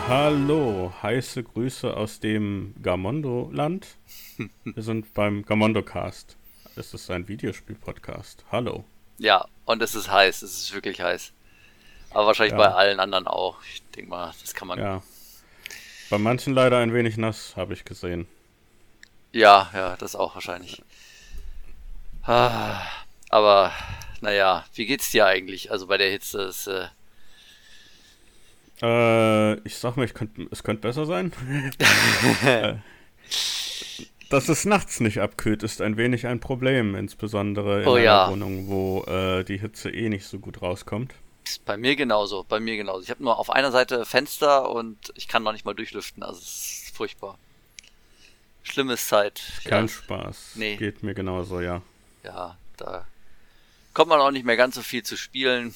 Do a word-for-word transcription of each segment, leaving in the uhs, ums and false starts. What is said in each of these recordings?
Hallo, heiße Grüße aus dem Gamondo-Land. Wir sind beim Gamondo-Cast. Es ist ein Videospiel-Podcast. Hallo. Ja, und es ist heiß, es ist wirklich heiß. Aber wahrscheinlich bei Ja, allen anderen auch. Ich denke mal, das kann man. ja. Bei manchen leider ein wenig nass, habe ich gesehen. Ja, ja, das auch wahrscheinlich. Ah, aber, naja, wie geht's dir eigentlich? Also bei der Hitze ist, äh, Äh, ich sag mal, ich könnt, es könnte besser sein. äh, Dass es nachts nicht abkühlt, ist ein wenig ein Problem, insbesondere in oh einer ja, Wohnung, wo äh, die Hitze eh nicht so gut rauskommt. ist bei mir genauso, bei mir genauso. Ich habe nur auf einer Seite Fenster und ich kann noch nicht mal durchlüften, also es ist furchtbar. Schlimme Zeit, ja. Kein Spaß. Nee, Geht mir genauso, ja. ja, da kommt man auch nicht mehr ganz so viel zu spielen.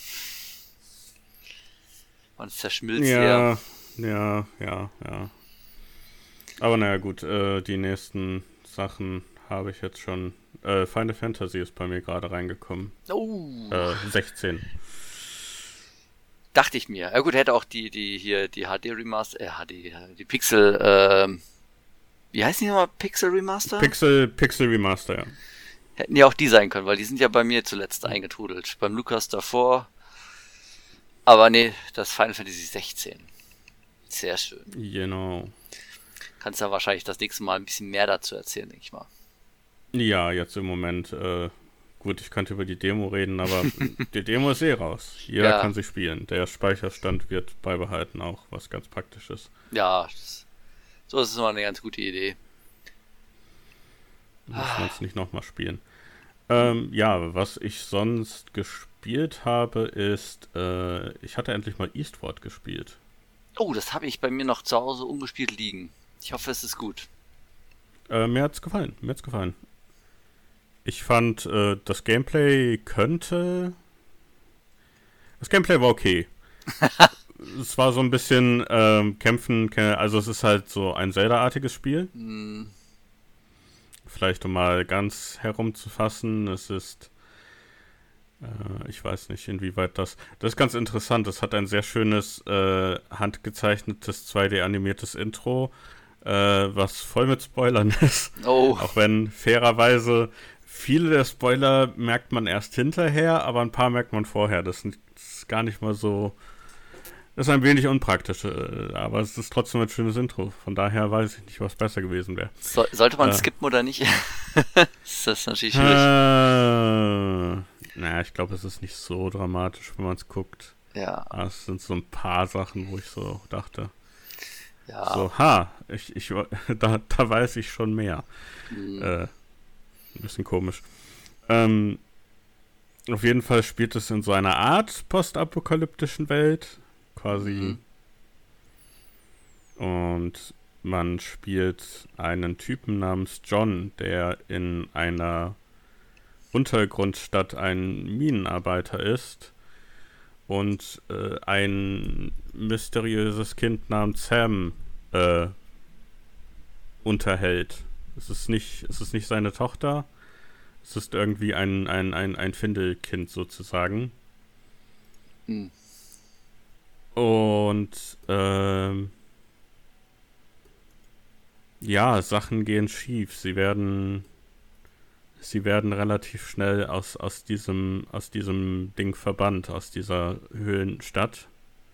Man zerschmilzt eher. Ja, ja, ja, ja. Aber naja, gut, äh, die nächsten Sachen habe ich jetzt schon. Äh, Final Fantasy ist bei mir gerade reingekommen. Oh, Äh, sechzehn. dachte ich mir. Ja gut, hätte auch die, die hier, die H D Remaster, äh, H D, die Pixel, ähm, wie heißen die nochmal? Pixel Remaster? Pixel, Pixel Remaster, ja. Hätten ja auch die sein können, weil die sind ja bei mir zuletzt eingetrudelt. Beim Lukas davor. Aber nee, das Final Fantasy sechzehn. Sehr schön. Genau. Kannst ja wahrscheinlich das nächste Mal ein bisschen mehr dazu erzählen, denke ich mal. Ja, jetzt im Moment, äh, gut, ich könnte über die Demo reden, aber die Demo ist eh raus. Jeder Ja, kann sie spielen. Der Speicherstand wird beibehalten, auch was ganz praktisch ist. ja, das, so ist es immer eine ganz gute Idee. Muss man es nicht nochmal spielen. Ähm, ja, was ich sonst gespielt habe, ist, äh, ich hatte endlich mal Eastward gespielt. Oh, das habe ich bei mir noch zu Hause ungespielt liegen. Ich hoffe, es ist gut. Äh, mir hat's gefallen, mir hat's gefallen. Ich fand, äh, das Gameplay könnte... Das Gameplay war okay. Es war so ein bisschen ähm, Kämpfen, ke- also es ist halt so ein Zelda-artiges Spiel. Hm, Vielleicht um mal ganz herumzufassen, es ist... Äh, ich weiß nicht, inwieweit das... Das ist ganz interessant, es hat ein sehr schönes, äh, handgezeichnetes zwei D-animiertes Intro, äh, was voll mit Spoilern ist. oh, Auch wenn fairerweise viele der Spoiler merkt man erst hinterher, aber ein paar merkt man vorher. Das ist gar nicht mal so. Das ist ein wenig unpraktisch, äh, aber es ist trotzdem ein schönes Intro. Von daher weiß ich nicht, was besser gewesen wäre. so, sollte man Äh, skippen oder nicht? Das ist natürlich schwierig. äh, naja, ich glaube, es ist nicht so dramatisch, wenn man es guckt. Ja, Aber es sind so ein paar Sachen, wo ich so dachte. ja. So, ha, ich, ich, da, da weiß ich schon mehr. Hm, Äh, ein bisschen komisch. Ähm, auf jeden Fall spielt es in so einer Art postapokalyptischen Welt, quasi. mhm, Und man spielt einen Typen namens John, der in einer Untergrundstadt ein Minenarbeiter ist und äh, ein mysteriöses Kind namens Sam äh, unterhält. Es ist nicht, es ist nicht seine Tochter, es ist irgendwie ein, ein, ein, ein Findelkind sozusagen. hm. Und ähm, ja, Sachen gehen schief. Sie werden, sie werden relativ schnell aus, aus diesem, aus diesem Ding verbannt, aus dieser Höhlenstadt,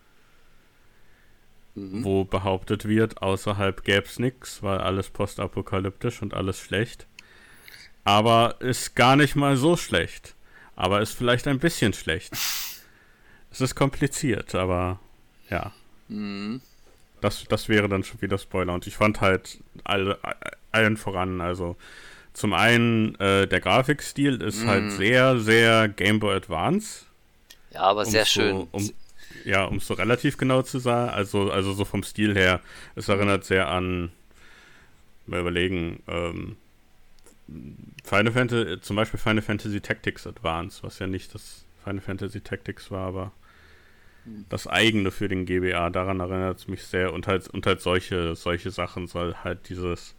Mhm. wo behauptet wird, außerhalb gäb's nix, weil alles postapokalyptisch und alles schlecht. Aber ist gar nicht mal so schlecht. Aber ist vielleicht ein bisschen schlecht. Es ist kompliziert, aber ja. Mhm. Das, das wäre dann schon wieder Spoiler. Und ich fand halt alle, allen voran, also zum einen, äh, der Grafikstil ist halt Mhm. sehr, sehr Game Boy Advance, Ja, aber um sehr so, schön. um, ja, um so relativ genau zu sagen. Also, also so vom Stil her, es Mhm. erinnert sehr an, mal überlegen, ähm, Final Fantasy, zum Beispiel Final Fantasy Tactics Advance, was ja nicht das Final Fantasy Tactics war, aber das eigene für den G B A, daran erinnert es mich sehr. Und halt, und halt solche, solche Sachen soll halt dieses.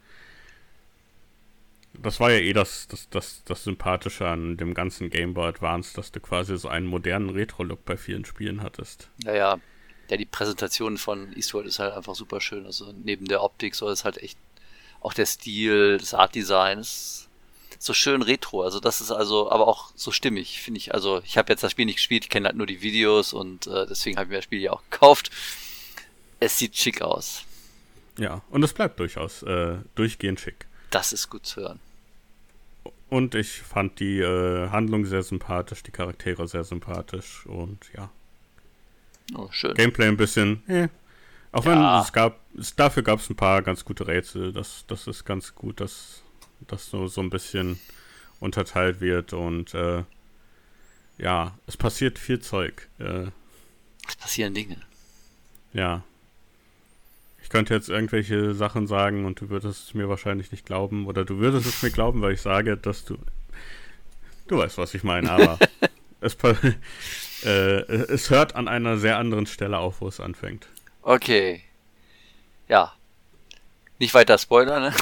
Das war ja eh das, das, das, das Sympathische an dem ganzen Game Boy Advance, dass du quasi so einen modernen Retro-Look bei vielen Spielen hattest. Ja, ja. ja, die Präsentation von Eastward ist halt einfach super schön. Also neben der Optik so ist halt echt auch der Stil, das Artdesign ist so schön retro. Also das ist also aber auch so stimmig, finde ich. Also ich habe jetzt das Spiel nicht gespielt, ich kenne halt nur die Videos und äh, deswegen habe ich mir das Spiel ja auch gekauft. Es sieht schick aus. Ja, und es bleibt durchaus äh, durchgehend schick. Das ist gut zu hören. Und ich fand die äh, Handlung sehr sympathisch, die Charaktere sehr sympathisch und ja. Oh, schön. Gameplay ein bisschen, eh. Auch ja. wenn es gab, es, dafür gab es ein paar ganz gute Rätsel. Das, das ist ganz gut, dass das so, so ein bisschen unterteilt wird und äh, ja, es passiert viel Zeug. Äh, es passieren Dinge. Ja. Ich könnte jetzt irgendwelche Sachen sagen und du würdest es mir wahrscheinlich nicht glauben. Oder du würdest es mir glauben, weil ich sage, dass du... Du weißt, was ich meine, aber es, äh, es hört an einer sehr anderen Stelle auf, wo es anfängt. Okay. Ja. Nicht weiter spoilern, ne?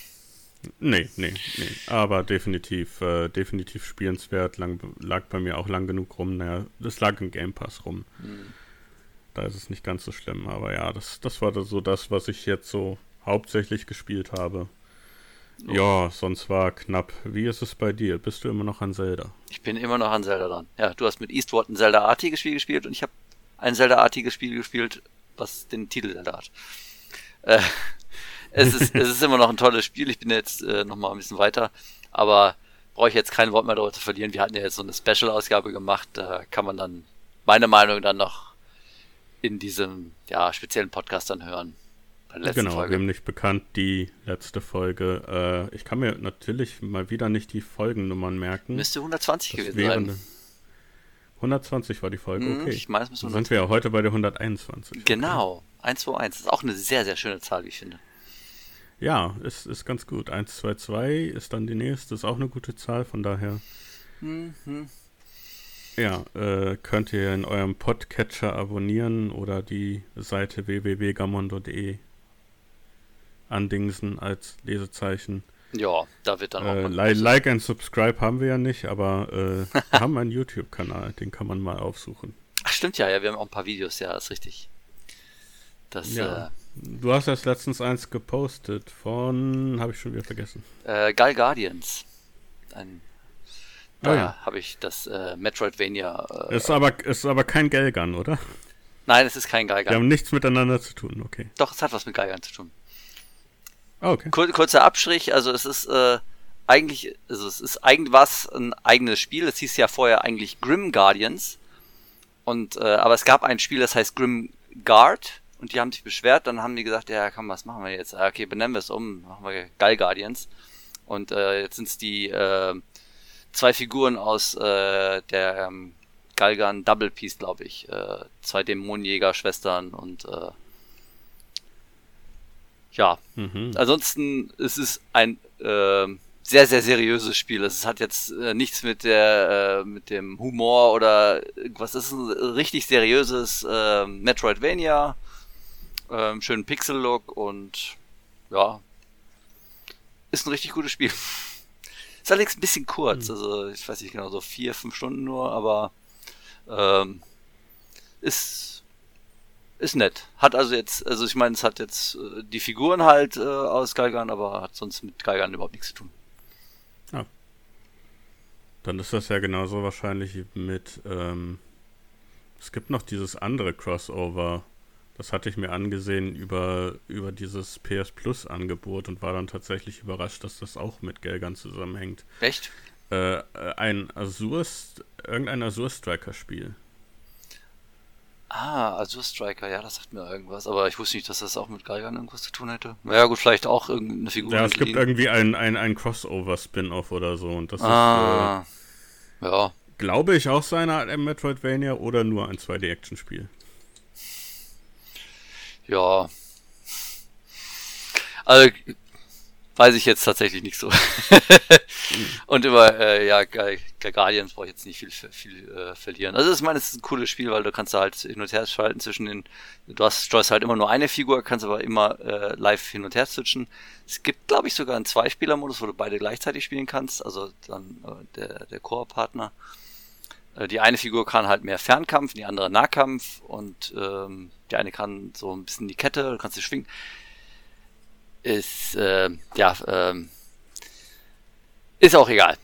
Nee, nee, nee. Aber definitiv, äh, definitiv spielenswert. Lang, lag bei mir auch lang genug rum. Naja, das lag im Game Pass rum. Hm. Da ist es nicht ganz so schlimm, aber ja, das, das war so das, was ich jetzt so hauptsächlich gespielt habe. Oh. Ja, sonst war knapp. Wie ist es bei dir? Bist du immer noch an Zelda? Ich bin immer noch an Zelda dran. Ja, du hast mit Eastward ein Zelda-artiges Spiel gespielt und ich habe ein Zelda-artiges Spiel gespielt, was den Titel Zelda hat. Äh, es, ist, es ist immer noch ein tolles Spiel. Ich bin jetzt äh, noch mal ein bisschen weiter, aber brauche ich jetzt kein Wort mehr darüber zu verlieren. Wir hatten ja jetzt so eine Special-Ausgabe gemacht, da kann man dann meine Meinung dann noch in diesem ja, speziellen Podcast dann hören. Bei der letzten genau, Folge. wem nicht bekannt, die letzte Folge. Äh, ich kann mir natürlich mal wieder nicht die Folgennummern merken. Müsste hundertzwanzig das gewesen sein. hundertzwanzig war die Folge, okay. Ich meine, es müsste Dann sind wir ja heute bei der hunderteinundzwanzig. Genau, okay. eins zwei eins. Das ist auch eine sehr, sehr schöne Zahl, wie ich finde. Ja, ist, ist ganz gut. eins zwei zwei ist dann die nächste, ist auch eine gute Zahl, von daher... Mhm. Ja, äh, könnt ihr in eurem Podcatcher abonnieren oder die Seite w w w punkt gammon punkt d e andingsen als Lesezeichen. Ja, da wird dann auch äh, li- Like and Subscribe haben wir ja nicht, aber äh, wir haben einen YouTube-Kanal, den kann man mal aufsuchen. Ach, stimmt ja, ja, wir haben auch ein paar Videos, ja, ist richtig. Das, ja. äh, Du hast erst letztens eins gepostet von, habe ich schon wieder vergessen. Äh, Gull Guardians. Ein Da oh, ja. habe ich das äh, Metroidvania... Äh, ist, aber, ist aber kein Galgan, oder? Nein, es ist kein Galgan. Die haben nichts miteinander zu tun, okay. Doch, es hat was mit Galgan zu tun. Oh, okay. Kur- kurzer Abstrich, also es ist äh, eigentlich, also es ist eigentlich was ein eigenes Spiel. Es hieß ja vorher eigentlich Grim Guardians. Und, äh, aber es gab ein Spiel, das heißt Grim Guard. Und die haben sich beschwert, dann haben die gesagt, ja komm, was machen wir jetzt? Okay, benennen wir es um, machen wir Gull Guardians. Und äh, jetzt sind es die... Äh, zwei Figuren aus äh, der ähm, Galgan Double Piece, glaube ich. Äh, zwei Dämonenjäger-Schwestern und äh, ja. Mhm. Ansonsten ist es ein äh, sehr, sehr seriöses Spiel. Es hat jetzt äh, nichts mit der äh, mit dem Humor oder was. Es ist ein richtig seriöses äh, Metroidvania. Äh, schönen Pixel-Look und ja. Ist ein richtig gutes Spiel. Ist allerdings ein bisschen kurz, also ich weiß nicht genau, so vier, fünf Stunden nur, aber ähm, ist ist nett. Hat also jetzt, also ich meine, es hat jetzt äh, die Figuren halt äh, aus Galgan, aber hat sonst mit Galgan überhaupt nichts zu tun. Ja. Dann ist das ja genauso wahrscheinlich mit, ähm, es gibt noch dieses andere Crossover. Das hatte ich mir angesehen über, über dieses P S Plus Angebot und war dann tatsächlich überrascht, dass das auch mit Galgan zusammenhängt. Echt? Äh, ein Azure, irgendein Azure Striker Spiel. Ah, Azure Striker, ja, das sagt mir irgendwas, aber ich wusste nicht, dass das auch mit Galgan irgendwas zu tun hätte. Naja gut, vielleicht auch irgendeine Figur. Ja, es gibt irgendwie ein, ein, ein Crossover-Spin-Off oder so und das ah, ist, äh, ja. glaube ich, auch seine Art Metroidvania oder nur ein zwei D-Action-Spiel. Ja. Also, weiß ich jetzt tatsächlich nicht so. Und über, äh, ja, Guardians brauche ich jetzt nicht viel, viel äh, verlieren. Also, ich meine, es ist ein cooles Spiel, weil du kannst da halt hin und her schalten zwischen den, du hast, steuerst halt immer nur eine Figur, kannst aber immer äh, live hin und her switchen. Es gibt, glaube ich, sogar einen Zwei-Spieler-Modus, wo du beide gleichzeitig spielen kannst, also dann äh, der, der Koop-Partner. Äh, die eine Figur kann halt mehr Fernkampf, die andere Nahkampf und ähm, die eine kann so ein bisschen die Kette, du kannst sie schwingen. Ist, äh, ja, ähm, ist auch egal.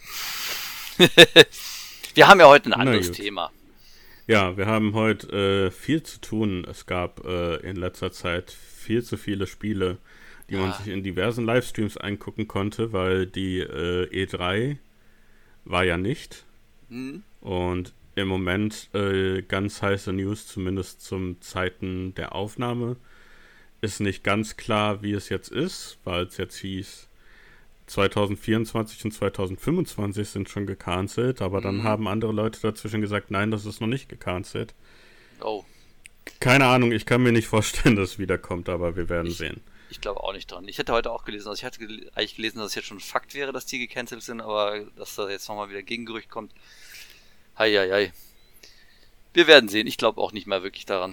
Wir haben ja heute ein anderes Thema. Ja, wir haben heute äh, viel zu tun. Es gab äh, in letzter Zeit viel zu viele Spiele, die ja. man sich in diversen Livestreams angucken konnte, weil die äh, E drei war ja nicht. Mhm. Und im Moment äh, ganz heiße News, zumindest zum Zeiten der Aufnahme, ist nicht ganz klar, wie es jetzt ist, weil es jetzt hieß, zwanzig vierundzwanzig und zwanzig fünfundzwanzig sind schon gecancelt, aber mhm. dann haben andere Leute dazwischen gesagt, nein, das ist noch nicht gecancelt. Oh. Keine Ahnung, ich kann mir nicht vorstellen, dass es wiederkommt, aber wir werden ich, sehen. Ich glaube auch nicht dran. Ich hätte heute auch gelesen, also ich hatte gel- eigentlich gelesen, dass es jetzt schon Fakt wäre, dass die gecancelt sind, aber dass da jetzt nochmal wieder Gegengerücht kommt. Hei, hei, hei. Wir werden sehen, ich glaube auch nicht mehr wirklich daran.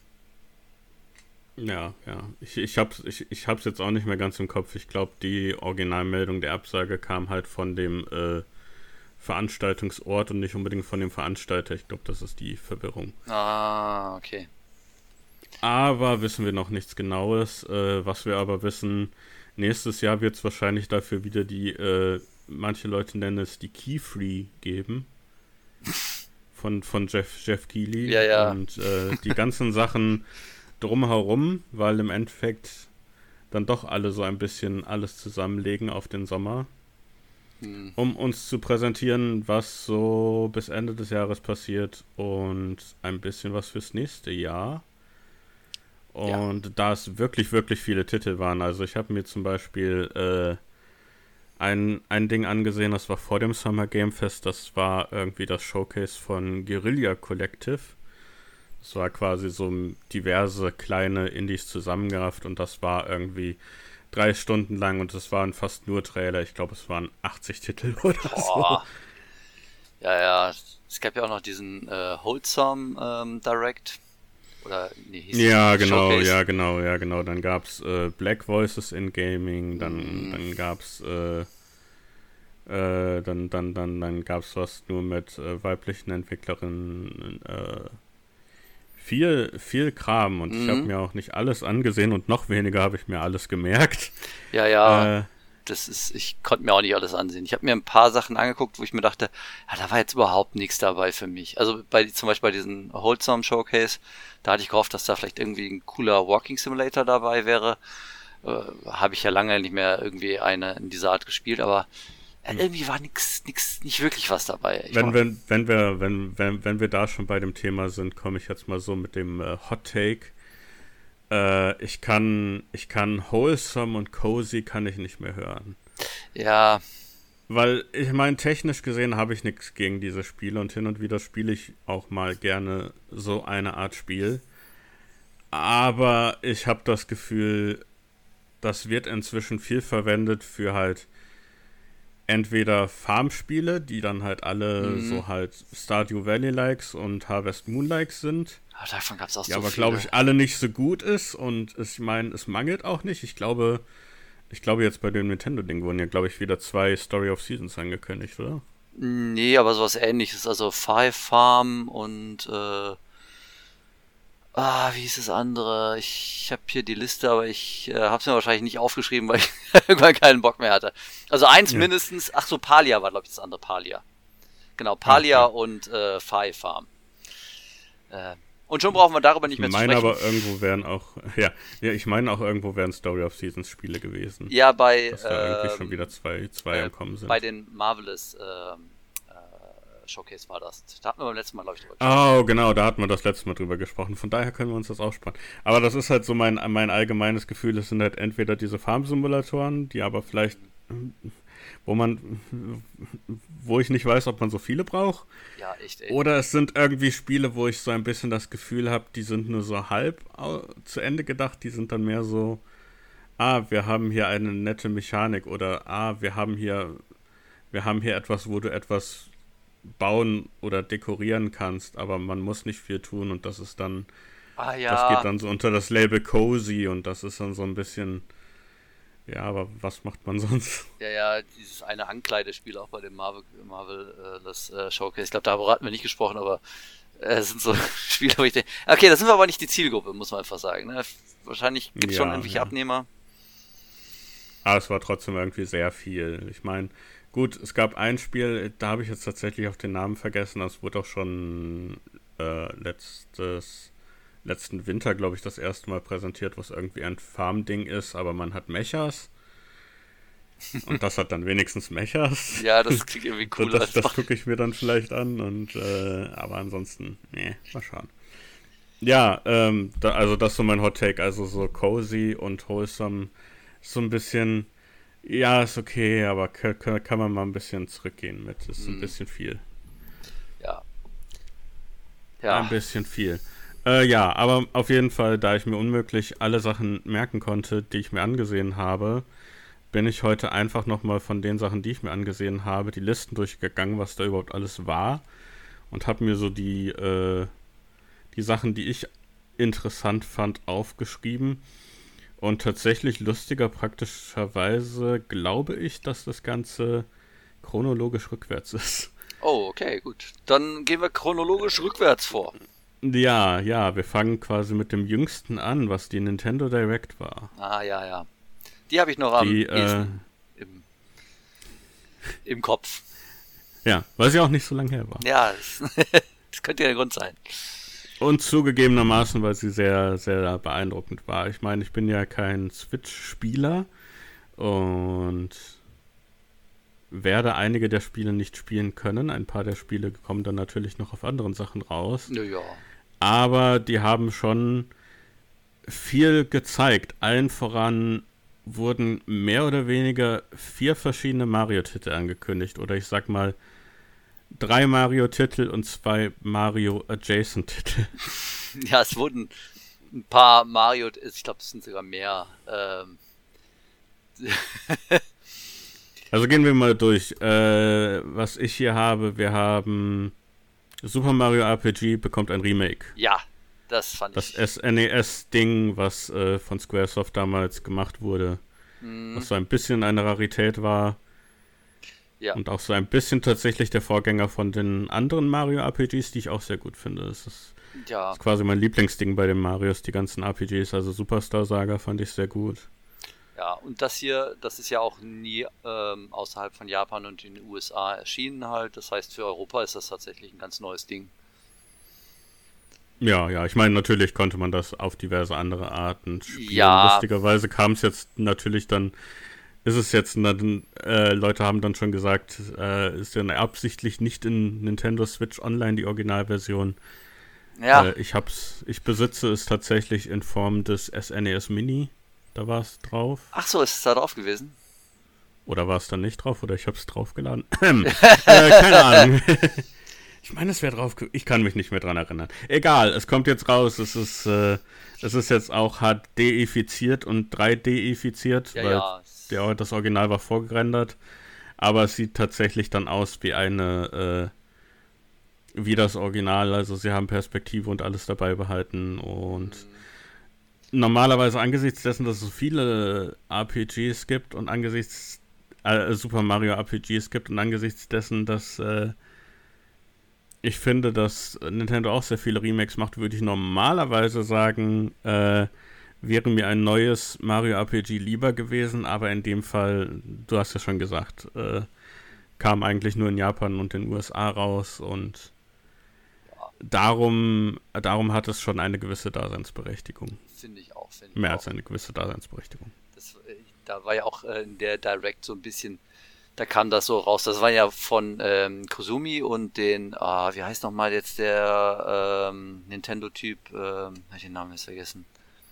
Ja, ja. Ich, ich hab's, ich, ich hab's jetzt auch nicht mehr ganz im Kopf. Ich glaube, die Originalmeldung der Absage kam halt von dem äh, Veranstaltungsort und nicht unbedingt von dem Veranstalter. Ich glaube, das ist die Verwirrung. Ah, okay. Aber wissen wir noch nichts Genaues. Äh, was wir aber wissen, nächstes Jahr wird es wahrscheinlich dafür wieder die, äh, manche Leute nennen es die Key-Free geben. Von, von Jeff, Jeff Keighley. Ja, ja. Und äh, die ganzen Sachen drumherum, weil im Endeffekt dann doch alle so ein bisschen alles zusammenlegen auf den Sommer, hm. um uns zu präsentieren, was so bis Ende des Jahres passiert und ein bisschen was fürs nächste Jahr. Und ja. da es wirklich, wirklich viele Titel waren, also ich habe mir zum Beispiel äh, ein, ein Ding angesehen, das war vor dem Summer Game Fest, das war irgendwie das Showcase von Guerilla Collective. Das war quasi so diverse kleine Indies zusammengerafft und das war irgendwie drei Stunden lang und es waren fast nur Trailer. Ich glaube, es waren achtzig Titel oder Boah. so. Ja, ja. Es gab ja auch noch diesen äh, Wholesome ähm, Direct. Oder, nee, hieß ja, genau, Showcase. ja, genau, ja, genau. Dann gab es äh, Black Voices in Gaming, dann, mm. dann gab es äh, äh, dann, dann, dann, dann gab es was nur mit äh, weiblichen Entwicklerinnen, äh, Viel, viel Kram und mhm. ich habe mir auch nicht alles angesehen und noch weniger habe ich mir alles gemerkt. Ja, ja, äh, das ist, ich konnte mir auch nicht alles ansehen. Ich habe mir ein paar Sachen angeguckt, wo ich mir dachte, ja, da war jetzt überhaupt nichts dabei für mich. Also bei zum Beispiel bei diesem Wholesome Showcase, da hatte ich gehofft, dass da vielleicht irgendwie ein cooler Walking Simulator dabei wäre. Äh, habe ich ja lange nicht mehr irgendwie eine in dieser Art gespielt, aber ja, irgendwie war nix, nix, nicht wirklich was dabei. Ich wenn, wenn, wenn, wir, wenn, wenn, wenn wir da schon bei dem Thema sind, komme ich jetzt mal so mit dem äh, Hot Take. Äh, ich kann, ich kann Wholesome und Cozy kann ich nicht mehr hören. Ja. Weil, ich meine, technisch gesehen habe ich nichts gegen diese Spiele und hin und wieder spiele ich auch mal gerne so eine Art Spiel. Aber ich habe das Gefühl, das wird inzwischen viel verwendet für halt entweder Farmspiele, die dann halt alle mhm. so halt Stardew Valley-Likes und Harvest Moon-Likes sind. Aber davon gab es auch die so aber, viele. glaube ich, alle nicht so gut ist und ich meine, es mangelt auch nicht. Ich glaube, ich glaube jetzt bei dem Nintendo-Ding wurden ja, glaube ich, wieder zwei Story of Seasons angekündigt, oder? Nee, aber sowas ähnliches. Also Five Farm und äh, Ah, wie hieß das andere? Ich habe hier die Liste, aber ich äh, habe es mir wahrscheinlich nicht aufgeschrieben, weil ich irgendwann keinen Bock mehr hatte. Also eins ja. mindestens, ach so, Palia war, glaube ich, das andere, Palia. Genau, Palia okay. und äh, Five Farm. Äh, und schon brauchen wir darüber nicht mehr ich zu sprechen. Ich meine aber, irgendwo wären auch, ja, ja, ich meine auch, irgendwo wären Story of Seasons Spiele gewesen. Ja, bei, dass da ähm, irgendwie schon wieder zwei, zwei äh, gekommen sind. Bei den Marvelous, ähm, Showcase war das. Da hatten wir beim letzten Mal, glaube ich, drüber gesprochen. Oh, genau, da hatten wir das letzte Mal drüber gesprochen. Von daher können wir uns das auch sparen. Aber das ist halt so mein, mein allgemeines Gefühl, es sind halt entweder diese Farm-Simulatoren, die aber vielleicht, wo man, wo ich nicht weiß, ob man so viele braucht. Ja, echt, ey. Oder es sind irgendwie Spiele, wo ich so ein bisschen das Gefühl habe, die sind nur so halb zu Ende gedacht, die sind dann mehr so, ah, wir haben hier eine nette Mechanik oder ah, wir haben hier, wir haben hier etwas, wo du etwas bauen oder dekorieren kannst, aber man muss nicht viel tun und das ist dann, ah, ja. das geht dann so unter das Label Cozy und das ist dann so ein bisschen, Ja, aber was macht man sonst? Ja, ja, dieses eine Ankleidespiel auch bei dem Marvel, Marvel äh, das äh, Showcase. Ich glaube, darüber hatten wir nicht gesprochen, aber äh, es sind so Spiele, wo ich denke, okay, das sind wir aber nicht die Zielgruppe, muss man einfach sagen. Ne? Wahrscheinlich gibt es Ja, schon irgendwelche ja. Abnehmer. Aber es war trotzdem irgendwie sehr viel. Ich meine, gut, es gab ein Spiel, da habe ich jetzt tatsächlich auch den Namen vergessen. Das wurde auch schon äh, letztes, letzten Winter, glaube ich, das erste Mal präsentiert, was irgendwie ein Farm-Ding ist, aber man hat Mechas. Und das hat dann wenigstens Mechas. Ja, das klingt irgendwie cool. das das gucke ich mir dann vielleicht an. Und äh, aber ansonsten, nee, mal schauen. Ja, ähm, da, also das ist so mein Hot Take. Also so cozy und wholesome. So ein bisschen, ja, ist okay, aber kann, kann man mal ein bisschen zurückgehen mit. Ist ein bisschen viel. Ja. Ja. Ein bisschen viel. Äh, ja, aber auf jeden Fall, da ich mir unmöglich alle Sachen merken konnte, die ich mir angesehen habe, bin ich heute einfach nochmal von den Sachen, die ich mir angesehen habe, die Listen durchgegangen, was da überhaupt alles war. Und habe mir so die, äh, die Sachen, die ich interessant fand, aufgeschrieben. Und tatsächlich lustiger praktischerweise glaube ich, dass das Ganze chronologisch rückwärts ist. Oh, okay, gut. Dann gehen wir chronologisch rückwärts vor. Ja, ja, wir fangen quasi mit dem Jüngsten an, was die Nintendo Direct war. Ah, ja, ja. Die habe ich noch am die, äh, im, im Kopf. Ja, weil sie auch nicht so lange her war. Ja, das, das könnte ja der Grund sein. Und zugegebenermaßen, weil sie sehr, sehr beeindruckend war. Ich meine, ich bin ja kein Switch-Spieler und werde einige der Spiele nicht spielen können. Ein paar der Spiele kommen dann natürlich noch auf anderen Sachen raus. Naja. Aber die haben schon viel gezeigt. Allen voran wurden mehr oder weniger vier verschiedene Mario-Titel angekündigt. Oder ich sag mal, drei Mario-Titel und zwei Mario-Adjacent-Titel. Ja, es wurden ein paar Mario, ich glaube, es sind sogar mehr. Ähm. Also gehen wir mal durch. Äh, was ich hier habe, wir haben Super Mario R P G bekommt ein Remake. Ja, das fand das ich. Das S N E S-Ding, was äh, von Squaresoft damals gemacht wurde, hm. was so ein bisschen eine Rarität war. Ja. Und auch so ein bisschen tatsächlich der Vorgänger von den anderen Mario R P Gs, die ich auch sehr gut finde. Das ist, ja. das ist quasi mein Lieblingsding bei den Marios, die ganzen R P Gs. Also Superstar Saga fand ich sehr gut. Ja, und das hier, das ist ja auch nie ähm, außerhalb von Japan und in den U S A erschienen halt. Das heißt, für Europa ist das tatsächlich ein ganz neues Ding. Ja, ja, ich meine, natürlich konnte man das auf diverse andere Arten spielen. Ja. Lustigerweise kam es jetzt natürlich dann, ist es jetzt, dann, äh, Leute haben dann schon gesagt, äh, ist ja absichtlich nicht in Nintendo Switch Online die Originalversion. Ja. Äh, ich hab's, ich besitze es tatsächlich in Form des S N E S Mini. Da war es drauf. Ach so, ist es da drauf gewesen? Oder war es dann nicht drauf? Oder ich habe es draufgeladen? äh, keine Ahnung. Ich meine, es wäre drauf. Ich kann mich nicht mehr dran erinnern. Egal, es kommt jetzt raus. Es ist, äh, es ist jetzt auch H D-ifiziert und drei D-ifiziert, ja, weil ja. Der, das Original war vorgerendert. Aber es sieht tatsächlich dann aus wie eine, äh, wie das Original. Also sie haben Perspektive und alles dabei behalten und mhm. Normalerweise angesichts dessen, dass es so viele R P Gs gibt und angesichts äh, Super Mario R P Gs gibt und angesichts dessen, dass äh, ich finde, dass Nintendo auch sehr viele Remakes macht, würde ich normalerweise sagen, äh, wäre mir ein neues Mario R P G lieber gewesen, aber in dem Fall, du hast ja schon gesagt, äh, kam eigentlich nur in Japan und den U S A raus und darum, darum hat es schon eine gewisse Daseinsberechtigung. Finde ich auch. Find Mehr ich als auch. eine gewisse Daseinsberechtigung. Das, da war ja auch äh, in der Direct so ein bisschen, da kam das so raus, das war ja von ähm, Kozumi und den, ah, wie heißt nochmal jetzt der ähm, Nintendo-Typ, ähm, hab ich den Namen jetzt vergessen.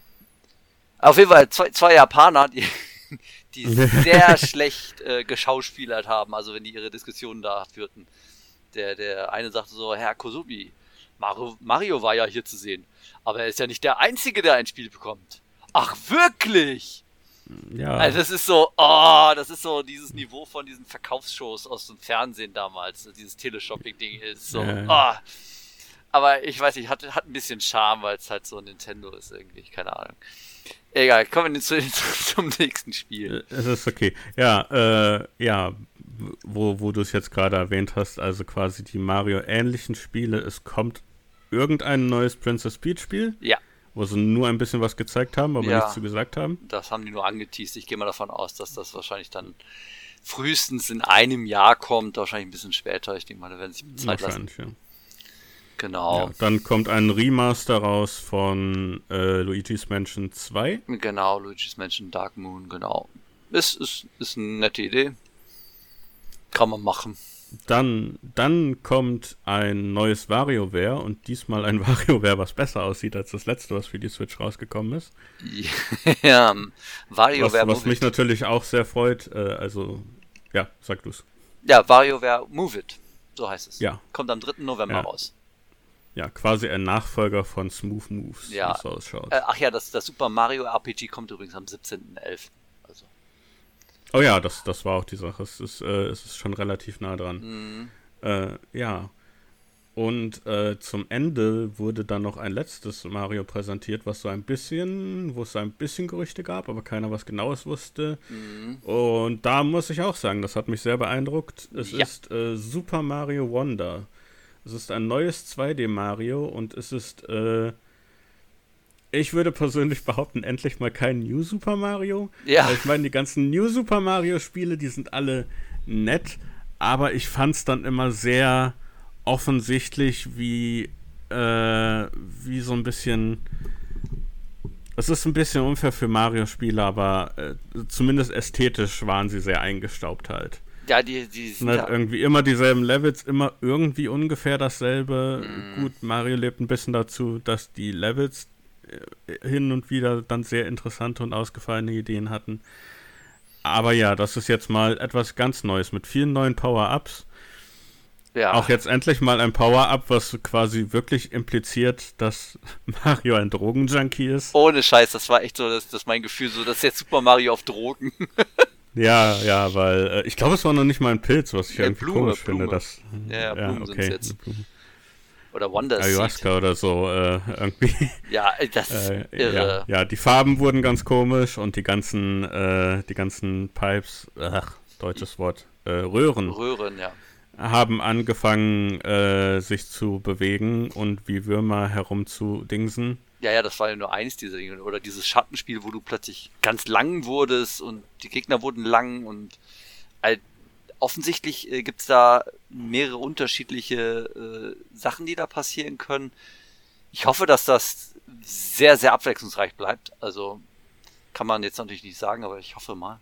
Auf jeden Fall zwei, zwei Japaner, die, die sehr schlecht äh, geschauspielert haben, also wenn die ihre Diskussionen da führten. Der, der eine sagte so, Herr Kozumi, Mario, Mario war ja hier zu sehen, aber er ist ja nicht der Einzige, der ein Spiel bekommt. Ach, wirklich? Ja. Also das ist so, oh, das ist so dieses Niveau von diesen Verkaufsshows aus dem Fernsehen damals, dieses Teleshopping-Ding ist so, ja. oh. Aber ich weiß nicht, hat, hat ein bisschen Charme, weil es halt so Nintendo ist irgendwie, keine Ahnung. Egal, kommen wir zu, zum nächsten Spiel. Es ist okay. Ja, äh, ja, wo, wo du es jetzt gerade erwähnt hast, also quasi die Mario-ähnlichen Spiele, es kommt irgendein neues Princess Peach-Spiel. Ja. Wo sie nur ein bisschen was gezeigt haben, aber ja, nichts zu gesagt haben. Das haben die nur angeteased. Ich gehe mal davon aus, dass das wahrscheinlich dann frühestens in einem Jahr kommt, wahrscheinlich ein bisschen später. Ich denke mal, da werden sie Zeit lassen. Ja. Genau. Ja, dann kommt ein Remaster raus von äh, Luigi's Mansion zwei. Genau, Luigi's Mansion Dark Moon, genau. Ist, ist, ist eine nette Idee. Kann man machen. Dann, dann kommt ein neues WarioWare und diesmal ein WarioWare, was besser aussieht als das letzte, was für die Switch rausgekommen ist. Ja, WarioWare Was, was mich natürlich auch sehr freut, äh, also, ja, sag du's. Ja, WarioWare Move It, so heißt es. Ja. Kommt am dritten November ja. raus. Ja, quasi ein Nachfolger von Smooth Moves, ja. wie es so ausschaut. Äh, ach ja, das, das Super Mario R P G kommt übrigens am siebzehnten elften Also. Oh ja, das, das war auch die Sache. Es ist, äh, es ist schon relativ nah dran. Mhm. Äh, ja. Und äh, zum Ende wurde dann noch ein letztes Mario präsentiert, was so ein bisschen, wo es so ein bisschen Gerüchte gab, aber keiner was Genaues wusste. Mhm. Und da muss ich auch sagen, das hat mich sehr beeindruckt. Es Ja. ist äh, Super Mario Wonder. Es ist ein neues zwei D Mario und es ist, äh, ich würde persönlich behaupten, endlich mal kein New Super Mario. Ja. Weil ich meine, die ganzen New Super Mario Spiele, die sind alle nett, aber ich fand es dann immer sehr offensichtlich, wie, äh, wie so ein bisschen, es ist ein bisschen unfair für Mario-Spieler, aber äh, zumindest ästhetisch waren sie sehr eingestaubt halt. Ja, die, die sind Halt ja. irgendwie immer dieselben Levels, immer irgendwie ungefähr dasselbe. Mm. Gut, Mario lebt ein bisschen dazu, dass die Levels äh, hin und wieder dann sehr interessante und ausgefallene Ideen hatten. Aber ja, das ist jetzt mal etwas ganz Neues mit vielen neuen Power-Ups. Ja. Auch jetzt endlich mal ein Power-Up, was quasi wirklich impliziert, dass Mario ein Drogenjunkie ist. Ohne Scheiß, das war echt so, das, das mein Gefühl, so, das ist jetzt Super Mario auf Drogen. Ja, ja, weil äh, ich glaube, es war noch nicht mal ein Pilz, was ich Ja, irgendwie Blume, komisch Blume. finde. Dass, Ja, ja, Blumen okay. sind's jetzt. Oder Wonder Ayahuasca oder so, äh, irgendwie. Ja, das ist äh, irre. ja, ja, die Farben wurden ganz komisch und die ganzen, äh, die ganzen Pipes, ach, deutsches Wort, äh, Röhren, Röhren, ja. haben angefangen, äh, sich zu bewegen und wie Würmer herumzudingsen. Ja, ja, das war ja nur eins dieser Dinge. Oder dieses Schattenspiel, wo du plötzlich ganz lang wurdest und die Gegner wurden lang und äh, offensichtlich äh, gibt es da mehrere unterschiedliche äh, Sachen, die da passieren können. Ich hoffe, dass das sehr, sehr abwechslungsreich bleibt. Also kann man jetzt natürlich nicht sagen, aber ich hoffe mal.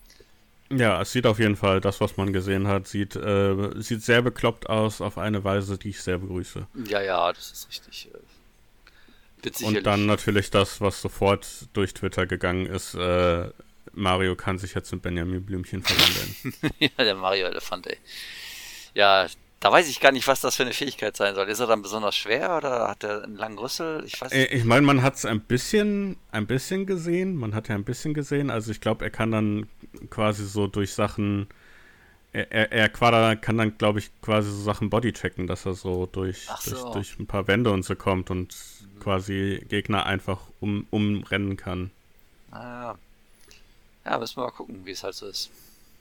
Ja, es sieht auf jeden Fall, das, was man gesehen hat, sieht, äh, sieht sehr bekloppt aus, auf eine Weise, die ich sehr begrüße. Ja, ja, das ist richtig. Äh, wird sicherlich. Und dann natürlich das, was sofort durch Twitter gegangen ist, äh, Mario kann sich jetzt in Benjamin Blümchen verwandeln. Ja, der Mario-Elefant, ey. Ja, da weiß ich gar nicht, was das für eine Fähigkeit sein soll. Ist er dann besonders schwer oder hat er einen langen Rüssel? Ich weiß nicht. Ich meine, man hat es ein bisschen, ein bisschen gesehen. Man hat ja ein bisschen gesehen. Also ich glaube, er kann dann quasi so durch Sachen, er, er, er quasi kann dann, glaube ich, quasi so Sachen bodychecken, dass er so durch, Ach so. durch, durch ein paar Wände und so kommt und mhm. quasi Gegner einfach um, umrennen kann. Ah, ja, müssen wir mal gucken, wie es halt so ist.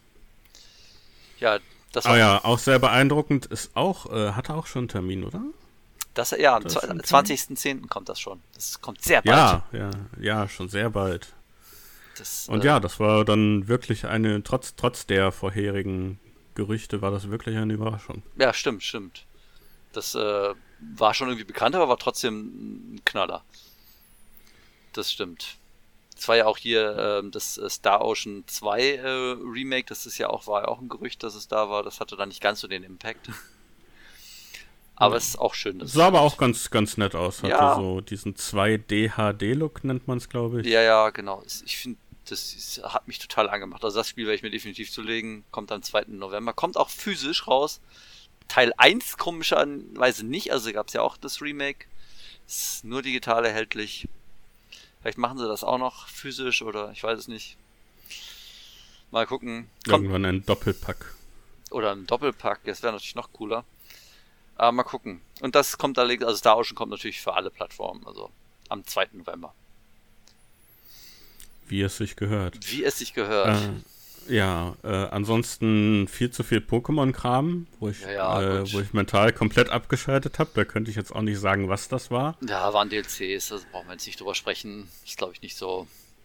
Ja, das war. Ah ja, auch sehr beeindruckend ist auch, äh, hat er auch schon einen Termin, oder? Das, ja, am Das ist schon zwanzigsten zehnten kommt das schon. Das kommt sehr bald. Ja, ja, ja, schon sehr bald. Das, Und äh, ja, das war dann wirklich eine, trotz, trotz der vorherigen Gerüchte, war das wirklich eine Überraschung. Ja, stimmt, stimmt. Das äh, war schon irgendwie bekannt, aber war trotzdem ein Knaller. Das stimmt. Es war ja auch hier ähm, das äh, Star Ocean zwei äh, Remake, das ist ja auch, war ja auch ein Gerücht, dass es da war. Das hatte dann nicht ganz so den Impact. Aber es ist auch schön. Das sah aber auch ganz, ganz nett aus. Hatte Ja. so diesen zwei D H D-Look, nennt man es, glaube ich. Ja, ja, genau. Ich finde, das ist, hat mich total angemacht. Also das Spiel werde ich mir definitiv zulegen. Kommt am zweiten November. Kommt auch physisch raus. Teil eins komischerweise nicht. Also gab es ja auch das Remake. Ist nur digital erhältlich. Vielleicht machen sie das auch noch physisch oder ich weiß es nicht. Mal gucken. Kommt, Irgendwann ein Doppelpack. oder ein Doppelpack. Das wäre natürlich noch cooler. Aber mal gucken. Und das kommt allerdings, also Star Ocean kommt natürlich für alle Plattformen, also am zweiten November. Wie es sich gehört. Wie es sich gehört. Äh, ja, äh, ansonsten viel zu viel Pokémon-Kram, wo ich, ja, ja, äh, wo ich mental komplett abgeschaltet habe. Da könnte ich jetzt auch nicht sagen, was das war. Ja, waren D L Cs, da brauchen wir jetzt nicht drüber sprechen. Ist, glaube ich, nicht so.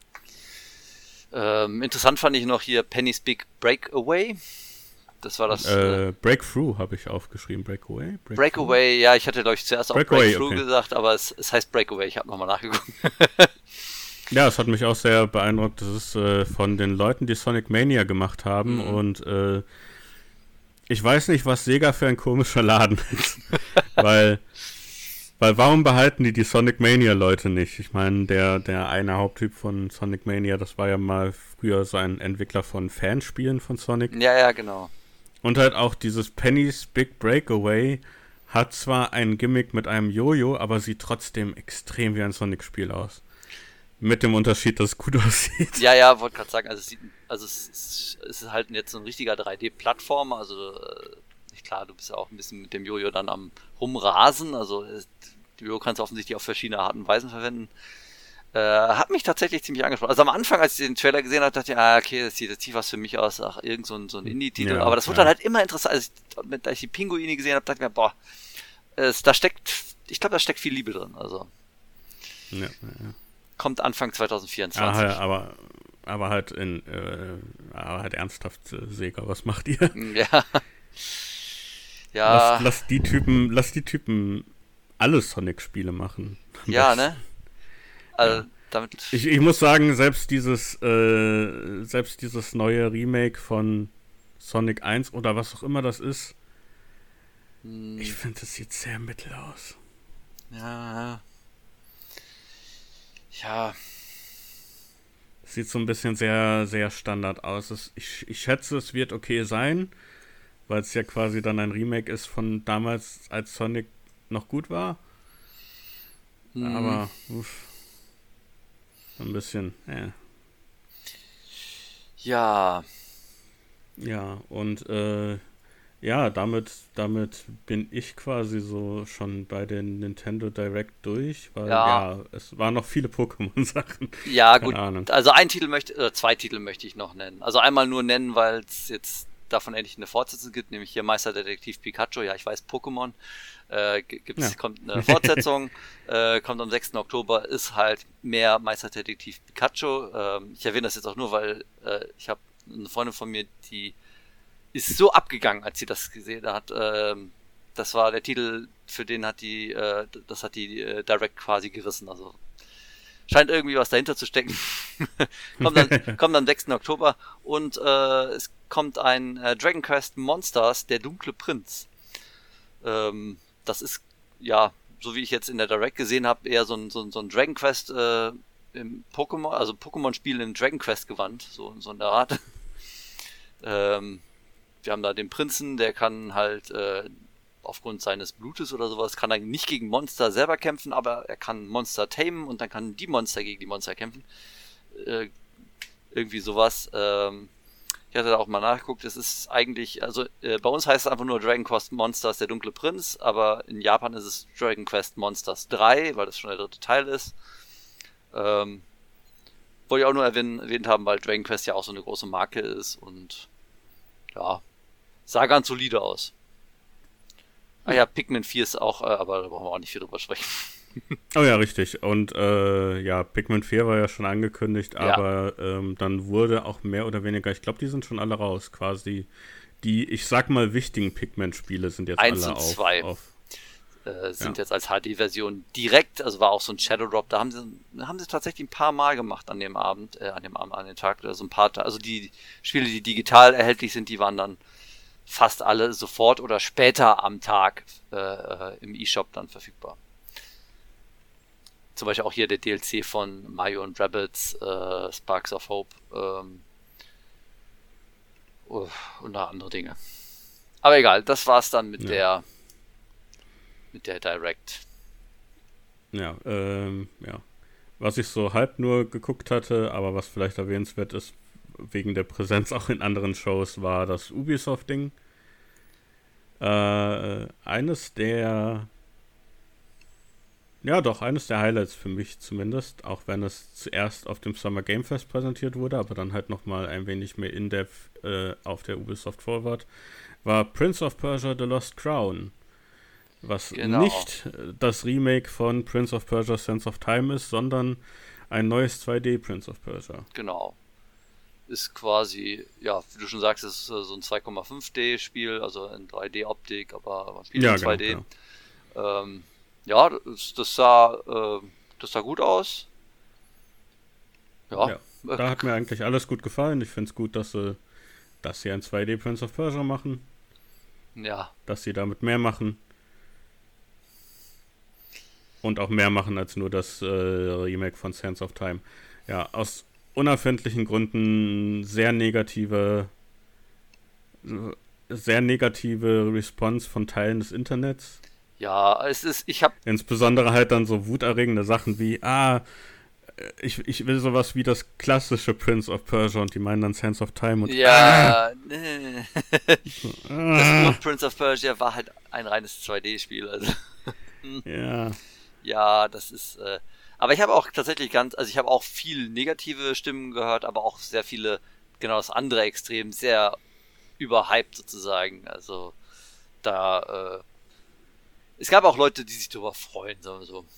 Ähm, interessant fand ich noch hier Penny's Big Breakaway. Das war das. Äh, Breakthrough habe ich aufgeschrieben. Breakaway? Breakthrough? Breakaway, ja, ich hatte, glaube ich, zuerst auch Breakaway, Breakthrough okay. gesagt, aber es, es heißt Breakaway. Ich habe nochmal nachgeguckt. Ja, es hat mich auch sehr beeindruckt. Das ist äh, von den Leuten, die Sonic Mania gemacht haben. Mhm. Und äh, ich weiß nicht, was Sega für ein komischer Laden ist. weil, weil warum behalten die die Sonic Mania-Leute nicht? Ich meine, der, der eine Haupttyp von Sonic Mania, das war ja mal früher so ein Entwickler von Fanspielen von Sonic. Ja, ja, genau. Und halt auch dieses Penny's Big Breakaway hat zwar ein Gimmick mit einem Jojo, aber sieht trotzdem extrem wie ein Sonic-Spiel aus. Mit dem Unterschied, dass es gut aussieht. Ja, ja, wollte gerade sagen, also, es, sieht, also es, ist, es ist halt jetzt so ein richtiger drei D-Plattformer, also äh, klar, du bist ja auch ein bisschen mit dem Jojo dann am rumrasen, also die Jojo kannst du offensichtlich auf verschiedene Arten und Weisen verwenden. Äh, hat mich tatsächlich ziemlich angesprochen. Also am Anfang, als ich den Trailer gesehen habe, dachte ich, ah, okay, das sieht jetzt nicht was für mich aus, ach, irgend so ein, so ein Indie-Titel, ja, aber das wurde ja. dann halt immer interessant, als ich, als ich die Pinguine gesehen habe, dachte ich mir, boah, es, da steckt, ich glaube, da steckt viel Liebe drin, also. Ja, ja, ja. Kommt Anfang zwanzig vierundzwanzig. Ja, aber, aber halt in, äh, aber halt ernsthaft, äh, Sega, was macht ihr? Ja. Ja. Lass, lass die Typen, lass die Typen alle Sonic-Spiele machen. Ja, ne? Also, ja. damit. Ich, ich muss sagen, selbst dieses, äh, selbst dieses neue Remake von Sonic eins oder was auch immer das ist, hm. ich finde, das sieht sehr mittel aus. Ja. Ja. Sieht so ein bisschen sehr, sehr Standard aus. Es, ich, ich schätze, es wird okay sein, weil es ja quasi dann ein Remake ist von damals, als Sonic noch gut war. Hm. Aber, uff. Ein bisschen, äh. Ja. Ja, und, äh, ja, damit, damit bin ich quasi so schon bei den Nintendo Direct durch, weil ja, ja es waren noch viele Pokémon-Sachen. Ja, Keine gut. Ahnung. Also ein Titel möchte, oder zwei Titel möchte ich noch nennen. Also einmal nur nennen, weil es jetzt davon endlich eine Fortsetzung gibt, nämlich hier Meisterdetektiv Pikachu. Ja, ich weiß, Pokémon. Äh, gibt's, ja. Kommt eine Fortsetzung, äh, kommt am sechsten Oktober, ist halt mehr Meisterdetektiv Pikachu. Ähm, ich erwähne das jetzt auch nur, weil äh, ich habe eine Freundin von mir, die ist so abgegangen, als sie das gesehen hat. Ähm, das war der Titel, für den hat die, äh, das hat die äh, Direct quasi gerissen. Also scheint irgendwie was dahinter zu stecken. kommt, dann, kommt am sechsten Oktober und äh, es kommt ein äh, Dragon Quest Monsters, der dunkle Prinz. Ähm, das ist, ja, so wie ich jetzt in der Direct gesehen habe, eher so ein, so ein, so ein Dragon Quest äh, im Pokémon, also Pokémon-Spiel im Dragon Quest Gewand, so, so in der Art. ähm, Wir haben da den Prinzen, der kann halt äh, aufgrund seines Blutes oder sowas, kann er nicht gegen Monster selber kämpfen, aber er kann Monster tamen und dann kann die Monster gegen die Monster kämpfen. Äh, irgendwie sowas. Ähm, ich hatte da auch mal nachgeguckt, es ist eigentlich, also äh, bei uns heißt es einfach nur Dragon Quest Monsters, der dunkle Prinz, aber in Japan ist es Dragon Quest Monsters drei, weil das schon der dritte Teil ist. Ähm, wollte ich auch nur erwähnen, erwähnt haben, weil Dragon Quest ja auch so eine große Marke ist und ja, sah ganz solide aus. Ah ja, Pikmin vier ist auch, äh, aber da brauchen wir auch nicht viel drüber sprechen. Oh ja, richtig. Und äh, ja, Pikmin vier war ja schon angekündigt, aber ja. ähm, dann wurde auch mehr oder weniger, ich glaube, die sind schon alle raus, quasi. Die, ich sag mal, wichtigen Pikmin-Spiele sind jetzt Eins alle und auf, zwei. auf äh, sind ja. jetzt als H D-Version direkt, also war auch so ein Shadow Drop, da haben sie, haben sie tatsächlich ein paar Mal gemacht an dem Abend, äh, an dem Abend, an dem Tag, oder so ein paar, also die Spiele, die digital erhältlich sind, die waren dann fast alle sofort oder später am Tag äh, im eShop dann verfügbar. Zum Beispiel auch hier der D L C von Mario und Rabbids, äh, Sparks of Hope ähm, uh, und noch andere Dinge. Aber egal, das war's dann mit ja. der mit der Direct. Ja, ähm, ja. Was ich so halb nur geguckt hatte, aber was vielleicht erwähnenswert ist, wegen der Präsenz auch in anderen Shows, war das Ubisoft-Ding. Äh, eines der Ja, doch, eines der Highlights für mich zumindest, auch wenn es zuerst auf dem Summer Game Fest präsentiert wurde, aber dann halt nochmal ein wenig mehr in-depth äh, auf der Ubisoft Forward, war Prince of Persia: The Lost Crown, was Genau. nicht das Remake von Prince of Persia: Sands of Time ist, sondern ein neues zwei D Prince of Persia. Genau. Ist quasi, ja, wie du schon sagst, ist äh, so ein zwei Komma fünf D-Spiel, also in drei D-Optik, aber man spielt Ja, in zwei D. genau, genau. Ähm, ja, das, das sah äh, das sah gut aus. Ja. Ja, da hat mir eigentlich alles gut gefallen. Ich finde es gut, dass sie, dass sie ein zwei D Prince of Persia machen. Ja. Dass sie damit mehr machen. Und auch mehr machen als nur das äh, Remake von Sands of Time. Ja, aus unerfindlichen Gründen sehr negative sehr negative Response von Teilen des Internets. Ja, es ist, ich habe Insbesondere halt dann so wuterregende Sachen wie, ah, ich, ich will sowas wie das klassische Prince of Persia und die meinen dann Sands of Time und ja, ah, nee. so, Das ah, Good Prince of Persia war halt ein reines zwei D-Spiel, also ja, ja, das ist äh, aber ich habe auch tatsächlich ganz, also ich habe auch viel negative Stimmen gehört, aber auch sehr viele, genau das andere Extrem, sehr überhyped sozusagen, also da äh, es gab auch Leute, die sich darüber freuen, sagen wir so.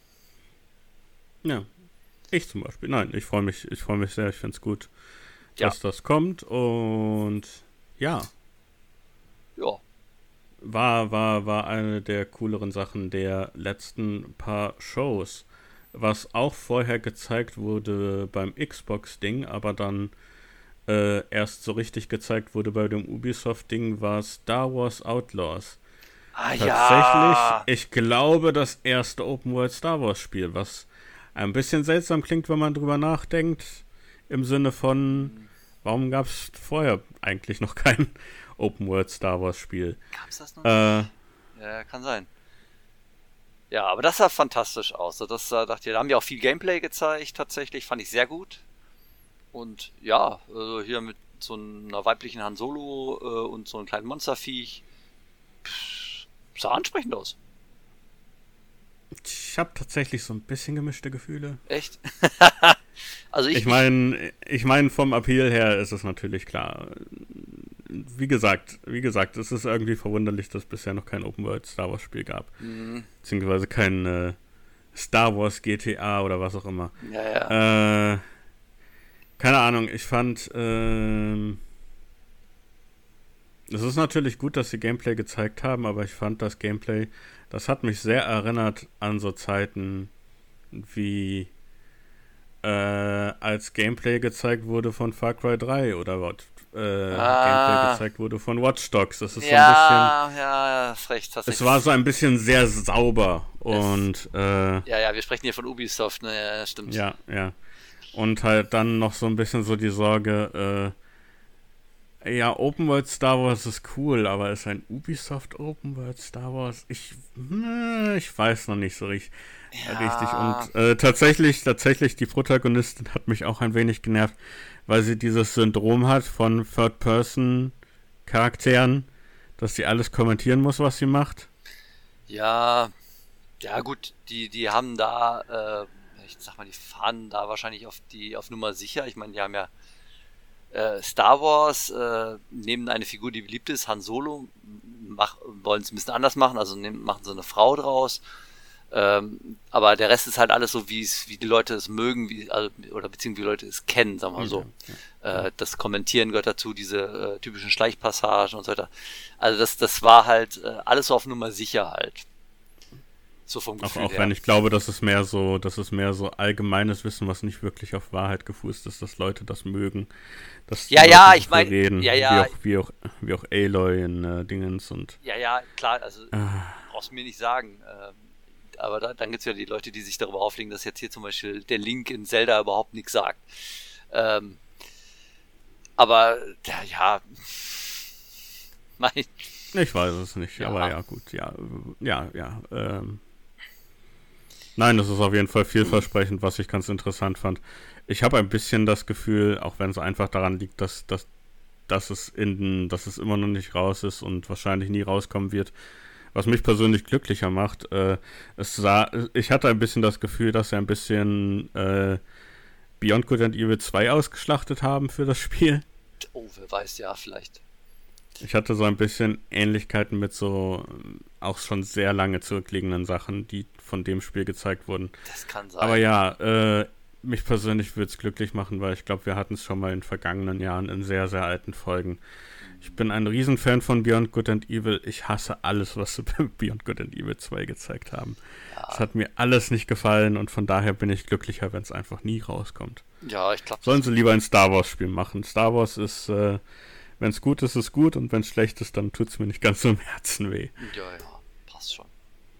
ja. Ich zum Beispiel. Nein, ich freue mich, ich freue mich sehr, ich finde es gut, Ja. dass das kommt und ja, Ja. war, war, war eine der cooleren Sachen der letzten paar Shows. Was auch vorher gezeigt wurde beim Xbox-Ding, aber dann äh, erst so richtig gezeigt wurde bei dem Ubisoft-Ding, war Star Wars Outlaws. Ah Tatsächlich, ja. ich glaube, das erste Open-World Star Wars-Spiel, was ein bisschen seltsam klingt, wenn man drüber nachdenkt, im Sinne von, warum gab es vorher eigentlich noch kein Open-World Star Wars-Spiel? Gab's das noch? Äh, Ja, kann sein. Ja, aber das sah fantastisch aus. Also das sah, dachte ich, da haben die auch viel Gameplay gezeigt, tatsächlich. Fand ich sehr gut. Und ja, also hier mit so einer weiblichen Han Solo äh, und so einem kleinen Monsterviech. Pff, sah ansprechend aus. ich habe tatsächlich so ein bisschen gemischte Gefühle. Echt? Also ich, Ich meine, ich mein, vom Appeal her ist es natürlich klar. Wie gesagt, wie gesagt, es ist irgendwie verwunderlich, dass es bisher noch kein Open-World Star Wars Spiel gab. Mhm. Beziehungsweise kein äh, Star Wars G T A oder was auch immer. Ja, ja. Äh, keine Ahnung, ich fand, ähm, es ist natürlich gut, dass sie Gameplay gezeigt haben, aber ich fand das Gameplay, das hat mich sehr erinnert an so Zeiten wie äh, als Gameplay gezeigt wurde von Far Cry drei oder was äh, Ah. Gameplay gezeigt wurde von Watch Dogs. Das ist so ein Ja, ja, ja, ist recht. bisschen, Tatsächlich. es war so ein bisschen sehr sauber und äh, Ja, ja, wir sprechen hier von Ubisoft, ne? Ja, stimmt. ja, ja. Und halt dann noch so ein bisschen so die Sorge, äh, ja, Open World Star Wars ist cool, aber ist ein Ubisoft Open World Star Wars? Ich, hm, ich weiß noch nicht so richtig. Ja. richtig. Und äh, tatsächlich, tatsächlich, die Protagonistin hat mich auch ein wenig genervt, weil sie dieses Syndrom hat von Third-Person-Charakteren, dass sie alles kommentieren muss, was sie macht. Ja, ja gut, die, die haben da, äh, ich sag mal, die fahren da wahrscheinlich auf die auf Nummer sicher. Ich meine, die haben ja äh, Star Wars, äh, nehmen eine Figur, die beliebt ist, Han Solo, mach, wollen es ein bisschen anders machen, also nehmen, machen so eine Frau draus. Ähm, aber der Rest ist halt alles so, wie es, wie die Leute es mögen, wie, also, oder beziehungsweise wie Leute es kennen, sagen wir mal so. Ja, Äh, das Kommentieren gehört dazu, diese äh, typischen Schleichpassagen und so weiter. Also das, das war halt äh, alles so auf Nummer sicher halt. So vom Auch, Gefühl auch her. wenn ich glaube, dass es mehr so, dass es mehr so allgemeines Wissen, was nicht wirklich auf Wahrheit gefußt ist, dass Leute das mögen. Dass die Ja, Leute ja, so ich viel mein- reden, ja, ja. Wie auch, wie auch, wie auch Aloy in äh, Dingens und Ja, ja, klar, also ah, brauchst du mir nicht sagen. Ähm, aber da, dann gibt's ja die Leute, die sich darüber auflegen, dass jetzt hier zum Beispiel der Link in Zelda überhaupt nichts sagt. Ähm, aber, ja, ja. Mein, ich weiß es nicht, Ja. aber ja, gut, ja, äh, ja, ja, ähm. Nein, das ist auf jeden Fall vielversprechend, was ich ganz interessant fand. Ich habe ein bisschen das Gefühl, auch wenn es einfach daran liegt, dass, dass dass es in, dass es immer noch nicht raus ist und wahrscheinlich nie rauskommen wird. Was mich persönlich glücklicher macht, äh, es sah, ich hatte ein bisschen das Gefühl, dass sie ein bisschen äh, Beyond Good and Evil zwei ausgeschlachtet haben für das Spiel. Oh, wer weiß, ja, vielleicht. Ich hatte so ein bisschen Ähnlichkeiten mit so auch schon sehr lange zurückliegenden Sachen, die von dem Spiel gezeigt wurden. Das kann sein. Aber ja, äh, mich persönlich würde es glücklich machen, weil ich glaube, wir hatten es schon mal in vergangenen Jahren in sehr, sehr alten Folgen. Ich bin ein Riesenfan von Beyond Good and Evil. Ich hasse alles, was sie bei Beyond Good and Evil zwei gezeigt haben. Es ja. hat mir alles nicht gefallen und von daher bin ich glücklicher, wenn es einfach nie rauskommt. Ja, ich glaube. Sollen sie lieber ein Star Wars Spiel machen. Star Wars ist, äh, wenn es gut ist, ist gut und wenn es schlecht ist, dann tut es mir nicht ganz so im Herzen weh. Ja, ja, passt schon.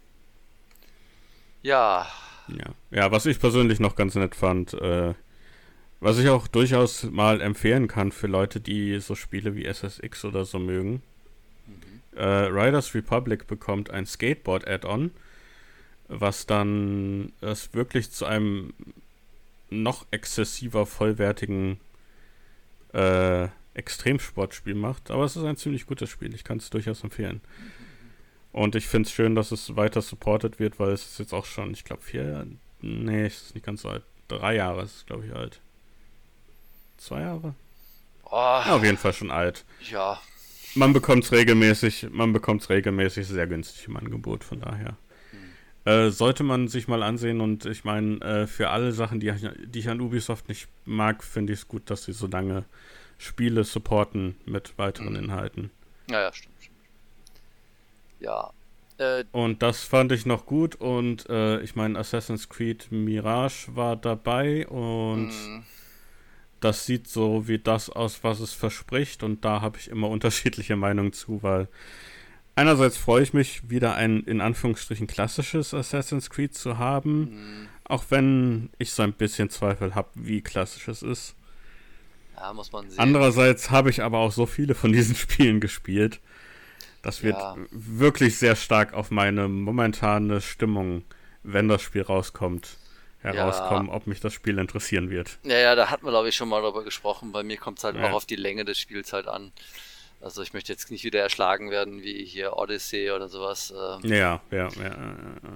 Ja. Ja, ja, was ich persönlich noch ganz nett fand, äh, was ich auch durchaus mal empfehlen kann für Leute, die so Spiele wie S S X oder so mögen. Mhm. Äh, Riders Republic bekommt ein Skateboard-Add-on, was dann es wirklich zu einem noch exzessiver, vollwertigen äh, Extremsportspiel macht. Aber es ist ein ziemlich gutes Spiel. Ich kann es durchaus empfehlen. Mhm. Und ich finde es schön, dass es weiter supported wird, weil es ist jetzt auch schon, ich glaube, vier Jahre. Nee, es ist nicht ganz so alt. Drei Jahre ist es, glaube ich, alt. Zwei Jahre? Oh, ja, auf jeden Fall schon alt. Ja. Man bekommt es regelmäßig, man bekommt es regelmäßig sehr günstig im Angebot, von daher. Hm. Äh, sollte man sich mal ansehen und ich meine, äh, für alle Sachen, die, die ich an Ubisoft nicht mag, finde ich es gut, dass sie so lange Spiele supporten mit weiteren hm. Inhalten. Ja, ja, stimmt, stimmt. Ja. Äh, und das fand ich noch gut und äh, ich meine, Assassin's Creed Mirage war dabei und hm. das sieht so wie das aus, was es verspricht und da habe ich immer unterschiedliche Meinungen zu, weil einerseits freue ich mich, wieder ein in Anführungsstrichen klassisches Assassin's Creed zu haben, mhm. auch wenn ich so ein bisschen Zweifel habe, wie klassisch es ist. Ja, muss man sehen. Andererseits habe ich aber auch so viele von diesen Spielen gespielt, das wird ja. wirklich sehr stark auf meine momentane Stimmung, wenn das Spiel rauskommt, herauskommen, ja. ob mich das Spiel interessieren wird. Ja, ja, da hatten wir, glaube ich, schon mal drüber gesprochen. Bei mir kommt es halt ja. auch auf die Länge des Spiels halt an. Also ich möchte jetzt nicht wieder erschlagen werden, wie hier Odyssey oder sowas. Ähm, ja, ja, ja, ja.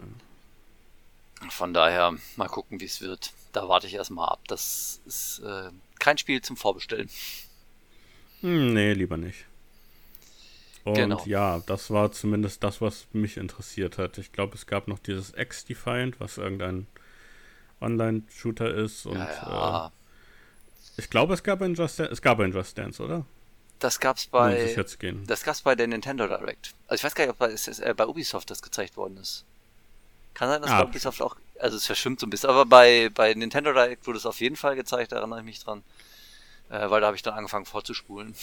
Von daher, mal gucken, wie es wird. Da warte ich erstmal ab. Das ist äh, kein Spiel zum Vorbestellen. Hm, nee, lieber nicht. Und genau. ja, das war zumindest das, was mich interessiert hat. Ich glaube, es gab noch dieses X-Defiant, was irgendein Online-Shooter ist und ja, ja. Äh, ich glaube, es gab ein Just Dance, es gab ein Just Dance, oder? Das gab's bei um jetzt gehen. Das gab's bei der Nintendo Direct. Also ich weiß gar nicht, ob bei, es, äh, bei Ubisoft das gezeigt worden ist. Kann sein, dass ah, bei Ubisoft auch, also es verschwimmt so ein bisschen, aber bei, bei Nintendo Direct wurde es auf jeden Fall gezeigt, da erinnere ich mich dran. Äh, weil da habe ich dann angefangen vorzuspulen.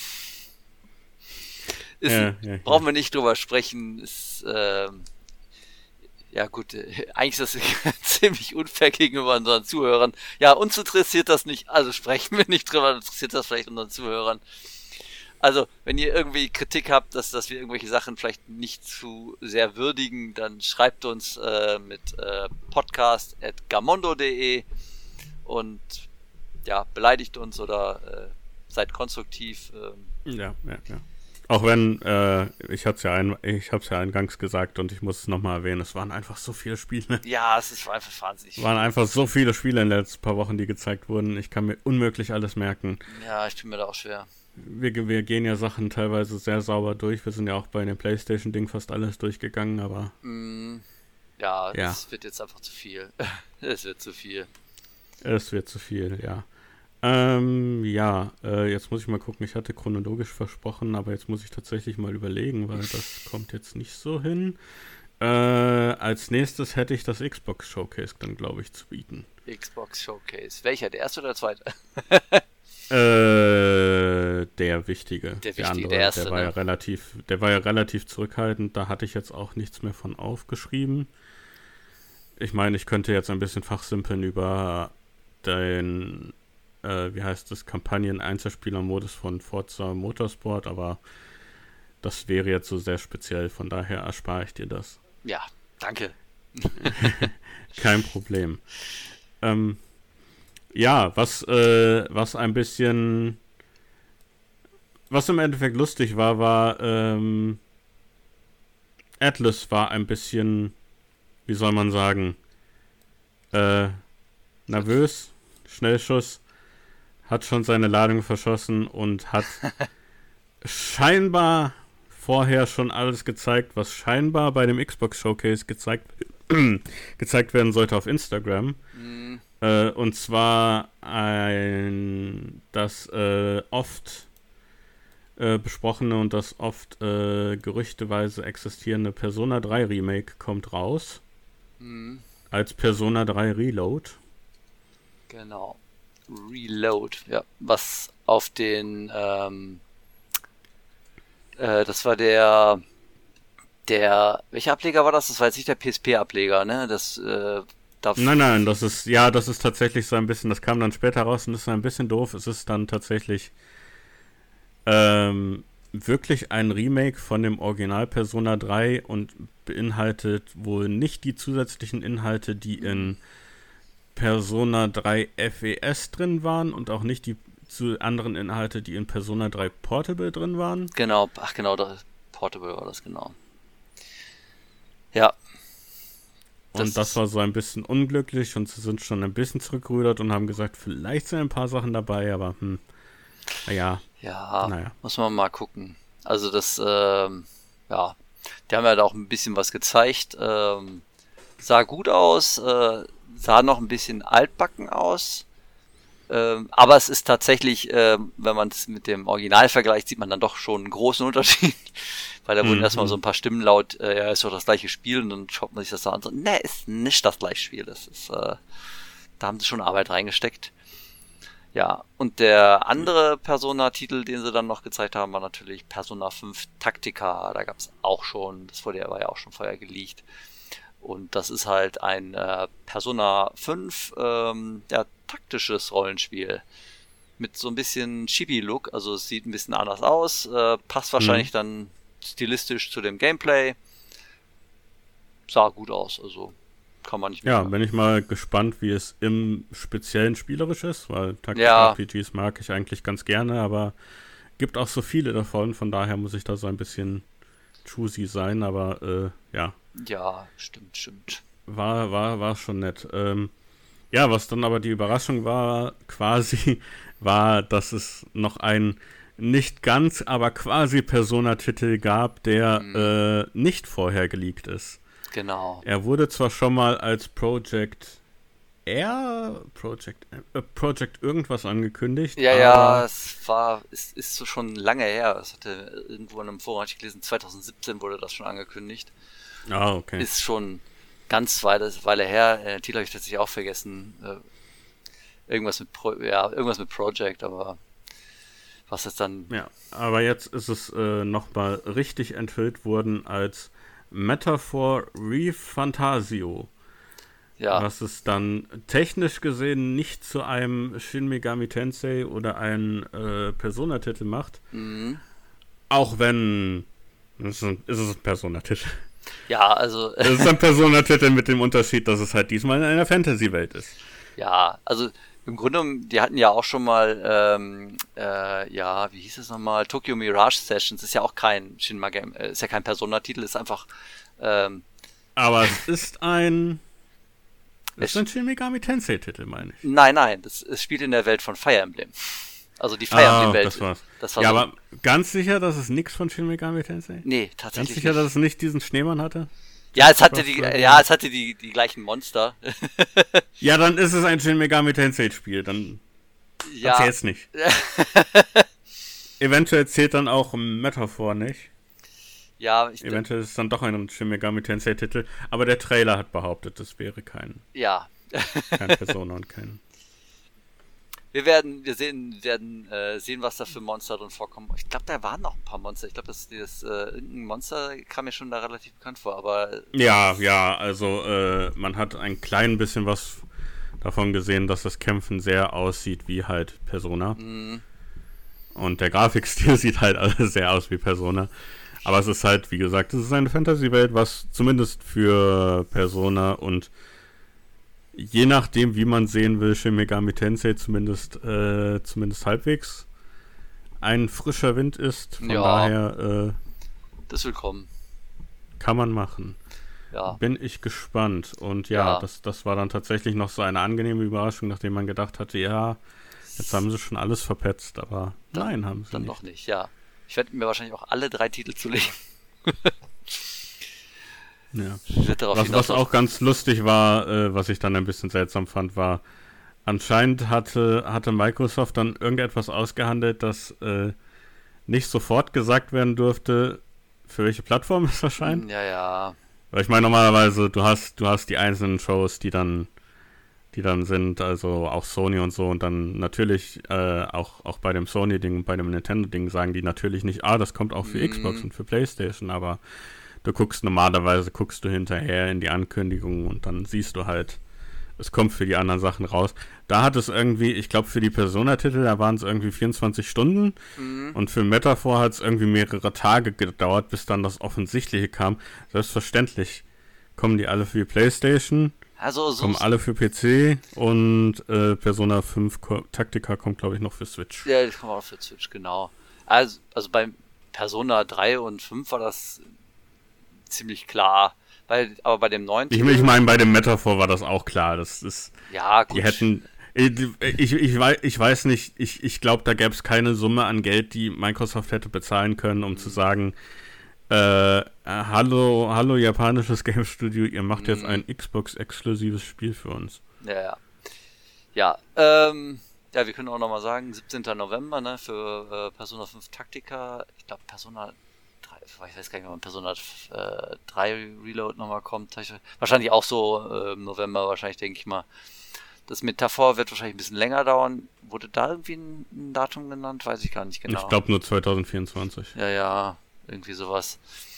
Ist, ja, ja, brauchen ja. wir nicht drüber sprechen, ist ähm, ja gut, eigentlich ist das ziemlich unfair gegenüber unseren Zuhörern. Ja, uns interessiert das nicht, also sprechen wir nicht drüber, interessiert das vielleicht unseren Zuhörern. Also, wenn ihr irgendwie Kritik habt, dass, dass wir irgendwelche Sachen vielleicht nicht zu sehr würdigen, dann schreibt uns äh, mit äh, podcast at gamondo punkt de und ja, beleidigt uns oder äh, seid konstruktiv. Ähm. Ja, ja, ja. Auch wenn, äh, ich hab's ja ein, ich hab's ja eingangs gesagt und ich muss es nochmal erwähnen, es waren einfach so viele Spiele. Ja, es ist einfach wahnsinnig. Es waren einfach so viele Spiele in den letzten paar Wochen, die gezeigt wurden. Ich kann mir unmöglich alles merken. Ja, ich tue mir da auch schwer. Wir, wir gehen ja Sachen teilweise sehr sauber durch. Wir sind ja auch bei dem PlayStation-Ding fast alles durchgegangen, aber... Mm, ja, ja, das wird jetzt einfach zu viel. Es wird zu viel. Es wird zu viel, ja. Ähm, ja, äh, jetzt muss ich mal gucken, ich hatte chronologisch versprochen, aber jetzt muss ich tatsächlich mal überlegen, weil das kommt jetzt nicht so hin. Äh, als nächstes hätte ich das Xbox Showcase dann, glaube ich, zu bieten. Xbox Showcase. Welcher? Der erste oder der zweite? äh, der wichtige. Der wichtige, der, andere, der erste, der war ne? ja relativ, der war ja relativ zurückhaltend, da hatte ich jetzt auch nichts mehr von aufgeschrieben. Ich meine, ich könnte jetzt ein bisschen fachsimpeln über den... Äh, wie heißt das, Kampagnen-Einzelspieler-Modus von Forza Motorsport, aber das wäre jetzt so sehr speziell, von daher erspare ich dir das. Ja, danke. Kein Problem. Ähm, ja, was, äh, was ein bisschen was im Endeffekt lustig war, war, ähm, Atlus war ein bisschen, wie soll man sagen, äh, nervös, Schnellschuss, hat schon seine Ladung verschossen und hat scheinbar vorher schon alles gezeigt, was scheinbar bei dem Xbox Showcase gezeigt, gezeigt werden sollte auf Instagram. Mhm. Äh, und zwar ein das äh, oft äh, besprochene und das oft äh, gerüchteweise existierende Persona drei Remake kommt raus. Mhm. Als Persona drei Reload. Genau. Reload, ja. Was auf den ähm, äh, das war der der welcher Ableger war das? Das war jetzt nicht der P S P-Ableger, ne? Das äh, da Nein, nein, das ist, ja, das ist tatsächlich so ein bisschen, das kam dann später raus und das ist ein bisschen doof. Es ist dann tatsächlich ähm, wirklich ein Remake von dem Original Persona drei und beinhaltet wohl nicht die zusätzlichen Inhalte, die in Persona drei F E S drin waren und auch nicht die zu anderen Inhalte, die in Persona drei Portable drin waren. Genau, ach genau, da, Portable war das, genau. Ja. Und das, das war so ein bisschen unglücklich und sie sind schon ein bisschen zurückgerudert und haben gesagt, vielleicht sind ein paar Sachen dabei, aber hm, naja. Ja, naja. Muss man mal gucken. Also das, ähm, ja, die haben ja da auch ein bisschen was gezeigt. Ähm, sah gut aus, äh, sah noch ein bisschen altbacken aus. Ähm, aber es ist tatsächlich, äh, wenn man es mit dem Original vergleicht, sieht man dann doch schon einen großen Unterschied. Weil da wurden Mhm. erstmal so ein paar Stimmen laut, äh, ja, ist doch das gleiche Spiel, und dann schaut man sich das da an und so, ne, ist nicht das gleiche Spiel. Das ist, äh, da haben sie schon Arbeit reingesteckt. Ja, und der andere Persona-Titel, den sie dann noch gezeigt haben, war natürlich Persona fünf Tactica. Da gab es auch schon, das wurde ja, war ja auch schon vorher geleakt. Und das ist halt ein äh, Persona fünf, ähm, ja, taktisches Rollenspiel. Mit so ein bisschen Chibi-Look, also es sieht ein bisschen anders aus, äh, passt wahrscheinlich mhm. dann stilistisch zu dem Gameplay. Sah gut aus, also kann man nicht mehr. Ja, sagen. bin ich mal gespannt, wie es im Speziellen spielerisch ist, weil Taktik-R P Gs mag ich eigentlich ganz gerne, aber gibt auch so viele davon, von daher muss ich da so ein bisschen choosy sein, aber äh, ja. Ja, stimmt, stimmt. War, war, war schon nett. Ähm, ja, was dann aber die Überraschung war, quasi, war, dass es noch ein nicht ganz, aber quasi Persona-Titel gab, der mhm. äh, nicht vorher geleakt ist. Genau. Er wurde zwar schon mal als Project R, Project, äh, Project irgendwas angekündigt. Ja, ja, es war, es ist so schon lange her. Es hatte irgendwo in einem Forum, hatte ich gelesen, zwanzig siebzehn wurde das schon angekündigt. Ah, okay. Ist schon ganz Weile, Weile her. Den Titel habe ich tatsächlich auch vergessen. Irgendwas mit, Pro, ja, irgendwas mit Project, aber was ist dann... Ja, aber jetzt ist es äh, nochmal richtig enthüllt worden als Metaphor ReFantasio. Ja. Was es dann technisch gesehen nicht zu einem Shin Megami Tensei oder einem äh, Persona-Titel macht. Mhm. Auch wenn... Es ist ein, ist es ein Persona-Titel. Ja, also... Es ist ein Persona-Titel mit dem Unterschied, dass es halt diesmal in einer Fantasy-Welt ist. Ja, also im Grunde genommen, die hatten ja auch schon mal, ähm, äh, ja, wie hieß es nochmal, Tokyo Mirage Sessions, ist ja auch kein Shin Megami, äh, ist ja kein Persona-Titel, ist einfach... Ähm, Aber es ist ein... Es ist ein Shin Megami Tensei-Titel, meine ich. Nein, nein, das, es spielt in der Welt von Fire Emblem. Also die Fire ah, Emblem-Welt. Das war's. Das war ja, so aber ganz sicher, dass es nichts von Shin Megami Tensei? Nee, tatsächlich Ganz sicher, nicht. dass es nicht diesen Schneemann hatte? Ja, es hatte die, ja, es hatte die, die gleichen Monster. Ja, dann ist es ein Shin Megami Tensei-Spiel, dann ja. erzähl's nicht. Eventuell zählt dann auch Metaphor nicht. Ja, ich Eventuell ist es dann doch ein Shin Megami Tensei-Titel, aber der Trailer hat behauptet, das wäre kein, ja. kein Persona und kein... Wir werden, wir sehen, werden äh, sehen, was da für Monster drin vorkommen. Ich glaube, da waren noch ein paar Monster. Ich glaube, das, das äh, irgendein Monster kam mir schon da relativ bekannt vor, aber... Ja, ja, also äh, man hat ein klein bisschen was davon gesehen, dass das Kämpfen sehr aussieht wie halt Persona. Mhm. Und der Grafikstil sieht halt alles sehr aus wie Persona. Aber es ist halt, wie gesagt, es ist eine Fantasy-Welt, was zumindest für Persona und je nachdem, wie man sehen will, Shin Megami Tensei zumindest, äh, zumindest halbwegs ein frischer Wind ist. Von Ja. daher äh, Das will kommen. kann man machen. Ja. Bin ich gespannt. Und ja, Ja. Das, das war dann tatsächlich noch so eine angenehme Überraschung, nachdem man gedacht hatte, ja, jetzt haben sie schon alles verpetzt, aber Dann- nein, haben sie Dann nicht. noch nicht, ja. Ich werde mir wahrscheinlich auch alle drei Titel zulegen. Ja. Ich werd darauf Was, hinaus- was auch ganz lustig war, äh, was ich dann ein bisschen seltsam fand, war, anscheinend hatte, hatte Microsoft dann irgendetwas ausgehandelt, das äh, nicht sofort gesagt werden durfte, für welche Plattform es erscheint. Ja, ja. Weil ich meine, normalerweise, du hast, du hast die einzelnen Shows, die dann, die dann sind, also auch Sony und so, und dann natürlich äh, auch, auch bei dem Sony-Ding und bei dem Nintendo-Ding sagen die natürlich nicht, ah, das kommt auch für Mhm. Xbox und für PlayStation, aber du guckst normalerweise, guckst du hinterher in die Ankündigung und dann siehst du halt, es kommt für die anderen Sachen raus. Da hat es irgendwie, ich glaube für die Persona-Titel, da waren es irgendwie vierundzwanzig Stunden Mhm. und für Metaphor hat es irgendwie mehrere Tage gedauert, bis dann das Offensichtliche kam. Selbstverständlich kommen die alle für die PlayStation, Also so. kommen alle für P C und äh, Persona fünf Ko- Tactica kommt, glaube ich, noch für Switch. Ja, das kommt auch für Switch, genau. Also, also bei Persona drei und fünf war das ziemlich klar. Weil, aber bei dem neuen Ich, ich meine, bei dem Metaphor war das auch klar. Das ist, ja, gut. die hätten, ich, ich, weiß, ich weiß nicht, ich, ich glaube, da gäbe es keine Summe an Geld, die Microsoft hätte bezahlen können, um Mhm. zu sagen, äh, hallo, hallo japanisches Game Studio, ihr macht jetzt Mhm. ein Xbox-exklusives Spiel für uns. Ja, ja. Ja, ähm, ja, wir können auch nochmal sagen, siebzehnten November, ne, für äh, Persona fünf Tactica. Ich glaube, Persona drei, ich weiß gar nicht, wann Persona äh, drei Reload nochmal kommt. Wahrscheinlich auch so äh, im November, wahrscheinlich, denke ich mal. Das Metaphor wird wahrscheinlich ein bisschen länger dauern. Wurde da irgendwie ein, ein Datum genannt? Weiß ich gar nicht genau. Ich glaube nur zwanzig vierundzwanzig. Ja, ja, irgendwie sowas.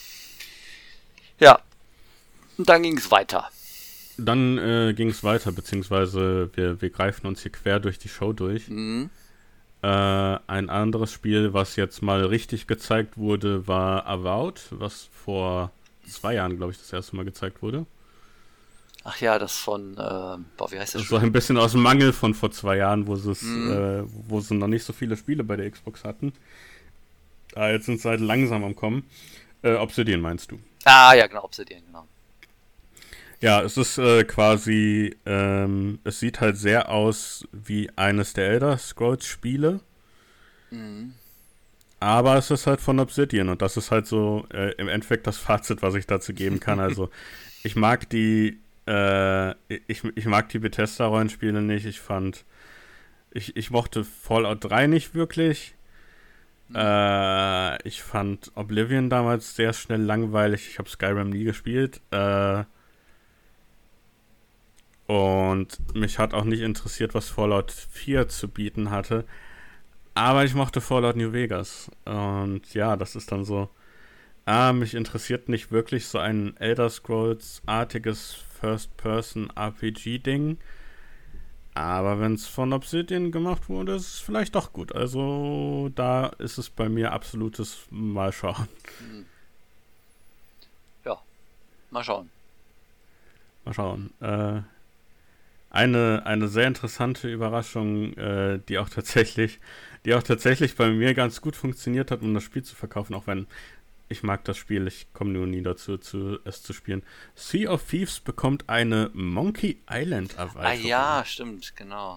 Ja, und dann ging es weiter. Dann äh, ging es weiter, beziehungsweise wir, wir greifen uns hier quer durch die Show durch. Mhm. Äh, ein anderes Spiel, was jetzt mal richtig gezeigt wurde, war Avowed, was vor zwei Jahren, glaube ich, das erste Mal gezeigt wurde. Ach ja, das von, äh, boah, wie heißt das Das war ein bisschen aus dem Mangel von vor zwei Jahren, wo sie es, Mhm. äh, wo sie noch nicht so viele Spiele bei der Xbox hatten. Ah, jetzt sind sie halt langsam am Kommen. Äh, Obsidian meinst du? Ah, ja, genau, Obsidian, genau. Ja, es ist äh, quasi, ähm, es sieht halt sehr aus wie eines der Elder Scrolls Spiele, Mhm. aber es ist halt von Obsidian und das ist halt so äh, im Endeffekt das Fazit, was ich dazu geben kann. Also ich mag die, äh, ich, ich mag die Bethesda-Rollenspiele nicht. Ich fand, ich, ich mochte Fallout drei nicht wirklich. Mhm. Äh, ich fand Oblivion damals sehr schnell langweilig. Ich habe Skyrim nie gespielt. Äh, Und mich hat auch nicht interessiert, was Fallout vier zu bieten hatte. Aber ich mochte Fallout New Vegas. Und ja, das ist dann so, ah, mich interessiert nicht wirklich so ein Elder Scrolls-artiges First-Person-R P G-Ding. Aber wenn es von Obsidian gemacht wurde, ist es vielleicht doch gut. Also da ist es bei mir absolutes Mal schauen. Mhm. Ja, mal schauen. Mal schauen. Äh, Eine, eine sehr interessante Überraschung, äh, die auch tatsächlich, die auch tatsächlich bei mir ganz gut funktioniert hat, um das Spiel zu verkaufen, auch wenn ich mag das Spiel, ich komme nur nie dazu, zu, es zu spielen. Sea of Thieves bekommt eine Monkey Island Erweiterung. Ah ja, stimmt, genau.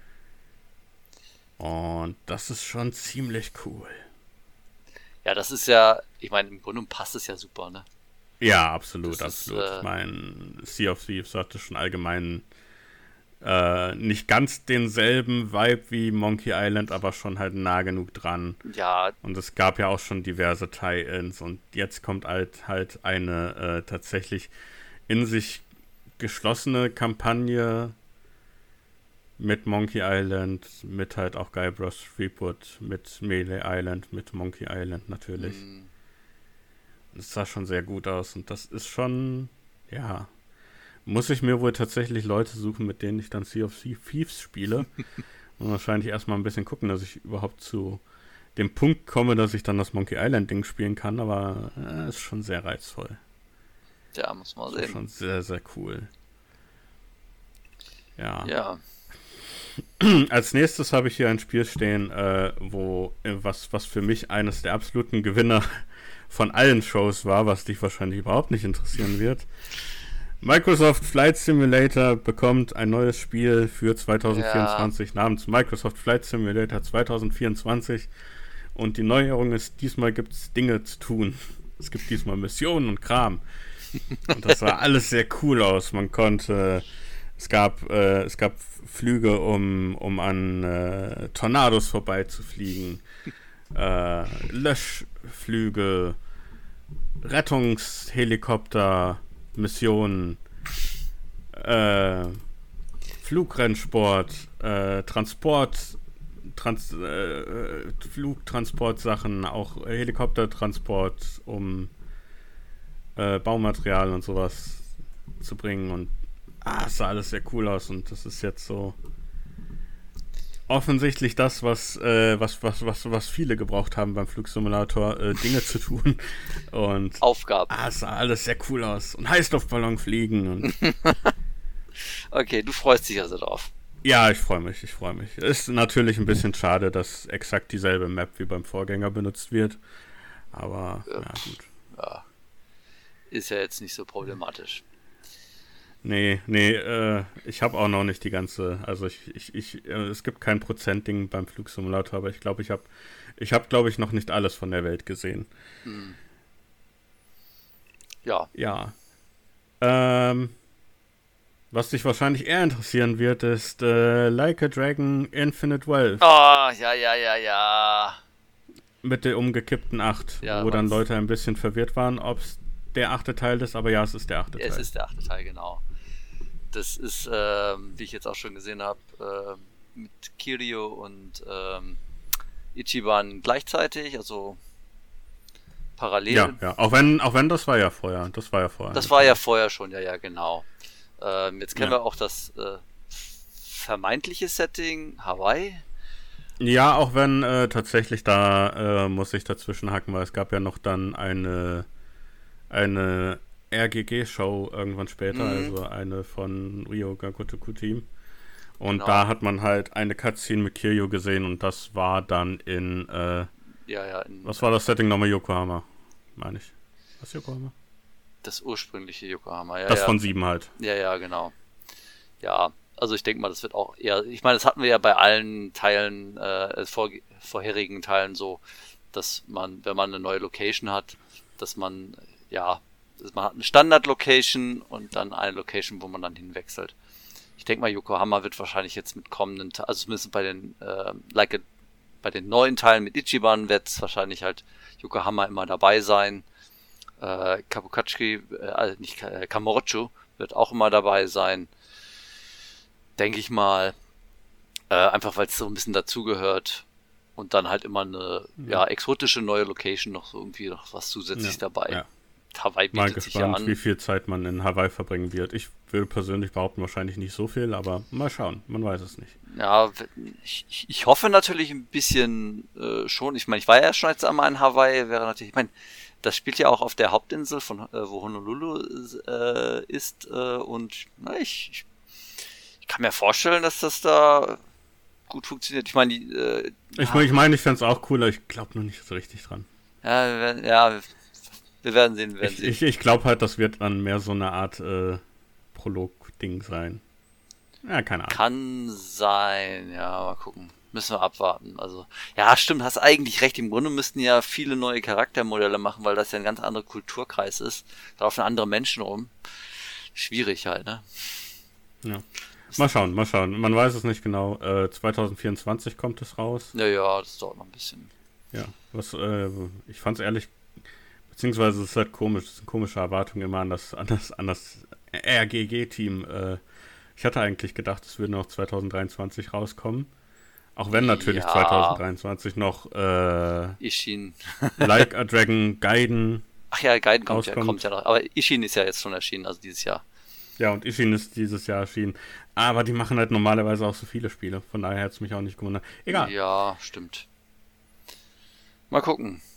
Und das ist schon ziemlich cool. Ja, das ist ja, ich meine, im Grunde passt es ja super, ne? Ja, absolut, Das ist, absolut. äh, ich meine, Sea of Thieves hatte schon allgemein Äh, nicht ganz denselben Vibe wie Monkey Island, aber schon halt nah genug dran. Ja, Und es gab ja auch schon diverse Tie-Ins und jetzt kommt halt halt eine äh, tatsächlich in sich geschlossene Kampagne mit Monkey Island, mit halt auch Guybrush Threepwood, mit Melee Island, mit Monkey Island natürlich. mh, Das sah schon sehr gut aus und das ist schon, ja, muss ich mir wohl tatsächlich Leute suchen, mit denen ich dann Sea of Thieves spiele. Und wahrscheinlich erstmal ein bisschen gucken, dass ich überhaupt zu dem Punkt komme, dass ich dann das Monkey Island Ding spielen kann, aber äh, ist schon sehr reizvoll. ja, muss man Ist sehen. schon sehr, sehr cool. Ja. Ja. als nächstes habe ich hier ein Spiel stehen, äh, wo äh, was, was für mich eines der absoluten Gewinner von allen Shows war, was dich wahrscheinlich überhaupt nicht interessieren wird. Microsoft Flight Simulator bekommt ein neues Spiel für zwanzig vierundzwanzig ja. namens Microsoft Flight Simulator zwanzig vierundzwanzig. Und die Neuerung ist, diesmal gibt es Dinge zu tun. Es gibt diesmal Missionen und Kram. Und das sah alles sehr cool aus. Man konnte, es gab, äh, es gab Flüge, um, um an äh, Tornados vorbeizufliegen. Äh, Löschflüge, Rettungshelikopter, Missionen, äh, Flugrennsport, äh, Transport, Trans, äh, Flugtransportsachen, auch Helikoptertransport, um äh, Baumaterial und sowas zu bringen. Und ah, es sah alles sehr cool aus und das ist jetzt so offensichtlich das, was, äh, was, was, was, was viele gebraucht haben beim Flugsimulator, äh, Dinge zu tun. Und Aufgaben. Ah, es sah alles sehr cool aus. Und Heißluftballon fliegen. Und okay, du freust dich also drauf. Ja, ich freue mich, ich freue mich. Ist natürlich ein bisschen schade, dass exakt dieselbe Map wie beim Vorgänger benutzt wird. Aber, ja, ja gut. Ja. Ist ja jetzt nicht so problematisch. Nee, nee, äh, ich habe auch noch nicht die ganze, also ich, ich, ich, äh, es gibt kein Prozentding beim Flugsimulator, aber ich glaube, ich habe, ich habe, glaube ich, noch nicht alles von der Welt gesehen. Hm. Ja. Ja. Ähm, was dich wahrscheinlich eher interessieren wird, ist äh, Like a Dragon Infinite Wealth. Oh, ja, ja, ja, ja. Mit der umgekippten acht, ja, wo dann Leute ein bisschen verwirrt waren, ob es der achte Teil ist, aber ja, es ist der achte es Teil. Es ist der achte Teil, genau. Das ist, ähm, wie ich jetzt auch schon gesehen habe, äh, mit Kiryu und ähm, Ichiban gleichzeitig, also parallel. Ja, ja, auch wenn, auch wenn das war ja vorher, das war ja vorher. Das war ja vorher schon, ja, ja, genau. Ähm, jetzt kennen ja. wir auch das äh, vermeintliche Setting, Hawaii. Ja, auch wenn äh, tatsächlich da äh, muss ich dazwischen hacken, weil es gab ja noch dann eine eine R G G-Show irgendwann später, mhm. also eine von Ryo Gagotoku Team. Und genau. Da hat man halt eine Cutscene mit Kiryu gesehen und das war dann in, äh, ja, ja, in was war das Setting nochmal? Yokohama, meine ich. Was Yokohama? Das ursprüngliche Yokohama, ja. Das ja. von sieben halt. Ja, ja, genau. Ja, also ich denke mal, das wird auch eher, ich meine, das hatten wir ja bei allen Teilen, äh, vor, vorherigen Teilen so, dass man, wenn man eine neue Location hat, dass man ja, man hat eine Standard-Location und dann eine Location, wo man dann hinwechselt. Ich denke mal, Yokohama wird wahrscheinlich jetzt mit kommenden, also zumindest bei den, äh, like a, bei den neuen Teilen mit Ichiban wird es wahrscheinlich halt Yokohama immer dabei sein. Äh, Kabukatsuki, äh, also nicht äh, Kamurocho wird auch immer dabei sein. Denke ich mal. Äh, einfach weil es so ein bisschen dazugehört. Und dann halt immer eine ja, exotische neue Location noch so irgendwie noch was zusätzlich ja, dabei. Ja. Hawaii bietet mal sich ja gespannt, an. Wie viel Zeit man in Hawaii verbringen wird. Ich würde persönlich behaupten, wahrscheinlich nicht so viel, aber mal schauen, man weiß es nicht. Ja, ich, ich hoffe natürlich ein bisschen äh, schon. Ich meine, ich war ja schon jetzt einmal in Hawaii, wäre natürlich, ich meine, das spielt ja auch auf der Hauptinsel, von äh, wo Honolulu äh, ist äh, und na, ich, ich, ich kann mir vorstellen, dass das da gut funktioniert. Ich meine, die, äh, ich meine, ich, mein, ich fände es auch cooler, ich glaube nur nicht so richtig dran. Ja, ja, wir werden sehen, wir werden ich, sehen. Ich, ich glaube halt, das wird dann mehr so eine Art äh, Prolog-Ding sein. Ja, keine Ahnung. Kann sein, ja, mal gucken. Müssen wir abwarten. Also, ja, stimmt, hast eigentlich recht. Im Grunde müssten ja viele neue Charaktermodelle machen, weil das ja ein ganz anderer Kulturkreis ist. Da laufen andere Menschen rum. Schwierig halt, ne? Ja. Mal schauen, mal schauen. Man weiß es nicht genau. Äh, zwanzig vierundzwanzig kommt es raus. Ja, ja, das dauert noch ein bisschen. Ja, was, äh, ich fand es ehrlich, beziehungsweise es ist halt komisch, es sind komische Erwartungen immer an das, an das, an das R G G-Team. Äh, ich hatte eigentlich gedacht, es würde noch zwanzig dreiundzwanzig rauskommen. Auch wenn natürlich ja. zwanzig dreiundzwanzig noch äh, Ishin. Like a Dragon Gaiden. Ach ja, Gaiden kommt ja, kommt ja noch. Aber Ishin ist ja jetzt schon erschienen, also dieses Jahr. Ja, und Ishin ist dieses Jahr erschienen. Aber die machen halt normalerweise auch so viele Spiele. Von daher hat es mich auch nicht gewundert. Egal. Ja, stimmt. Mal gucken.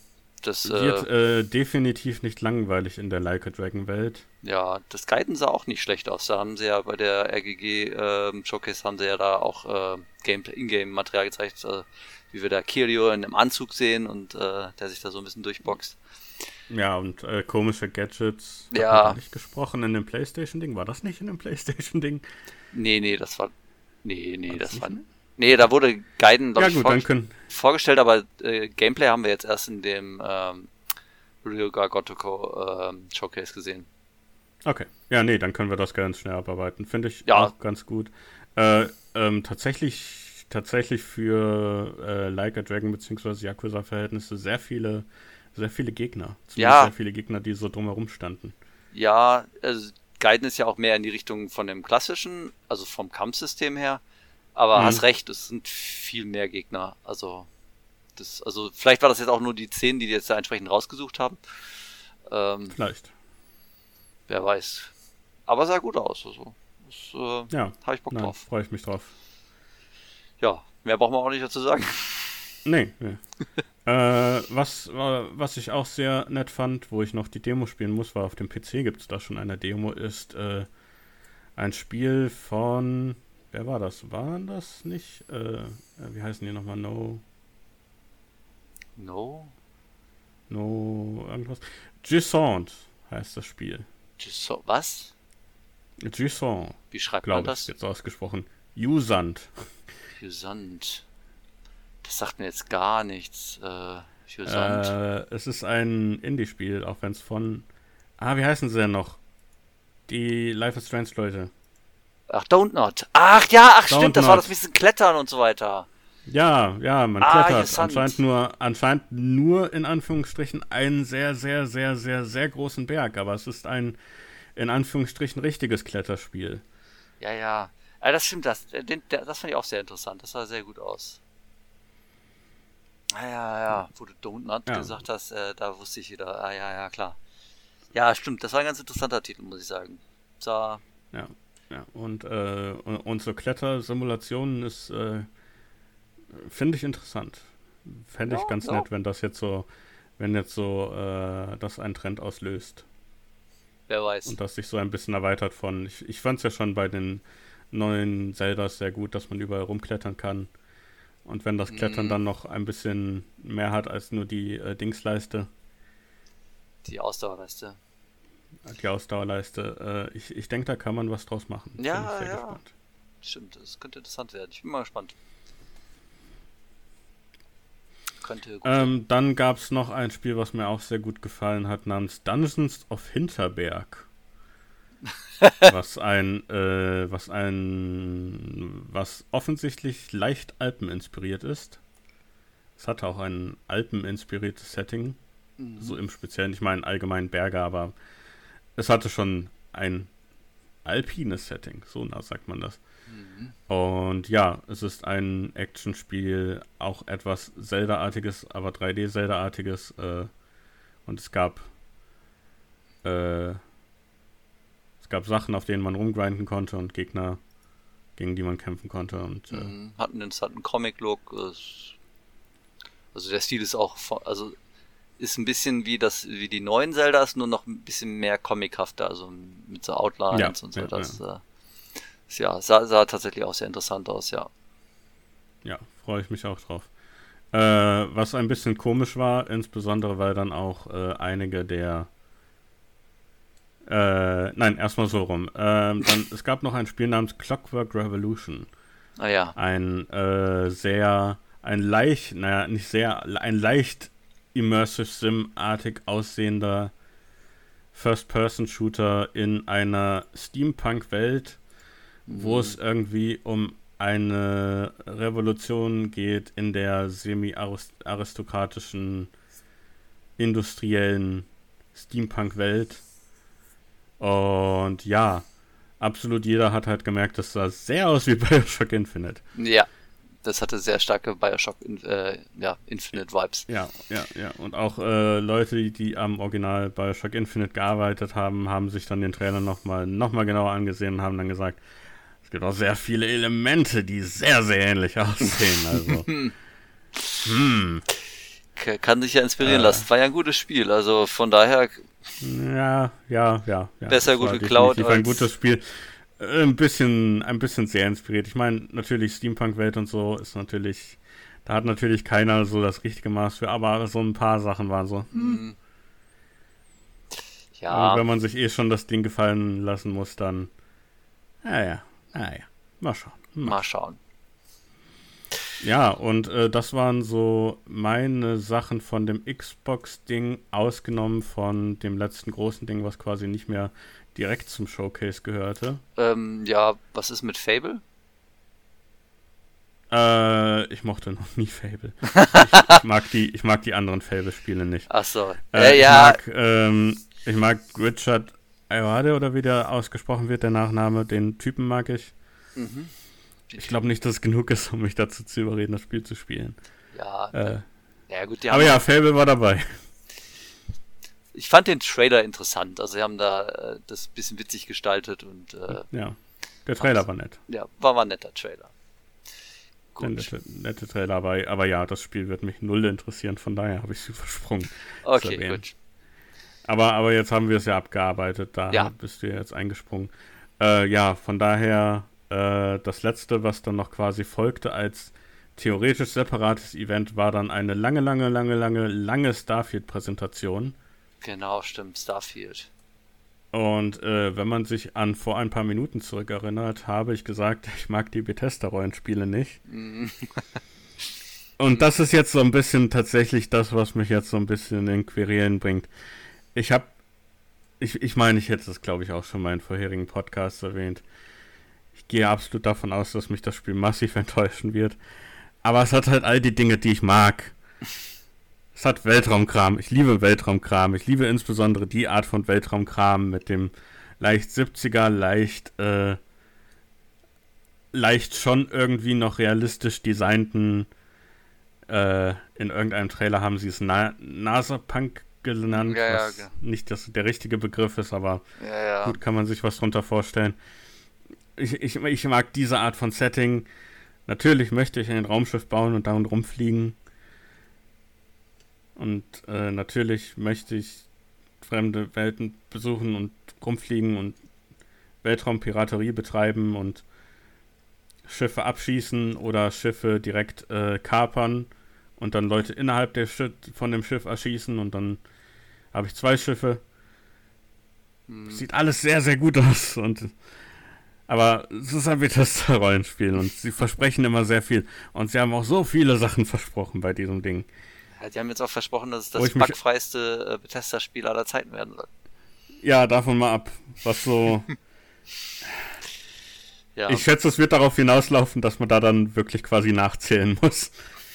Das wird äh, äh, definitiv nicht langweilig in der Like a Dragon Welt. Ja, das Gaiden sah auch nicht schlecht aus. Da haben sie ja bei der R G G äh, Showcase haben sie ja da auch äh, Gameplay, Ingame-Material gezeigt, äh, wie wir da Kirio in einem Anzug sehen und äh, der sich da so ein bisschen durchboxt. Ja, und äh, komische Gadgets. Hat Ja. man da nicht gesprochen in dem PlayStation-Ding? War das nicht in dem PlayStation-Ding? Nee, nee, das war. Nee, nee, War das das war. nicht? Nee, da wurde Gaiden, glaub Ja ich, gut, vorge- dann können... vorgestellt, aber äh, Gameplay haben wir jetzt erst in dem ähm, Ryuga Gotoku ähm, Showcase gesehen. Okay. Ja, nee, dann können wir das ganz schnell abarbeiten. Finde ich Ja. auch ganz gut. Äh, ähm, tatsächlich, tatsächlich für äh, Like a Dragon bzw. Yakuza-Verhältnisse sehr viele, sehr viele Gegner. Zumindest Ja. sehr viele Gegner, die so drumherum standen. Ja, also Gaiden ist ja auch mehr in die Richtung von dem klassischen, also vom Kampfsystem her. Aber Mhm. hast recht, es sind viel mehr Gegner. Also, das, also vielleicht war das jetzt auch nur die zehn, die die jetzt da entsprechend rausgesucht haben. Ähm, Vielleicht. wer weiß. Aber sah gut aus. Also, das, äh, Ja, habe ich Bock nein, drauf. freue ich mich drauf. Ja, mehr brauchen wir auch nicht dazu sagen. Nee, nee. äh, was, äh, was ich auch sehr nett fand, wo ich noch die Demo spielen muss, war auf dem P C gibt es da schon eine Demo, ist äh, ein Spiel von, wer war das? Waren das nicht? Äh, wie heißen die nochmal? No, No? no, irgendwas. Gisant heißt das Spiel. So, was? Gisant, Wie schreibt man glaube ich, das? jetzt ausgesprochen. Jusant. Jusant. Das sagt mir jetzt gar nichts. Äh, Jusant. Äh, es ist ein Indie-Spiel, auch wenn es von, ah, wie heißen sie denn noch? Die Life is Strange Leute. Ach, Don't Not. Ach ja, ach Don't stimmt, das war Not. das mit diesem Klettern und so weiter. Ja, ja, man Ah, klettert Jusant. anscheinend nur, anscheinend nur in Anführungsstrichen einen sehr, sehr, sehr, sehr, sehr großen Berg, aber es ist ein in Anführungsstrichen richtiges Kletterspiel. Ja, ja. Ah, das stimmt, das, den, der, das fand ich auch sehr interessant. Das sah sehr gut aus. Ah, ja, ja, wo du Don't Not Ja. gesagt hast, äh, da wusste ich wieder. Ah, ja, ja, klar. Ja, stimmt, das war ein ganz interessanter Titel, muss ich sagen. Sah, Ja, ja. Und, äh, und, und so Klettersimulationen ist, äh, finde ich interessant. Fände ich Ja, ganz ja. nett, wenn das jetzt so, wenn jetzt so, äh, das einen Trend auslöst. wer weiß. Und das sich so ein bisschen erweitert von, ich, ich fand es ja schon bei den neuen Zeldas sehr gut, dass man überall rumklettern kann. Und wenn das Klettern Mhm. dann noch ein bisschen mehr hat als nur die äh, Dingsleiste, Die Ausdauerleiste. die Ausdauerleiste, äh, ich, ich denke, da kann man was draus machen. Ja, Bin ich sehr ja. gespannt. Stimmt, das könnte interessant werden. Ich bin mal gespannt. Könnte gut Ähm, dann gab es noch ein Spiel, was mir auch sehr gut gefallen hat, namens Dungeons of Hinterberg. was ein, äh, was ein, was offensichtlich leicht Alpen-inspiriert ist. Es hatte auch ein Alpen-inspiriertes Setting, Mhm. so im Speziellen, ich meine allgemein Berge, aber es hatte schon ein alpines Setting, so nah sagt man das. Mhm. Und ja, es ist ein Actionspiel, auch etwas Zelda-artiges, aber drei D-Zelda-artiges. Äh, und es gab äh, es gab Sachen, auf denen man rumgrinden konnte und Gegner, gegen die man kämpfen konnte. Und äh, Mhm. Hat einen interessanten Comic-Look. es- Also der Stil ist auch, von- also ist ein bisschen wie das, wie die neuen Zeldas, nur noch ein bisschen mehr comichafter, also mit so Outlines Ja, und so. ja, das äh, ist, ja, sah, sah tatsächlich auch sehr interessant aus, ja. ja, freue ich mich auch drauf. Äh, was ein bisschen komisch war, insbesondere weil dann auch äh, einige der äh, nein, erstmal so rum. Ähm, dann, es gab noch ein Spiel namens Clockwork Revolution. Ah ja. Ein äh, sehr, ein leicht, naja, nicht sehr, ein leicht Immersive Sim-artig aussehender First-Person-Shooter in einer Steampunk-Welt, wo Mhm. es irgendwie um eine Revolution geht in der semi-aristokratischen, industriellen Steampunk-Welt. Und ja, absolut jeder hat halt gemerkt, das sah sehr aus wie Bioshock Infinite. Ja, das hatte sehr starke Bioshock in, äh, ja, Infinite Vibes. Ja, ja, ja. Und auch äh, Leute, die, die am Original Bioshock Infinite gearbeitet haben, haben sich dann den Trailer nochmal noch mal genauer angesehen und haben dann gesagt, es gibt auch sehr viele Elemente, die sehr, sehr ähnlich aussehen. Also, hm. kann sich ja inspirieren äh, lassen. War ja ein gutes Spiel, also von daher. Ja, ja, ja. ja besser gut geklaut. War ein gutes Spiel. Ein bisschen, ein bisschen sehr inspiriert. Ich meine, natürlich Steampunk-Welt und so ist natürlich, da hat natürlich keiner so das richtige Maß für, aber so ein paar Sachen waren so. Hm. Ja. Und wenn man sich eh schon das Ding gefallen lassen muss, dann, naja, naja, mal schauen. Mal, mal schauen. Ja, und äh, das waren so meine Sachen von dem Xbox-Ding, ausgenommen von dem letzten großen Ding, was quasi nicht mehr direkt zum Showcase gehörte. Ähm, ja, was ist mit Fable? Äh, ich mochte noch nie Fable. ich, ich, mag die, ich mag die anderen Fable-Spiele nicht. Ach so. Äh, ja, ja. Ich mag, ähm, ich mag Richard Ayoade, oder wie der ausgesprochen wird, der Nachname, den Typen mag ich. Mhm. Ich glaube nicht, dass es genug ist, um mich dazu zu überreden, das Spiel zu spielen. Ja. Äh, ja gut, die aber haben ja, Fable war dabei. Ich fand den Trailer interessant. Also sie haben da äh, das ein bisschen witzig gestaltet und äh, ja, der Trailer war nett. Ja, war mal ein netter Trailer. Gut. Ein nette, nette Trailer, aber, aber ja, das Spiel wird mich null interessieren, von daher habe ich es übersprungen. Okay, gut. Aber, aber jetzt haben wir es ja abgearbeitet, da ja. bist du ja jetzt eingesprungen. Äh, ja, von daher äh, das letzte, was dann noch quasi folgte als theoretisch separates Event, war dann eine lange, lange, lange, lange, lange Starfield-Präsentation. Genau, stimmt, Starfield. Und äh, wenn man sich an vor ein paar Minuten zurückerinnert, habe ich gesagt, ich mag die Bethesda-Rollenspiele nicht. Mm. Und das ist jetzt so ein bisschen tatsächlich das, was mich jetzt so ein bisschen in Querelen bringt. Ich habe, ich, ich meine, ich hätte das, glaube ich, auch schon mal in vorherigen Podcasts erwähnt. Ich gehe absolut davon aus, dass mich das Spiel massiv enttäuschen wird. Aber es hat halt all die Dinge, die ich mag. Es hat Weltraumkram. Ich liebe Weltraumkram. Ich liebe insbesondere die Art von Weltraumkram mit dem leicht siebziger, leicht, äh, leicht schon irgendwie noch realistisch designten, äh, in irgendeinem Trailer haben sie es Na- NASA-Punk genannt, ja, was ja, okay. nicht das, der richtige Begriff ist, aber ja, ja. gut, kann man sich was drunter vorstellen. Ich, ich, ich mag diese Art von Setting. Natürlich möchte ich ein Raumschiff bauen und darin rumfliegen. Und äh, natürlich möchte ich fremde Welten besuchen und rumfliegen und Weltraumpiraterie betreiben und Schiffe abschießen oder Schiffe direkt äh, kapern und dann Leute innerhalb der Sch- von dem Schiff erschießen und dann habe ich zwei Schiffe. Hm. Sieht alles sehr, sehr gut aus. Und aber es ist ein Bethesda-Rollenspiel und sie versprechen immer sehr viel. Und sie haben auch so viele Sachen versprochen bei diesem Ding. Ja, die haben jetzt auch versprochen, dass es das bugfreiste Bethesda-Spiel aller Zeiten werden soll. Ja, davon mal ab. Was so... ja. Ich schätze, es wird darauf hinauslaufen, dass man da dann wirklich quasi nachzählen muss.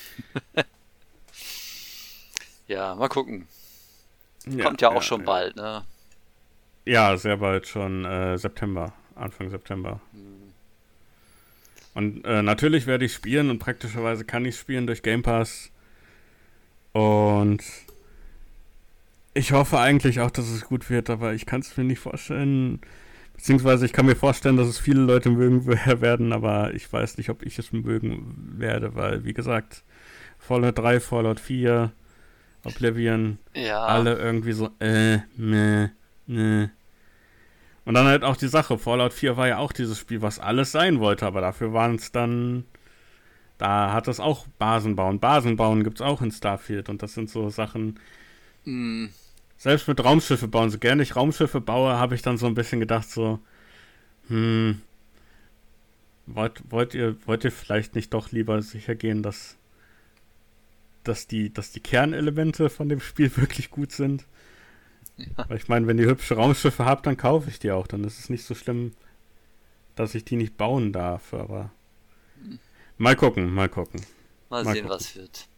Ja, mal gucken. Ja, kommt ja auch ja, schon ja. bald, ne? Ja, sehr bald schon äh, September, Anfang September. Hm. Und äh, natürlich werde ich spielen und praktischerweise kann ich spielen durch Game Pass. Und ich hoffe eigentlich auch, dass es gut wird, aber ich kann es mir nicht vorstellen. Beziehungsweise ich kann mir vorstellen, dass es viele Leute mögen werden, aber ich weiß nicht, ob ich es mögen werde, weil, wie gesagt, Fallout drei, Fallout vier, Oblivion, ja. alle irgendwie so, äh, meh, ne. Und dann halt auch die Sache, Fallout vier war ja auch dieses Spiel, was alles sein wollte, aber dafür waren es dann, da hat es auch Basen bauen. Basen bauen gibt es auch in Starfield und das sind so Sachen, mm. selbst mit Raumschiffe bauen, so gerne ich Raumschiffe baue, habe ich dann so ein bisschen gedacht so, hm, wollt, wollt ihr, wollt ihr vielleicht nicht doch lieber sicher gehen, dass, dass die, dass die Kernelemente von dem Spiel wirklich gut sind? Ja. Weil ich meine, wenn ihr hübsche Raumschiffe habt, dann kaufe ich die auch. Dann ist es nicht so schlimm, dass ich die nicht bauen darf. Aber hm. mal gucken, mal gucken. Mal, mal sehen, gucken. Was wird.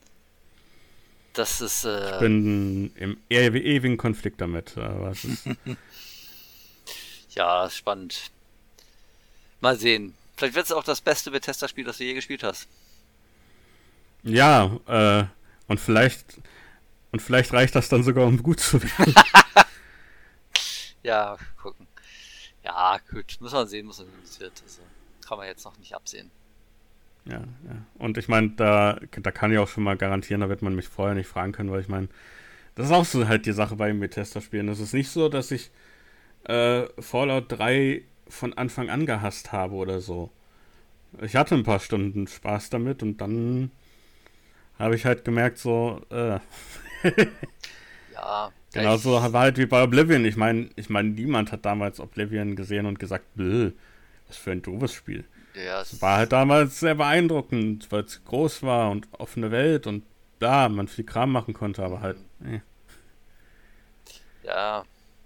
Das ist. Äh... Ich bin im ewigen Konflikt damit. Aber es ist ja, spannend. Mal sehen. Vielleicht wird es auch das beste Bethesda-Spiel, das du je gespielt hast. Ja, äh, und vielleicht. Und vielleicht reicht das dann sogar, um gut zu werden. Ja, gucken. Ja, gut. Muss man sehen, muss man sehen, wie es wird. Also, kann man jetzt noch nicht absehen. Ja, ja. Und ich meine, da, da kann ich auch schon mal garantieren, da wird man mich vorher nicht fragen können, weil ich meine, das ist auch so halt die Sache bei den Bethesda-Spielen. Es ist nicht so, dass ich äh, Fallout drei von Anfang an gehasst habe oder so. Ich hatte ein paar Stunden Spaß damit und dann habe ich halt gemerkt, so, äh. Ja. Genauso war halt wie bei Oblivion. Ich meine, ich meine, niemand hat damals Oblivion gesehen und gesagt, was für ein doofes Spiel. Ja, es war halt damals sehr beeindruckend, weil es groß war und offene Welt und da man viel Kram machen konnte, aber halt, eh. Ja.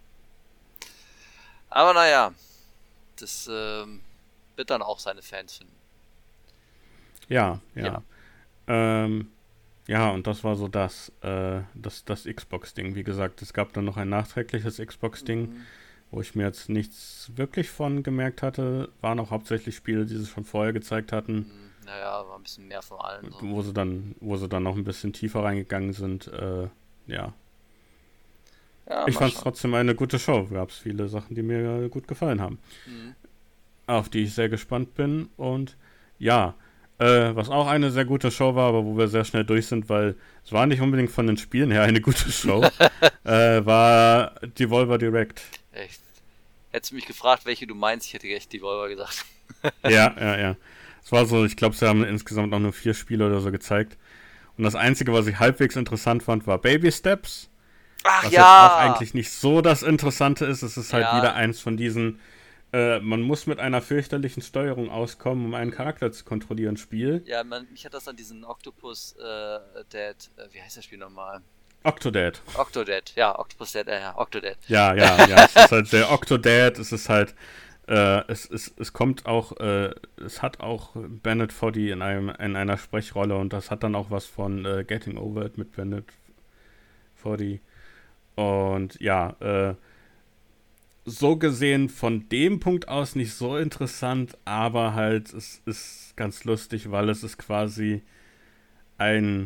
Aber naja, das ähm, wird dann auch seine Fans finden. Ja, ja. Ja, ähm, ja und das war so das, äh, das, das Xbox-Ding. Wie gesagt, es gab dann noch ein nachträgliches Xbox-Ding, mhm. wo ich mir jetzt nichts wirklich von gemerkt hatte. Waren auch hauptsächlich Spiele, die sie schon vorher gezeigt hatten. Mhm. Naja, war ein bisschen mehr von allen. So. Wo sie dann, wo sie dann noch ein bisschen tiefer reingegangen sind, äh, ja. Ja, ich fand es trotzdem eine gute Show. Gab es viele Sachen, die mir gut gefallen haben. Mhm. Auf die ich sehr gespannt bin. Und ja, äh, was auch eine sehr gute Show war, aber wo wir sehr schnell durch sind, weil es war nicht unbedingt von den Spielen her eine gute Show, äh, war Devolver Direct. Echt? Hättest du mich gefragt, welche du meinst, ich hätte echt Devolver gesagt. ja, ja, ja. Es war so, ich glaube, sie haben insgesamt auch nur vier Spiele oder so gezeigt. Und das Einzige, was ich halbwegs interessant fand, war Baby Steps. Ach was ja! jetzt auch eigentlich nicht so das Interessante ist. Es ist halt ja. wieder eins von diesen, äh, man muss mit einer fürchterlichen Steuerung auskommen, um einen Charakter zu kontrollieren, Spiel. Ja, man, mich hat das an diesen Octopus äh, Dead, äh, wie heißt das Spiel nochmal? Octodad. Octodad, ja, Octopus Dead, äh, ja, Octodad. Ja, ja, ja, es ist halt sehr Octodad, es ist halt, äh, es, es, es kommt auch, äh, es hat auch Bennett Foddy in einem, in einer Sprechrolle und das hat dann auch was von äh, Getting Over It mit Bennett Foddy. Und ja, äh, so gesehen von dem Punkt aus nicht so interessant, aber halt, es ist ganz lustig, weil es ist quasi ein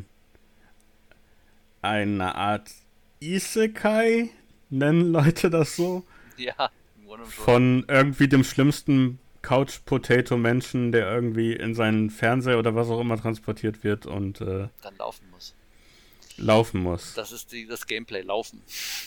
eine Art Isekai, nennen Leute das so. Ja, von irgendwie dem schlimmsten Couch-Potato-Menschen, der irgendwie in seinen Fernseher oder was auch immer transportiert wird und äh, dann laufen muss. Laufen muss. Das ist die, das Gameplay, laufen.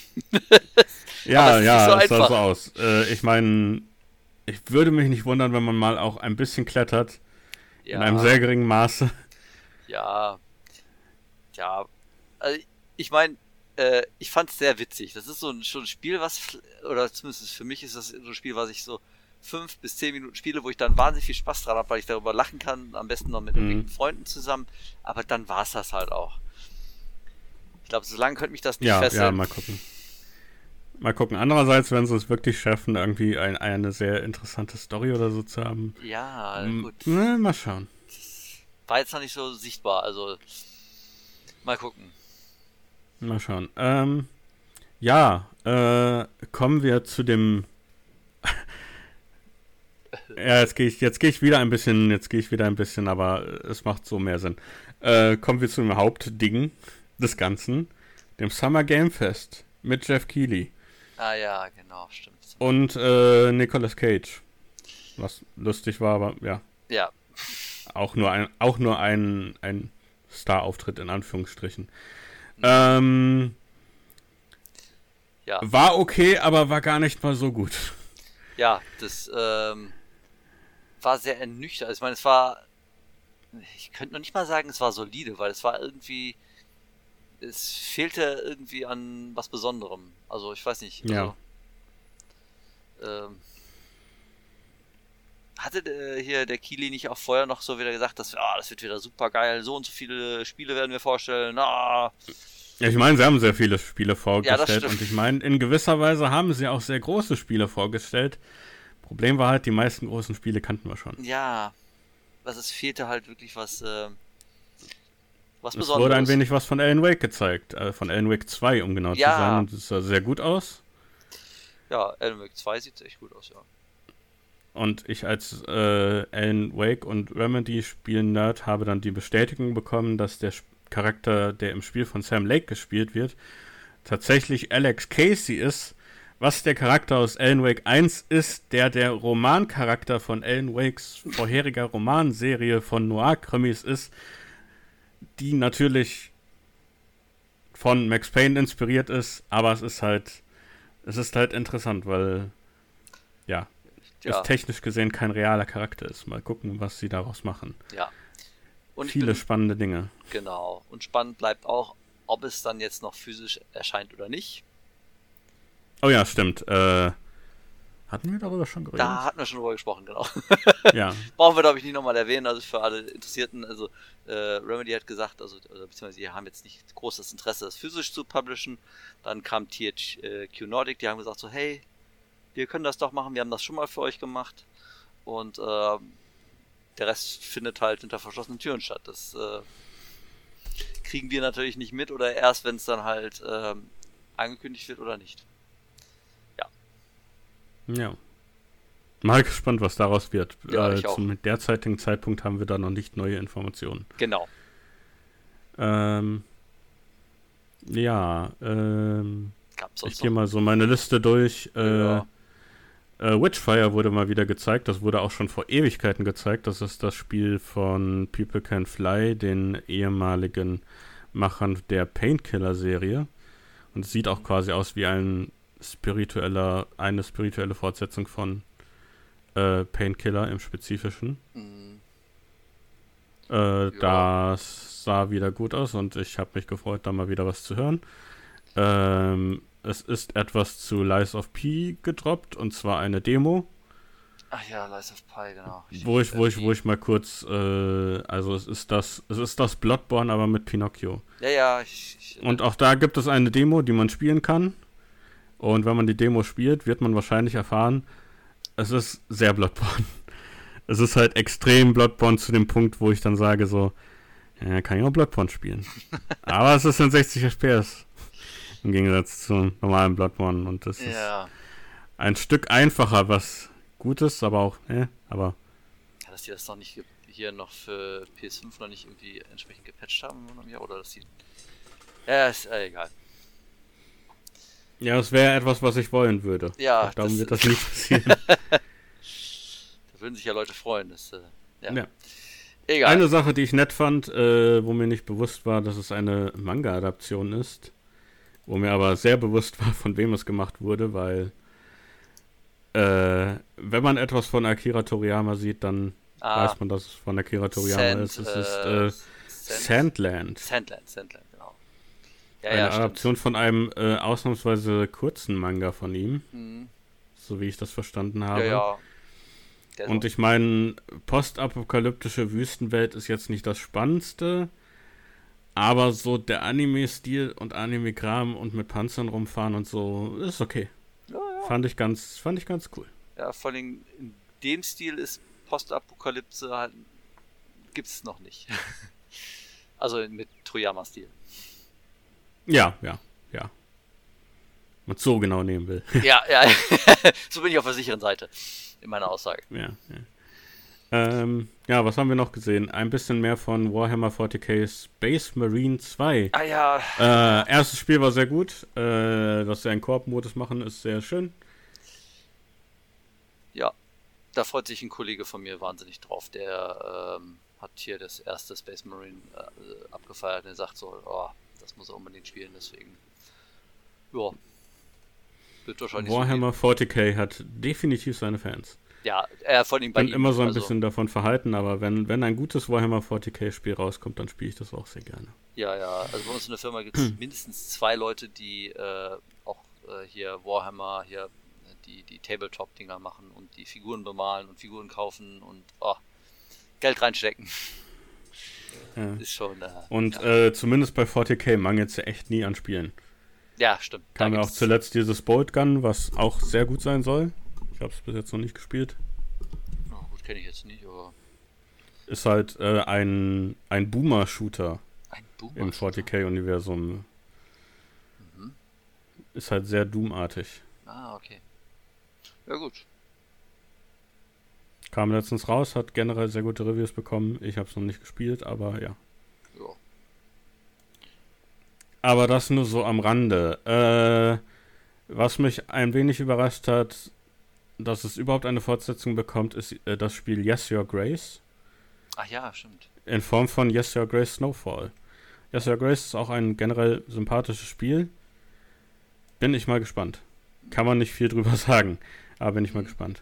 ja, ja, es so sah so aus. Äh, ich meine, ich würde mich nicht wundern, wenn man mal auch ein bisschen klettert. Ja. In einem sehr geringen Maße. Ja. Ja. Also, ich meine, äh, ich fand es sehr witzig. Das ist so ein, schon ein Spiel, was, oder zumindest für mich ist das so ein Spiel, was ich so fünf bis zehn Minuten spiele, wo ich dann wahnsinnig viel Spaß dran habe, weil ich darüber lachen kann, am besten noch mit mhm. irgendwelchen Freunden zusammen. Aber dann war es das halt auch. Ich glaube, so lange könnte mich das nicht ja, fesseln. Ja, mal gucken. Mal gucken. Andererseits, wenn sie es wirklich schaffen, irgendwie ein, eine sehr interessante Story oder so zu haben. Ja, m- gut. Ne, mal schauen. War jetzt noch nicht so sichtbar, also mal gucken. Mal schauen. Ähm, ja, äh, kommen wir zu dem ja, jetzt gehe ich, jetzt gehe ich wieder ein bisschen, jetzt gehe ich wieder ein bisschen, aber es macht so mehr Sinn. Äh, kommen wir zu dem Hauptding des Ganzen, dem Summer Game Fest mit Jeff Keighley. Ah ja, genau, stimmt. Und äh, Nicolas Cage. Was lustig war, aber ja. Ja. Auch nur ein, auch nur ein, ein Star-Auftritt in Anführungsstrichen. Mhm. Ähm, ja. War okay, aber war gar nicht mal so gut. Ja, das ähm, war sehr ernüchternd. Also ich meine, es war, ich könnte noch nicht mal sagen, es war solide, weil es war irgendwie, es fehlte irgendwie an was Besonderem. Also ich weiß nicht. Also, ja. Ähm, hatte äh, hier der Keighley nicht auch vorher noch so wieder gesagt, dass ah, das wird wieder super geil, so und so viele Spiele werden wir vorstellen. Ah. Ja, ich meine, sie haben sehr viele Spiele vorgestellt ja, und ich meine, in gewisser Weise haben sie auch sehr große Spiele vorgestellt. Problem war halt, die meisten großen Spiele kannten wir schon. Ja, also es fehlte halt wirklich was, äh, was es Besonderes. Es wurde ein wenig was von Alan Wake gezeigt, äh, von Alan Wake zwei, um genau ja. zu sein, und es sah sehr gut aus. Ja, Alan Wake zwei sieht echt gut aus, ja. Und ich als äh, Alan Wake und Remedy-Spiel-Nerd habe dann die Bestätigung bekommen, dass der Charakter, der im Spiel von Sam Lake gespielt wird, tatsächlich Alex Casey ist, was der Charakter aus Alan Wake eins ist, der der Romancharakter von Alan Wakes vorheriger Romanserie von Noir-Krimis ist, die natürlich von Max Payne inspiriert ist, aber es ist halt es ist halt interessant, weil ja, ja. es technisch gesehen kein realer Charakter ist. Mal gucken, was sie daraus machen. Ja. Und Viele bin, spannende Dinge. Genau. Und spannend bleibt auch, ob es dann jetzt noch physisch erscheint oder nicht. Oh ja, stimmt. Äh, hatten wir darüber schon geredet? Da hatten wir schon drüber gesprochen, genau. Ja. Brauchen wir, glaube ich, nicht nochmal erwähnen, also für alle Interessierten. Also äh, Remedy hat gesagt, also oder, beziehungsweise sie haben jetzt nicht großes Interesse, das physisch zu publishen. Dann kam T H Q Nordic, die haben gesagt so, hey, wir können das doch machen, wir haben das schon mal für euch gemacht. Und äh, der Rest findet halt hinter verschlossenen Türen statt. Das äh, kriegen wir natürlich nicht mit oder erst, wenn es dann halt äh, angekündigt wird oder nicht. Ja. Mal gespannt, was daraus wird. Ja, äh, ich auch. Zum derzeitigen Zeitpunkt haben wir da noch nicht neue Informationen. Genau. Ähm, ja, ähm, Gab's sonst ich gehe noch? mal so meine Liste durch. Äh, Ja. äh, Witchfire wurde mal wieder gezeigt. Das wurde auch schon vor Ewigkeiten gezeigt. Das ist das Spiel von People Can Fly, den ehemaligen Machern der Painkiller-Serie. Und es sieht auch quasi aus wie ein spiritueller, eine spirituelle Fortsetzung von äh, Painkiller im Spezifischen. Mhm. Äh, Ja. Das sah wieder gut aus und ich habe mich gefreut, da mal wieder was zu hören. Ähm, es ist etwas zu Lies of P gedroppt, und zwar eine Demo. Ach ja, Lies of Pi, genau. Wo ich, wo ich, wo ich mal kurz, äh, also es ist das, es ist das Bloodborne, aber mit Pinocchio. Ja, ja, ich, ich, Und auch da gibt es eine Demo, die man spielen kann. Und wenn man die Demo spielt, wird man wahrscheinlich erfahren, es ist sehr Bloodborne. Es ist halt extrem Bloodborne zu dem Punkt, wo ich dann sage so, ja, kann ich auch Bloodborne spielen. Aber es ist in sechzig F P S. Im Gegensatz zum normalen Bloodborne. Und das ja. ist ein Stück einfacher, was gut ist, aber auch, äh, aber... Ja, dass die das noch nicht ge- hier noch für P S fünf noch nicht irgendwie entsprechend gepatcht haben, oder dass die... Ja, ist äh, egal. Ja, das wäre etwas, was ich wollen würde. Ja, Doch darum das- wird das nicht passieren. Da würden sich ja Leute freuen. Das, äh, ja. Ja. Egal. Eine Sache, die ich nett fand, äh, wo mir nicht bewusst war, dass es eine Manga-Adaption ist, wo mir aber sehr bewusst war, von wem es gemacht wurde, weil äh, wenn man etwas von Akira Toriyama sieht, dann Ah, weiß man, dass es von Akira Toriyama Sand, ist. Es äh, ist äh, Sand- Sandland. Sandland, Sandland, genau. Ja, Eine ja, stimmt. Adaption von einem äh, ausnahmsweise kurzen Manga von ihm, Mhm. so wie ich das verstanden Ja, habe. ja. Der Und ich meine, postapokalyptische Wüstenwelt ist jetzt nicht das Spannendste, aber so der Anime-Stil und Anime-Kram und mit Panzern rumfahren und so ist okay. ja, ja. Fand ich ganz, fand ich ganz cool. Ja, vor allem in dem Stil ist Postapokalypse halt, gibt's noch nicht. Also mit Toriyama-Stil. Ja, ja, ja. Wenn man es so genau nehmen will. Ja, ja. So bin ich auf der sicheren Seite in meiner Aussage. ja, ja. Ähm, ja, was haben wir noch gesehen? Ein bisschen mehr von Warhammer forty K Space Marine zwei. Ah ja, Äh, erstes Spiel war sehr gut. Äh, dass sie einen Koop-Modus machen, ist sehr schön. ja. Da freut sich ein Kollege von mir wahnsinnig drauf. Der ähm, hat hier das erste Space Marine äh, abgefeiert. Der sagt so, oh, das muss er unbedingt spielen, deswegen. Ja. Wird wahrscheinlich Warhammer forty K hat definitiv seine Fans. so gehen. Ja, er vor allem bei Ich bin ihm. immer so ein also, bisschen davon verhalten, aber wenn, wenn ein gutes Warhammer forty K Spiel rauskommt, dann spiele ich das auch sehr gerne. Ja, ja. Also bei uns in der Firma gibt es mindestens zwei Leute, die äh, auch äh, hier Warhammer, hier äh, die, die Tabletop-Dinger machen und die Figuren bemalen und Figuren kaufen und oh, Geld reinstecken. Ja. Ist schon. Äh, Und ja. äh, zumindest bei forty K mangelt es ja echt nie an Spielen. ja, stimmt. Da Kam ja auch gibt's- zuletzt dieses Bolt Gun, was auch sehr gut sein soll. Ich habe es bis jetzt noch nicht gespielt. Oh, gut, kenne ich jetzt nicht, aber Ist halt äh, ein, ein Boomer-Shooter ein Boomer. im forty K-Universum. Mhm. Ist halt sehr Doom-artig. Ah, okay. Ja, gut. Kam letztens raus, hat generell sehr gute Reviews bekommen. Ich habe es noch nicht gespielt, aber ja. Ja. Aber das nur so am Rande. Äh, Was mich ein wenig überrascht hat, dass es überhaupt eine Fortsetzung bekommt, ist äh, das Spiel Yes, Your Grace. Ach ja, stimmt. In Form von Yes, Your Grace Snowfall. Yes, Your Grace ist auch ein generell sympathisches Spiel. Bin ich mal gespannt. Kann man nicht viel drüber sagen, aber bin ich mal gespannt.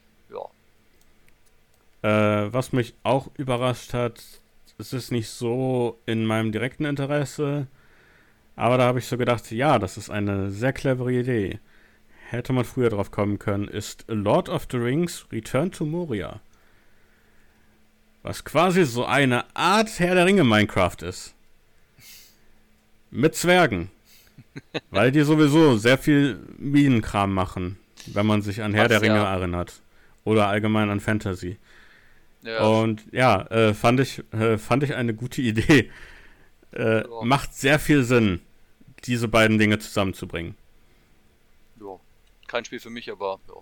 Ja. Äh, was mich auch überrascht hat, es ist nicht so in meinem direkten Interesse, aber da habe ich so gedacht, ja, das ist eine sehr clevere Idee. Hätte man früher drauf kommen können, ist Lord of the Rings Return to Moria. Was quasi so eine Art Herr der Ringe Minecraft ist. Mit Zwergen. Weil die sowieso sehr viel Minenkram machen, wenn man sich an Herr Was, der Ringe ja. erinnert. Oder allgemein an Fantasy. Ja. Und ja, äh, fand ich äh, fand ich eine gute Idee. Äh, Ja. Macht sehr viel Sinn, diese beiden Dinge zusammenzubringen. Ja. Kein Spiel für mich, aber ja.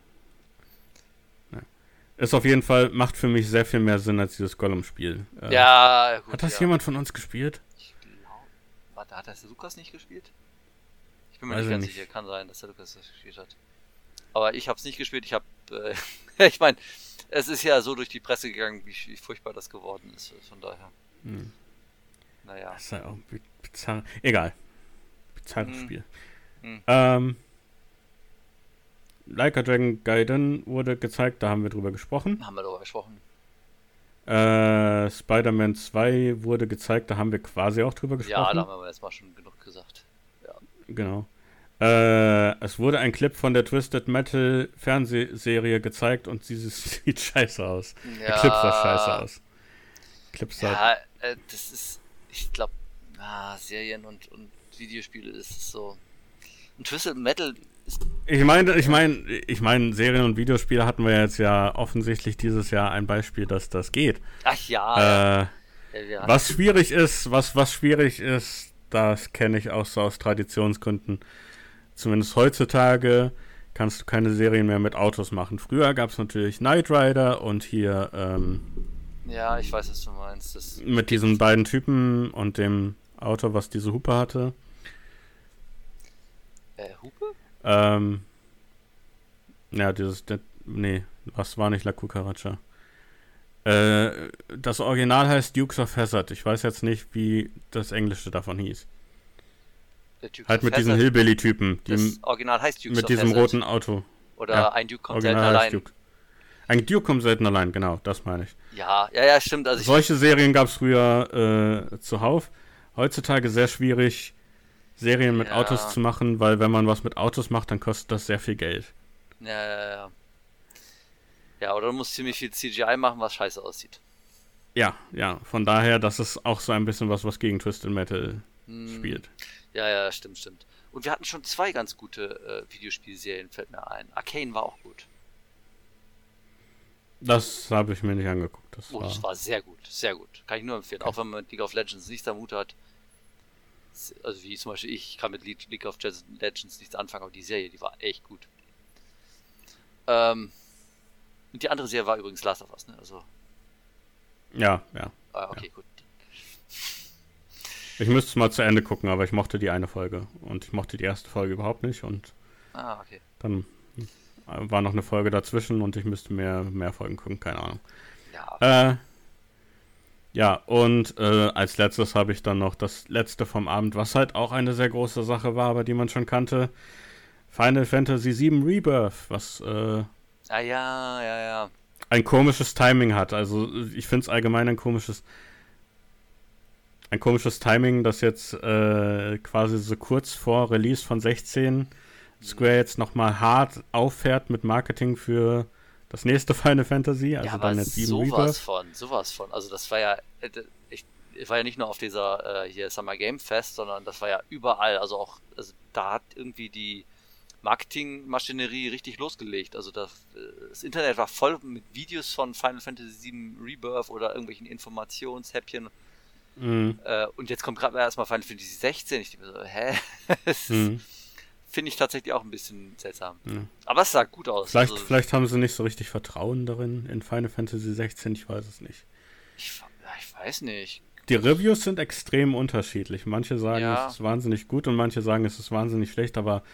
Ist auf jeden Fall, macht für mich sehr viel mehr Sinn als dieses Gollum-Spiel. Äh, Ja, gut. Hat das ja. jemand von uns gespielt? Ich glaube. Warte, hat das der Lukas nicht gespielt? Ich bin mir Weiß nicht ich ganz nicht. sicher. Kann sein, dass der Lukas das gespielt hat. Aber ich habe es nicht gespielt. Ich habe. Äh, ich meine, es ist ja so durch die Presse gegangen, wie, wie furchtbar das geworden ist. Von daher. Hm. Naja. Das ist ja auch bi- bizarr. Egal. Bizarres Hm. Spiel. Hm. Ähm. Like a Dragon Gaiden wurde gezeigt, da haben wir drüber gesprochen. Haben wir darüber gesprochen. Äh, Spider-Man zwei wurde gezeigt, da haben wir quasi auch drüber gesprochen. Ja, da haben wir jetzt mal schon genug gesagt. Ja. Genau. Äh, es wurde ein Clip von der Twisted Metal Fernsehserie gezeigt und dieses sieht scheiße aus. Ja. Der Clip sah scheiße aus. Clip sah. Ja, äh, das ist. Ich glaube, ah, Serien und, und Videospiele ist es so. Und Twisted Metal ist. Ich meine, ich meine, ich meine, Serien und Videospiele hatten wir jetzt ja offensichtlich dieses Jahr ein Beispiel, dass das geht. Ach ja. Äh, ja, ja. was schwierig ist, was, was schwierig ist, das kenne ich auch so aus Traditionsgründen. Zumindest heutzutage kannst du keine Serien mehr mit Autos machen. Früher gab es natürlich Knight Rider und hier ähm, Ja, ich weiß, was du meinst. Das mit diesen beiden Typen und dem Auto, was diese Hupe hatte. Äh, Hupe? Ähm, ja, dieses, das, nee, was war nicht La Cucaracha? Äh, das Original heißt Dukes of Hazzard. Ich weiß jetzt nicht, wie das Englische davon hieß. Der Dukes Halt of mit diesen Hazzard. Hillbilly-Typen, die Das Original heißt Dukes mit of diesem Hazzard. roten Auto. Oder ja, ein Duke kommt selten Original heißt allein. Duke. Ein Duke kommt selten allein, genau, das meine ich. Ja, ja, ja, stimmt. Also ich, Solche Serien gab es früher äh, zuhauf. Heutzutage sehr schwierig, Serien mit Ja. Autos zu machen, weil wenn man was mit Autos macht, dann kostet das sehr viel Geld. ja, ja, ja. Ja, oder du musst ziemlich viel C G I machen, was scheiße aussieht. Ja, ja, von daher, das ist auch so ein bisschen was, was gegen Twisted Metal Hm, spielt. Ja, ja, stimmt, stimmt. Und wir hatten schon zwei ganz gute äh, Videospielserien, fällt mir ein. Arcane war auch gut. Das habe ich mir nicht angeguckt. Das Oh, war, das war sehr gut, sehr gut. Kann ich nur empfehlen. Auch wenn man mit League of Legends nichts am Hut hat. Also wie zum Beispiel ich, ich kann mit Le- League of Legends nichts anfangen, aber die Serie, die war echt gut. Ähm, und die andere Serie war übrigens Last of Us, ne? Also, ja, ja. ah, okay, gut. Ich müsste es mal zu Ende gucken, aber ich mochte die eine Folge. Und ich mochte die erste Folge überhaupt nicht. Und Ah, okay. dann war noch eine Folge dazwischen und ich müsste mehr, mehr Folgen gucken, keine Ahnung. Ja, Äh, ja, und äh, als letztes habe ich dann noch das letzte vom Abend, was halt auch eine sehr große Sache war, aber die man schon kannte. Final Fantasy sieben Rebirth, was äh, ah, ja, ja, ja. ein komisches Timing hat. Also ich finde es allgemein ein komisches ein komisches Timing, dass jetzt äh, quasi so kurz vor Release von sechzehn Square jetzt nochmal hart auffährt mit Marketing für das nächste Final Fantasy, also ja, aber dann jetzt sieben sowas Rebirth. von, sowas von. Also das war ja, äh, ich, ich war ja nicht nur auf dieser äh, hier Summer Game Fest, sondern das war ja überall. Also auch, also da hat irgendwie die Marketingmaschinerie richtig losgelegt. Also das, äh, das Internet war voll mit Videos von Final Fantasy sieben Rebirth oder irgendwelchen Informationshäppchen. Mhm. Äh, und jetzt kommt gerade erstmal Final Fantasy sechzehn. Ich denke mir so, hä? Das Mhm. finde ich tatsächlich auch ein bisschen seltsam. Mhm. Aber es sah gut aus. Vielleicht, also, vielleicht haben sie nicht so richtig Vertrauen darin in Final Fantasy sechzehn, ich weiß es nicht. ich, ja, ich weiß nicht. Die Reviews sind extrem unterschiedlich. Manche sagen, Ja. es ist wahnsinnig gut und manche sagen, es ist wahnsinnig schlecht, aber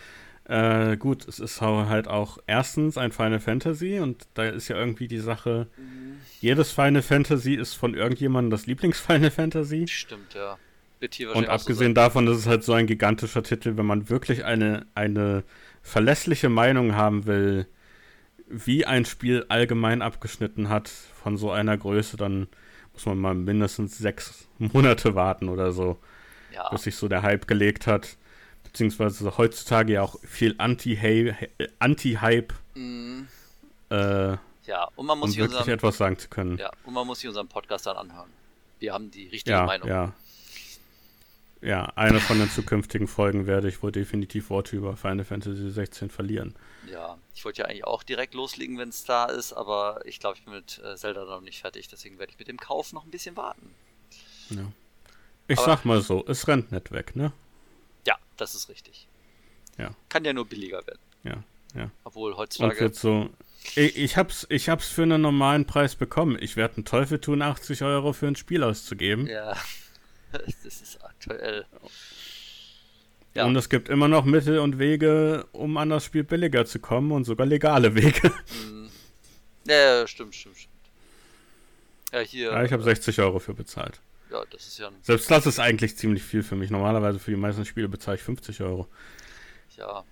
Äh, gut, es ist halt auch erstens ein Final Fantasy und da ist ja irgendwie die Sache, mhm. jedes Final Fantasy ist von irgendjemandem das Lieblings-Final Fantasy. Stimmt, ja. Wird hier und abgesehen so davon, dass es halt so ein gigantischer Titel, wenn man wirklich eine, eine verlässliche Meinung haben will, wie ein Spiel allgemein abgeschnitten hat von so einer Größe, dann muss man mal mindestens sechs Monate warten oder so, ja. bis sich so der Hype gelegt hat. Beziehungsweise heutzutage ja auch viel Anti-Hype, Anti-Hype mm. äh, ja, und man muss um wirklich unserem, etwas sagen zu können. Ja, und man muss sich unseren Podcast dann anhören. Wir haben die richtige ja, Meinung. Ja, ja. Eine von den zukünftigen Folgen werde ich wohl definitiv Worte über Final Fantasy sechzehn verlieren. Ja, ich wollte ja eigentlich auch direkt loslegen, wenn es da ist, aber ich glaube, ich bin mit äh, Zelda noch nicht fertig, deswegen werde ich mit dem Kauf noch ein bisschen warten. Ja. Ich aber, sag mal so, es rennt nicht weg, ne? Ja, das ist richtig. Ja. Kann ja nur billiger werden. Ja, ja. Obwohl heutzutage... Und wird so... Ich, ich, hab's, ich hab's für einen normalen Preis bekommen. Ich werde einen Teufel tun, achtzig Euro für ein Spiel auszugeben. Ja, das ist aktuell... Ja. Und es gibt immer noch Mittel und Wege, um an das Spiel billiger zu kommen und sogar legale Wege. Mm. Ja, stimmt, stimmt, stimmt. Ja, hier... Ja, ich habe sechzig Euro für bezahlt. Ja, das ist ja ein... Selbst das ist eigentlich ziemlich viel für mich. Normalerweise für die meisten Spiele bezahle ich fünfzig Euro. Ja.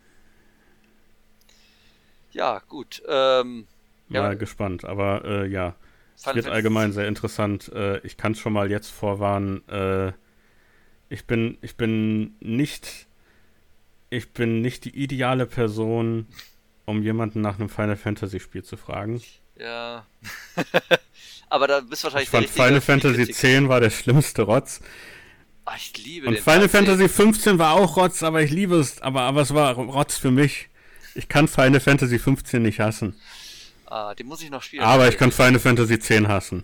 Ja, gut. Ähm, mal ja, gespannt, aber äh, ja. Es wird Fantasy allgemein sehr interessant. Äh, ich kann es schon mal jetzt vorwarnen. Äh, ich bin, ich bin nicht... Ich bin nicht die ideale Person, um jemanden nach einem Final Fantasy Spiel zu fragen. Ja. Aber da bist du wahrscheinlich ich fand Final Fantasy X war der schlimmste Rotz. Ach, ich liebe Und den Final Fantasy fünfzehn war auch Rotz, aber ich liebe es. Aber, aber es war Rotz für mich. Ich kann Final Fantasy fünfzehn nicht hassen. Ah, den muss ich noch spielen. Aber ich kann Final Fantasy zehn hassen.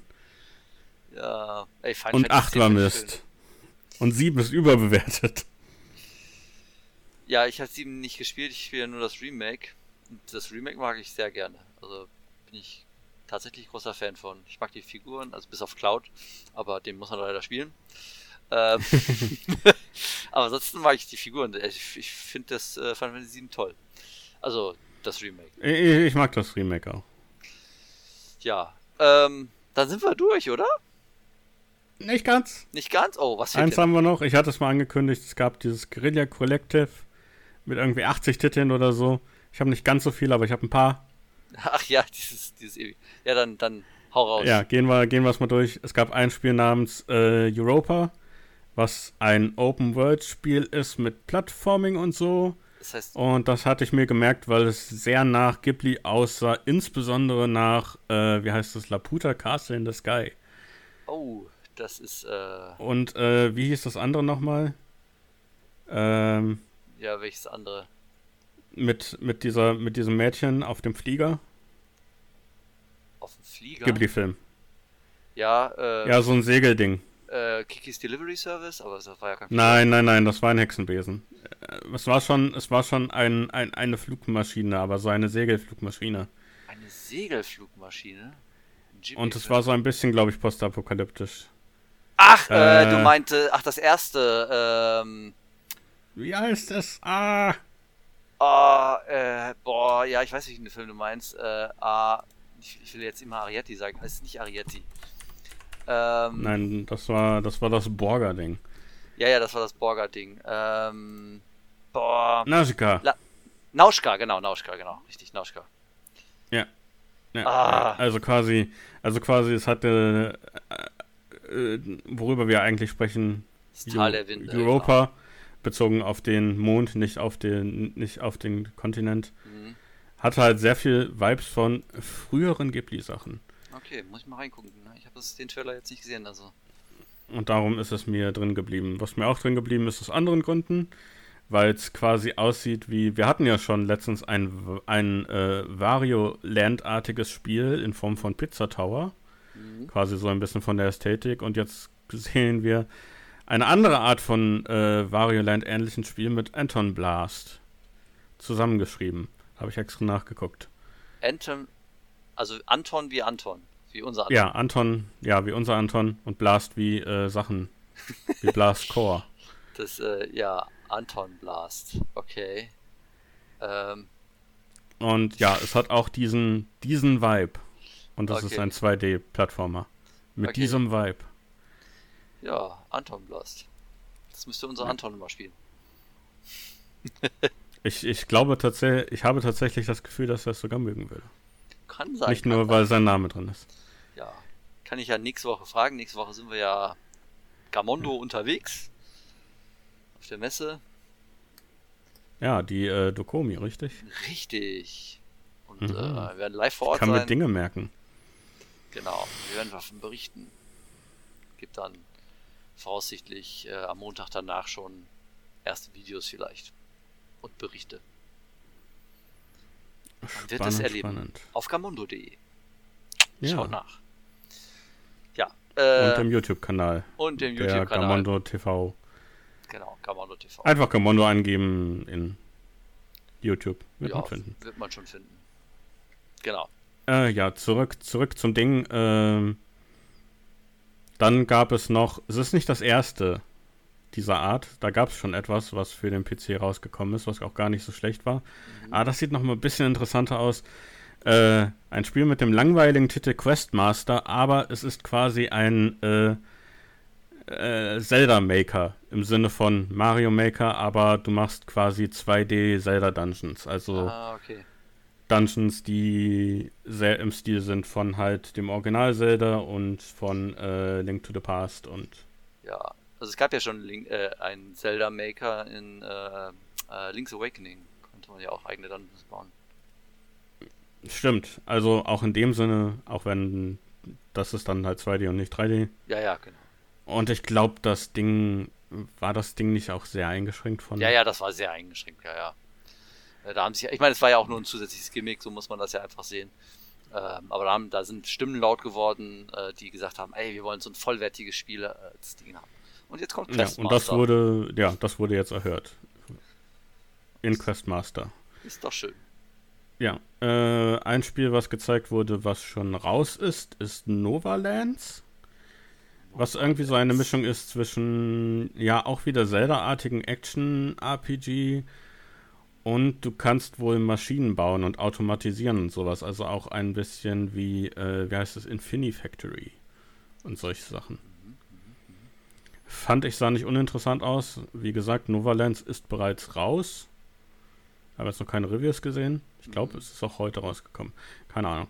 Ja. Ey, Final Und Fantasy acht war Mist. Und sieben ist überbewertet. Ja, ich habe sieben nicht gespielt, ich spiele nur das Remake. Und das Remake mag ich sehr gerne. Also bin ich tatsächlich großer Fan von. Ich mag die Figuren, also bis auf Cloud, aber den muss man leider spielen. Ähm aber ansonsten mag ich die Figuren. Ich, ich finde das äh, Final Fantasy sieben toll. Also das Remake. Ich, ich mag das Remake auch. Ja, ähm, dann sind wir durch, oder? Nicht ganz. Nicht ganz? Oh, was fehlt Eins denn? haben wir noch. Ich hatte es mal angekündigt, es gab dieses Guerilla Collective mit irgendwie achtzig Titeln oder so. Ich habe nicht ganz so viel, aber ich habe ein paar. Ach ja, dieses, dieses ewig. Ja, dann, dann hau raus. Ja, gehen wir, gehen wir es mal durch. Es gab ein Spiel namens äh, Europa, was ein Open-World-Spiel ist mit Plattforming und so. Das heißt, und das hatte ich mir gemerkt, weil es sehr nach Ghibli aussah, insbesondere nach, äh, wie heißt das, Laputa Castle in the Sky. Oh, das ist, äh... Und, äh, wie hieß das andere nochmal? Ähm... Ja, welches andere? Mit, mit, dieser, mit diesem Mädchen auf dem Flieger. Auf dem Flieger? Ghibli-Film. Ja, äh... Ja, so ein Segelding. Äh, Kikis Delivery Service? Aber das war ja kein Flieger. Nein, nein, nein, das war ein Hexenbesen. Es war schon, es war schon ein, ein, eine Flugmaschine, aber so eine Segelflugmaschine. Eine Segelflugmaschine? Und es war so ein bisschen, glaube ich, postapokalyptisch. Ach, äh, äh, du meinte... Ach, das erste, ähm... Wie heißt es? Ah. Oh, äh, boah, ja, ich weiß nicht, welchen Film du meinst. Äh, ah, ich, ich will jetzt immer Arietti sagen. Es ist nicht Arietti. Ähm, Nein, das war das war das Borger-Ding. Ja, ja, das war das Borger-Ding. Ähm, boah. Nausica. La- Nausica, genau, Nausica, genau. Richtig, Nausica. Ja. ja, ah. ja. Also quasi, also quasi, es hatte, äh, äh, worüber wir eigentlich sprechen, das Tal der Winde. Europa. Genau. Bezogen auf den Mond, nicht auf den, nicht auf den Kontinent. Mhm. Hatte halt sehr viel Vibes von früheren Ghibli-Sachen. Okay, muss ich mal reingucken. Ich habe den Trailer jetzt nicht gesehen, also. Und darum ist es mir drin geblieben. Was mir auch drin geblieben ist, aus anderen Gründen, weil es quasi aussieht wie, wir hatten ja schon letztens ein, ein äh, Wario-Land-artiges Spiel in Form von Pizza Tower. Mhm. Quasi so ein bisschen von der Ästhetik. Und jetzt sehen wir eine andere Art von äh, Wario Land ähnlichen Spiel mit Anton Blast zusammengeschrieben. Habe ich extra nachgeguckt. Anton, also Anton wie Anton, wie unser Anton. Ja, Anton, ja, wie unser Anton und Blast wie äh, Sachen, wie Blast Core. Das, äh, ja, Anton Blast, okay. Ähm, Und ja, es hat auch diesen, diesen Vibe. Und das Okay. ist ein zwei D-Plattformer. Mit Okay. diesem Vibe. ja, Anton Blast. Das müsste unser Ja. Anton mal spielen. Ich, ich glaube tatsächlich, ich habe tatsächlich das Gefühl, dass er es sogar mögen würde. Kann sein. Nicht kann nur, sein. weil sein Name drin ist. Ja, kann ich ja nächste Woche fragen. Nächste Woche sind wir ja Gamondo unterwegs. Auf der Messe. Ja, die äh, Dokomi, richtig? Richtig. Und Mhm. äh, wir werden live vor Ort Kann mir sein. Dinge merken. Genau, wir werden davon berichten. Gibt dann voraussichtlich äh, am Montag danach schon erste Videos vielleicht. Und Berichte. Man wird es Spannend, erleben. spannend. Auf gamondo punkt de. Ja. Schaut nach. Ja. Und Äh, dem YouTube-Kanal. und dem Der YouTube-Kanal. Gamondo T V. Genau, Gamondo T V. Einfach Gamondo eingeben in YouTube. Wird ja, man finden. wird man schon finden. Genau. Äh, ja, zurück, zurück zum Ding. Ähm, dann gab es noch, es ist nicht das erste dieser Art. Da gab es schon etwas, was für den P C rausgekommen ist, was auch gar nicht so schlecht war. Mhm. Aber das sieht noch mal ein bisschen interessanter aus. Äh, ein Spiel mit dem langweiligen Titel Questmaster, aber es ist quasi ein äh, äh, Zelda Maker im Sinne von Mario Maker, aber du machst quasi zwei D Zelda Dungeons. Also Ah, okay. Dungeons, die sehr im Stil sind von halt dem Original Zelda und von äh, Link to the Past und Ja, also es gab ja schon Link, äh, einen Zelda Maker in äh, äh, Link's Awakening. Konnte man ja auch eigene Dungeons bauen. stimmt. Also auch in dem Sinne, auch wenn das ist dann halt zwei D und nicht drei D. Ja, ja, genau. Und ich glaube, das Ding, war das Ding nicht auch sehr eingeschränkt von... Ja, ja, das war sehr eingeschränkt, ja, ja. Äh, Da haben sich, ich meine, es war ja auch nur ein zusätzliches Gimmick, so muss man das ja einfach sehen. Ähm, aber da, haben, da sind Stimmen laut geworden, äh, die gesagt haben, ey, wir wollen so ein vollwertiges Spiel äh, als Ding haben. Und jetzt kommt Ja, Questmaster. und das wurde, ja, das wurde jetzt erhört. In Questmaster. Ist doch schön. Ja, äh, ein Spiel, was gezeigt wurde, was schon raus ist, ist Novalands. Was irgendwie so eine Mischung ist zwischen, ja, auch wieder Zelda-artigen Action-R P G und du kannst wohl Maschinen bauen und automatisieren und sowas. Also auch ein bisschen wie, äh, wie heißt das, Infinifactory und solche Sachen. Fand ich, sah nicht uninteressant aus. Wie gesagt, Novalands ist bereits raus. Habe jetzt noch keine Reviews gesehen. Ich glaube, Mhm. es ist auch heute rausgekommen. Keine Ahnung.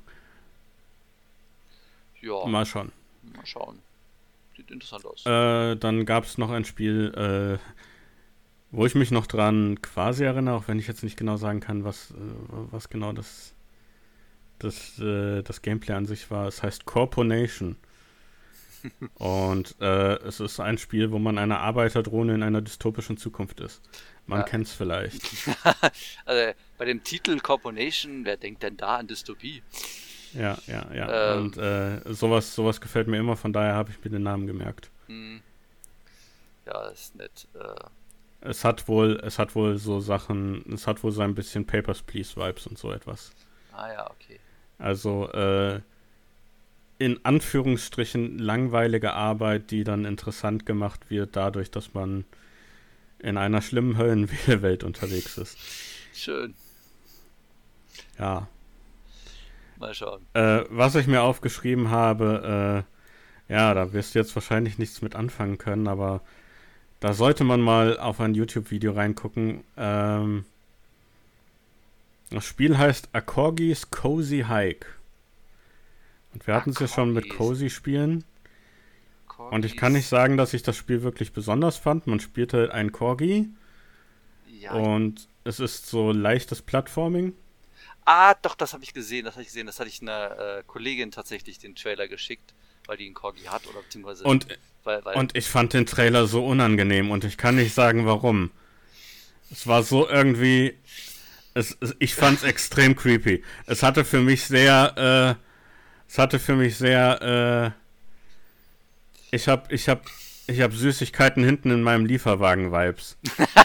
Ja, Mal schauen. mal schauen. Sieht interessant aus. Äh, dann gab es noch ein Spiel, äh, wo ich mich noch dran quasi erinnere, auch wenn ich jetzt nicht genau sagen kann, was, äh, was genau das, das, äh, das Gameplay an sich war. Es heißt Corporation. Und äh, es ist ein Spiel, wo man eine Arbeiterdrohne in einer dystopischen Zukunft ist. Man Ja. kennt's vielleicht. Also bei dem Titel Corporation, wer denkt denn da an Dystopie? Ja, ja, ja. Ähm. Und äh, sowas, sowas gefällt mir immer, von daher habe ich mir den Namen gemerkt. Hm. Ja, ist nett. Äh, Es hat wohl, es hat wohl so Sachen, es hat wohl so ein bisschen Papers, Please Vibes und so etwas. ah ja, okay. Also, äh, in Anführungsstrichen langweilige Arbeit, die dann interessant gemacht wird, dadurch, dass man in einer schlimmen Höllenwelt unterwegs ist. Schön. Ja. Mal schauen. Äh, was ich mir aufgeschrieben habe, äh, ja, da wirst du jetzt wahrscheinlich nichts mit anfangen können, aber da sollte man mal auf ein YouTube-Video reingucken. Ähm, das Spiel heißt A Corgis Cozy Hike. Und wir hatten es ja schon mit Corgis. Cozy spielen. Und ich Corgis. kann nicht sagen, dass ich das Spiel wirklich besonders fand. Man spielte einen Corgi Ja, und es ist so leichtes Plattforming. ah, doch, das habe ich gesehen, das habe ich gesehen. Das hatte ich einer äh, Kollegin tatsächlich den Trailer geschickt, weil die einen Corgi hat oder beziehungsweise Und, weil, weil und ich fand den Trailer so unangenehm und ich kann nicht sagen, warum. Es war so irgendwie... Es, es, ich fand es extrem creepy. Es hatte für mich sehr... Äh, es hatte für mich sehr... Äh, ich hab, ich hab, ich hab Süßigkeiten hinten in meinem Lieferwagen-Vibes.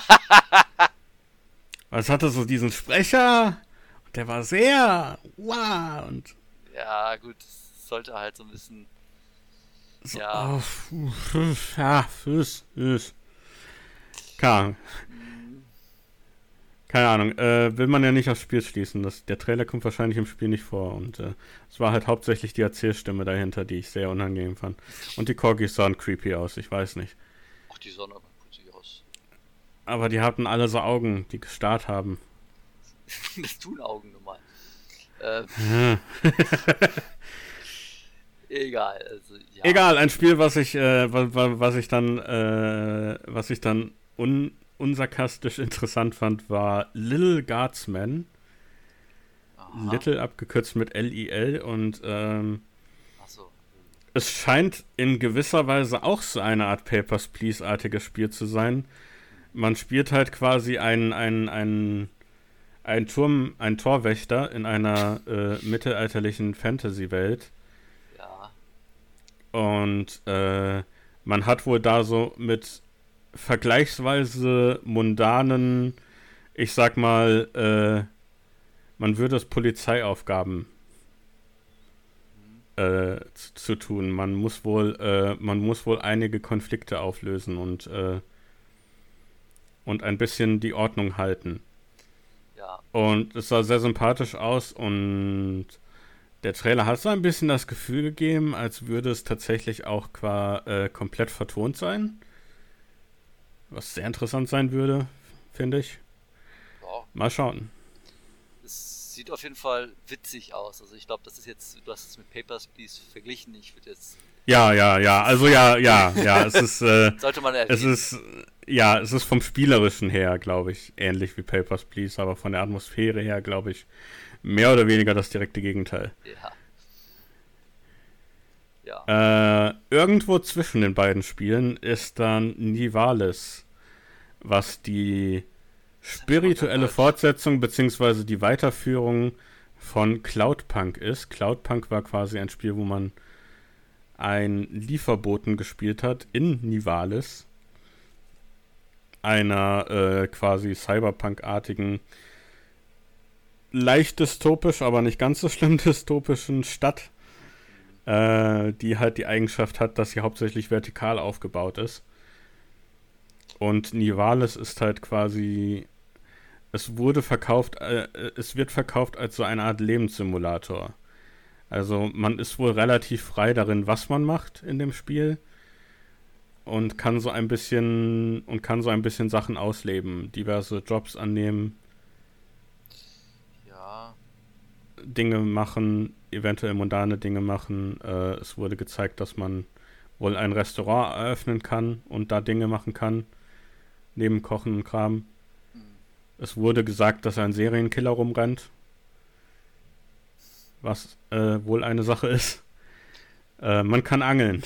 Es hatte so diesen Sprecher... Der war sehr wow und ja, gut, das sollte halt so ein bisschen so, ja. oh, pf, ja, füß, füß. Keine Ahnung. keine Ahnung, äh, will man ja nicht aufs Spiel schließen. Das, der Trailer kommt wahrscheinlich im Spiel nicht vor und äh, es war halt hauptsächlich die Erzählstimme dahinter, die ich sehr unangenehm fand. Und die Corgis sahen creepy aus, ich weiß nicht. Ach, die sahen aber putzig aus. Aber die hatten alle so Augen, die gestarrt haben. Das tun Augen normal. Ähm, Ja. Egal, also ja. Egal, ein Spiel, was ich, äh, was, was ich dann, äh, was ich dann un, unsarkastisch interessant fand, war Little Guardsman. Aha. Little abgekürzt mit L I L und ähm, Ach so. es scheint in gewisser Weise auch so eine Art Papers, Please-artiges Spiel zu sein. Man spielt halt quasi einen, einen, einen, einen Turm, einen Torwächter in einer äh, mittelalterlichen Fantasy-Welt. Ja. Und äh, man hat wohl da so mit vergleichsweise mundanen, ich sag mal, äh, man würde es Polizeiaufgaben äh, zu, zu tun. Man muss wohl, äh, man muss wohl einige Konflikte auflösen und äh, und ein bisschen die Ordnung halten. Ja. Und es sah sehr sympathisch aus und der Trailer hat so ein bisschen das Gefühl gegeben, als würde es tatsächlich auch qua äh, komplett vertont sein. Was sehr interessant sein würde, finde ich. Ja. Mal schauen. Es sieht auf jeden Fall witzig aus. Also ich glaube, das ist jetzt, du hast es mit Papers, Please verglichen. Ich würde jetzt... Ja, ja, ja, also ja, ja, ja, es ist, äh, Sollte man erwähnen. es ist, ja, es ist vom Spielerischen her, glaube ich, ähnlich wie Papers, Please, aber von der Atmosphäre her, glaube ich, mehr oder weniger das direkte Gegenteil. Ja. Ja. Äh, irgendwo zwischen den beiden Spielen ist dann Nivalis, was die spirituelle Fortsetzung bzw. die Weiterführung von Cloudpunk ist. Cloudpunk war quasi ein Spiel, wo man einen Lieferboten gespielt hat in Nivalis, einer äh, quasi Cyberpunk-artigen, leicht dystopisch, aber nicht ganz so schlimm dystopischen Stadt, äh, die halt die Eigenschaft hat, dass sie hauptsächlich vertikal aufgebaut ist. Und Nivalis ist halt quasi, es wurde verkauft, äh, es wird verkauft als so eine Art Lebenssimulator. Also man ist wohl relativ frei darin, was man macht in dem Spiel und kann so ein bisschen und kann so ein bisschen Sachen ausleben, diverse Jobs annehmen, Ja. Dinge machen, eventuell mundane Dinge machen. Äh, es wurde gezeigt, dass man wohl ein Restaurant eröffnen kann und da Dinge machen kann, neben Kochen und Kram. Hm. Es wurde gesagt, dass ein Serienkiller rumrennt, was äh, wohl eine Sache ist. Äh, man kann angeln.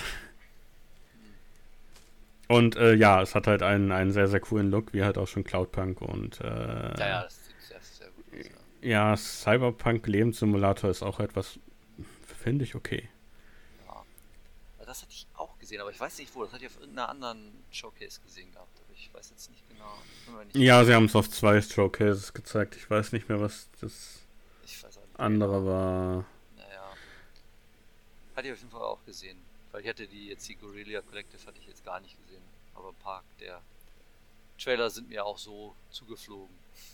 Und äh, ja, es hat halt einen, einen sehr, sehr coolen Look, wie halt auch schon Cloudpunk und äh, Ja, ja, das sieht sehr, sehr gut aus. Ja, ja, Cyberpunk Lebenssimulator ist auch etwas, finde ich okay. ja. Das hatte ich auch gesehen, aber ich weiß nicht wo. Das hatte ich auf irgendeiner anderen Showcase gesehen gehabt. Aber ich weiß jetzt nicht genau. Ich bin mir nicht Ja, sie haben es auf zwei Showcases gezeigt. Ich weiß nicht mehr, was das Ich weiß auch nicht. andere genau. war. Naja. Hatte ich auf jeden Fall auch gesehen. Weil ich hatte die jetzt die Guerrilla Collective hatte ich jetzt gar nicht gesehen. Aber ein paar der Trailer sind mir auch so zugeflogen.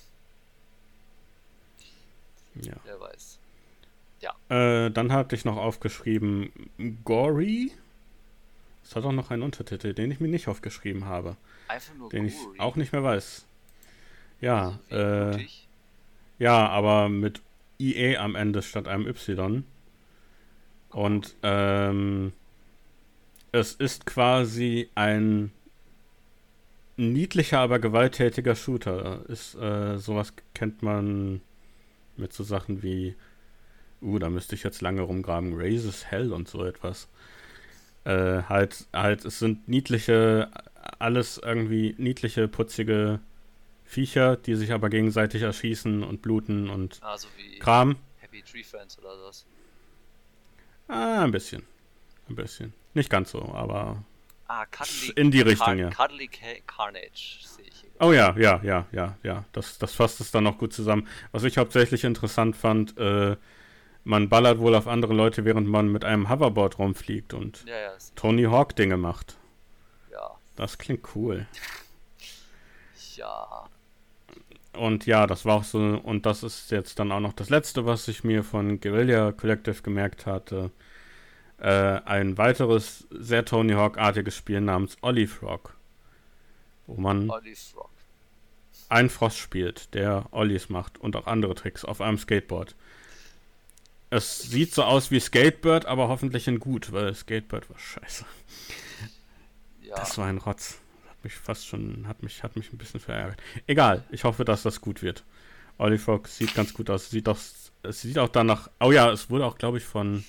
Ja. Wer weiß. Äh, dann hatte ich noch aufgeschrieben Gory. Das hat auch noch einen Untertitel, den ich mir nicht aufgeschrieben habe. Einfach nur Den Gory. ich auch nicht mehr weiß. Ja, Also wie äh, mutig. ja, aber mit I E am Ende statt einem Y. Und ähm, es ist quasi ein niedlicher, aber gewalttätiger Shooter. Ist, äh, sowas kennt man mit so Sachen wie, uh, da müsste ich jetzt lange rumgraben, Raises Hell und so etwas. Äh, halt, halt, es sind niedliche, alles irgendwie niedliche, putzige Viecher, die sich aber gegenseitig erschießen und bluten und Ah, so wie Kram. Happy Tree Friends oder sowas. Ah, ein bisschen. Ein bisschen. Nicht ganz so, aber Ah, Cuddly, in die Richtung, Car ja. Cuddly Ca- Carnage sehe ich hier. Oh ja, ja, ja, ja, ja. Das, das fasst es dann noch gut zusammen. Was ich hauptsächlich interessant fand, äh, man ballert wohl auf andere Leute, während man mit einem Hoverboard rumfliegt und Ja, ja, das, Tony Hawk Dinge macht. ja, Das klingt cool. ja. Und ja, das war auch so, und das ist jetzt dann auch noch das letzte, was ich mir von Guerrilla Collective gemerkt hatte. Äh, ein weiteres, sehr Tony Hawk-artiges Spiel namens Olive Rock. Wo man Olive Rock. einen Frost spielt, der Ollies macht und auch andere Tricks auf einem Skateboard. Es sieht so aus wie Skatebird, aber hoffentlich in gut, weil Skatebird war scheiße. Ja. Das war ein Rotz. Hat mich fast schon, hat mich, hat mich ein bisschen verärgert. Egal, ich hoffe, dass das gut wird. Olive Rock sieht ganz gut aus. Sieht doch, es sieht auch danach. Oh ja, es wurde auch, glaube ich, von.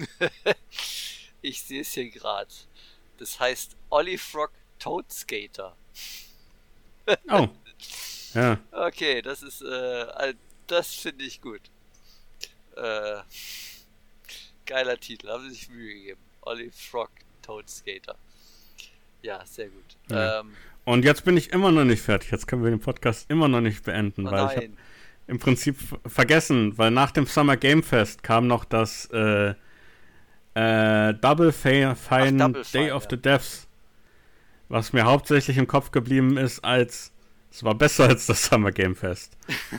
Ich sehe es hier gerade. Das heißt Olive Rock Toad Skater. Oh. Ja. Okay, das ist, äh, das finde ich gut. Äh, geiler Titel, haben sie sich Mühe gegeben. Olive Rock Toad Skater. Ja, sehr gut. Ja. Ähm, Und jetzt bin ich immer noch nicht fertig. Jetzt können wir den Podcast immer noch nicht beenden, oh weil nein. ich habe im Prinzip vergessen, weil nach dem Summer Game Fest kam noch das äh, äh, Double Fine Ach, Double Day Fine, of ja. the Devs, was mir hauptsächlich im Kopf geblieben ist, als es war besser als das Summer Game Fest.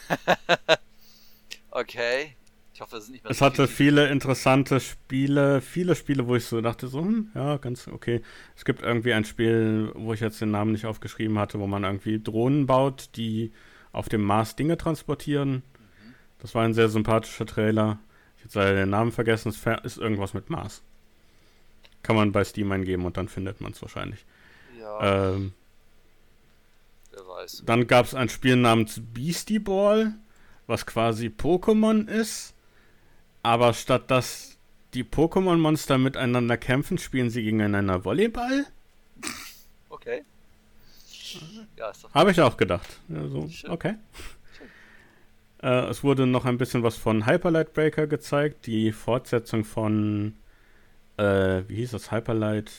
Okay. Ich hoffe, das ist nicht mehr Es so hatte viel. viele interessante Spiele, viele Spiele, wo ich so dachte, so, hm, ja, ganz okay. Es gibt irgendwie ein Spiel, wo ich jetzt den Namen nicht aufgeschrieben hatte, wo man irgendwie Drohnen baut, die auf dem Mars Dinge transportieren. Mhm. Das war ein sehr sympathischer Trailer. Ich habe leider den Namen vergessen, es ist irgendwas mit Mars. Kann man bei Steam eingeben und dann findet man es wahrscheinlich. Ja, Ähm, wer weiß. dann gab es ein Spiel namens Beastie Ball, was quasi Pokémon ist. Aber statt dass die Pokémon-Monster miteinander kämpfen, spielen sie gegeneinander Volleyball? Okay. Ja, ist doch Habe ich auch gedacht. Ja, so, schön. okay. Schön. Äh, es wurde noch ein bisschen was von Hyperlight Breaker gezeigt. Die Fortsetzung von, äh, wie hieß das? Hyperlight.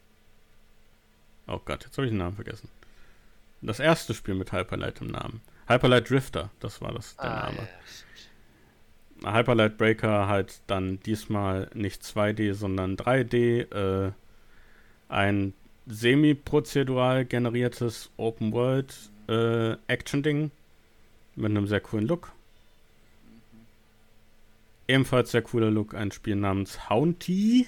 Oh Gott, jetzt habe ich den Namen vergessen. Das erste Spiel mit Hyperlight im Namen. Hyperlight Drifter, das war das, der Ah, Name. ja, ja. Hyperlight Breaker halt dann diesmal nicht zwei D, sondern drei D. Äh, ein semi-prozedural generiertes Open-World äh, Action-Ding mit einem sehr coolen Look. Mhm. Ebenfalls sehr cooler Look, ein Spiel namens Haunty.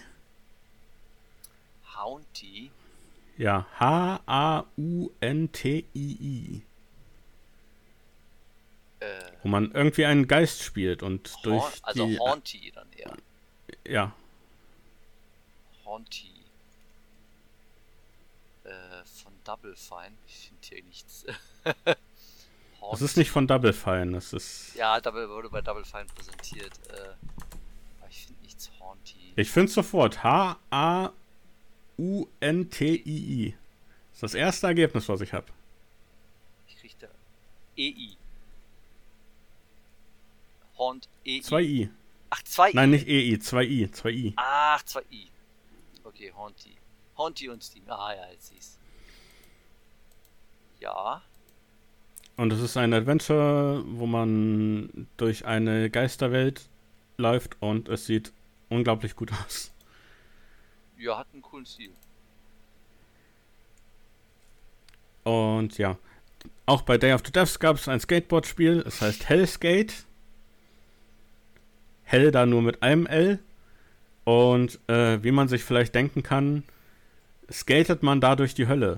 Haunty? Ja, H A U N T I I. Äh, Wo man irgendwie einen Geist spielt und Haun- durch also die... Haunty dann eher. Ja, Haunty. Äh, von Double Fine. Ich finde hier nichts. das ist nicht von Double Fine, das ist... Ja, Double wurde bei Double Fine präsentiert. Äh, aber ich finde nichts Haunty. Ich finde es sofort. H A U N T I I. Das ist das erste Ergebnis, was ich habe. Ich krieg da E I. Haunt E I. Zwei I. Ach, zwei I. Nein, nicht E I, zwei I. Zwei I. Ach, zwei I. Okay, Haunty. Haunty und Steam. Ah ja, jetzt sieh's. Ja. Und es ist ein Adventure, wo man durch eine Geisterwelt läuft und es sieht unglaublich gut aus. Ja, hat einen coolen Stil. Und ja, auch bei Day of the Devs gab es ein Skateboard-Spiel, es heißt Hellskate. Hell da nur mit einem L. Und äh, wie man sich vielleicht denken kann, skatet man da durch die Hölle.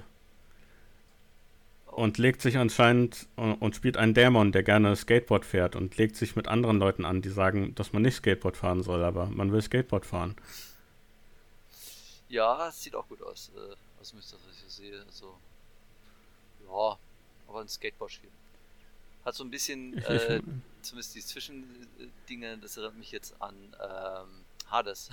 Und legt sich anscheinend und, und spielt einen Dämon, der gerne Skateboard fährt und legt sich mit anderen Leuten an, die sagen, dass man nicht Skateboard fahren soll, aber man will Skateboard fahren. Ja, es sieht auch gut aus. Äh, aus dem Muster, was ich so sehe. Also, ja, aber ein Skateboard-Spiel. Hat so ein bisschen, Ich, äh, ich, zumindest die Zwischendinge, das erinnert mich jetzt an ähm, Hades.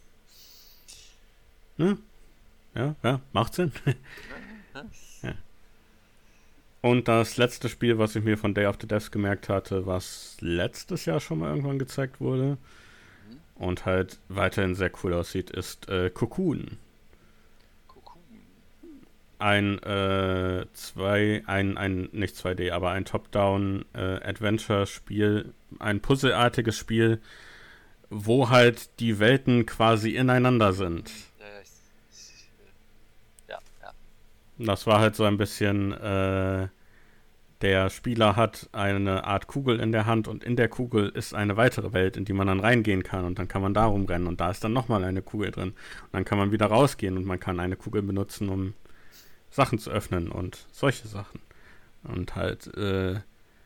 ne? Ja, ja, macht Sinn. Ja. Ja. Und das letzte Spiel, was ich mir von Day of the Devs gemerkt hatte, was letztes Jahr schon mal irgendwann gezeigt wurde Mhm. und halt weiterhin sehr cool aussieht, ist äh, Cocoon. Cocoon. Ein äh, zwei, ein, ein, nicht zwei D, aber ein Top-Down äh, Adventure-Spiel, ein Puzzleartiges Spiel, wo halt die Welten quasi ineinander sind. Ja, ja, ich, ich, äh, ja, ja. Das war halt so ein bisschen äh, Der Spieler hat eine Art Kugel in der Hand und in der Kugel ist eine weitere Welt, in die man dann reingehen kann und dann kann man da rumrennen und da ist dann nochmal eine Kugel drin. Und dann kann man wieder rausgehen und man kann eine Kugel benutzen, um Sachen zu öffnen und solche Sachen. Und halt äh,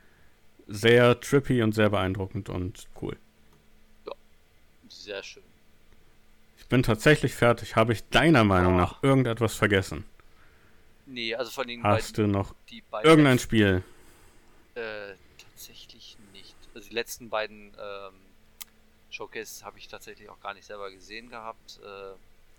sehr trippy und sehr beeindruckend und cool. Ja, sehr schön. Ich bin tatsächlich fertig. Habe ich deiner Meinung oh. nach irgendetwas vergessen? Nee, also von den Hast beiden, du noch die beiden irgendein letzten, Spiel? Äh, tatsächlich nicht. Also die letzten beiden ähm, Showcases habe ich tatsächlich auch gar nicht selber gesehen gehabt. Äh,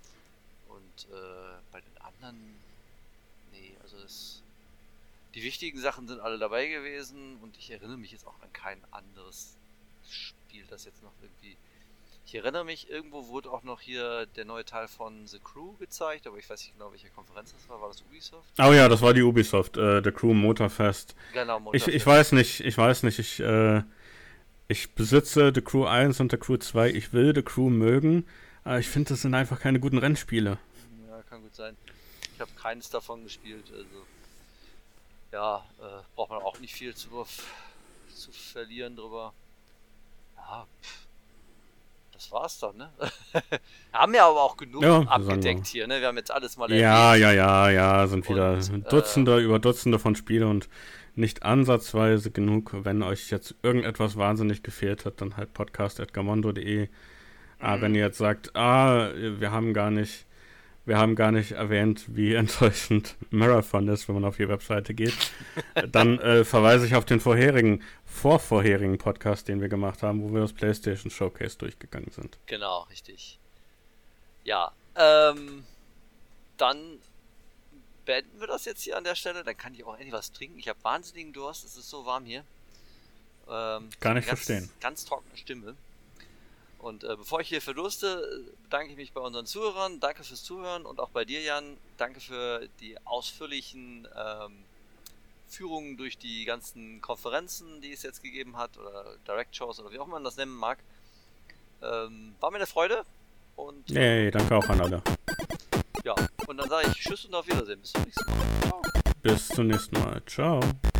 und äh, bei den anderen, nee, also das, die wichtigen Sachen sind alle dabei gewesen und ich erinnere mich jetzt auch an kein anderes Spiel, das jetzt noch irgendwie... Ich erinnere mich, irgendwo wurde auch noch hier der neue Teil von The Crew gezeigt, aber ich weiß nicht genau, welche Konferenz das war. War das Ubisoft? Oh ja, das war die Ubisoft, äh, The Crew Motorfest. Genau, Motorfest. Ich, ich weiß nicht, ich weiß nicht, ich, äh, ich besitze The Crew eins und The Crew zwei, ich will The Crew mögen, aber ich finde, das sind einfach keine guten Rennspiele. Ja, kann gut sein. Ich habe keines davon gespielt, also ja, äh, braucht man auch nicht viel zu, zu verlieren drüber. Ja, pff. Das war's dann, ne? Haben wir aber auch genug ja, abgedeckt hier, ne? Wir haben jetzt alles mal erlebt. Ja, ja, ja, ja, sind wieder und, Dutzende äh, über Dutzende von Spiele und nicht ansatzweise genug. Wenn euch jetzt irgendetwas wahnsinnig gefehlt hat, dann halt podcast at gamondo punkt de. Ah, mhm. Wenn ihr jetzt sagt, ah, wir haben gar nicht, wir haben gar nicht erwähnt, wie enttäuschend Marathon ist, wenn man auf die Webseite geht, dann äh, verweise ich auf den vorherigen, vorvorherigen Podcast, den wir gemacht haben, wo wir das PlayStation Showcase durchgegangen sind. Genau, richtig. Ja, ähm, dann beenden wir das jetzt hier an der Stelle. Dann kann ich auch endlich was trinken. Ich habe wahnsinnigen Durst, es ist so warm hier. Ähm, Kann ich ganz, verstehen. Ganz trockene Stimme. Und äh, bevor ich hier verdurste, bedanke ich mich bei unseren Zuhörern. Danke fürs Zuhören und auch bei dir, Jan. Danke für die ausführlichen ähm, Führungen durch die ganzen Konferenzen, die es jetzt gegeben hat, oder Direct-Shows oder wie auch man das nennen mag. Ähm, war mir eine Freude. Und hey, danke auch an alle. Ja, und dann sage ich Tschüss und auf Wiedersehen. Bis zum nächsten Mal. Ciao. Bis zum nächsten Mal. Ciao.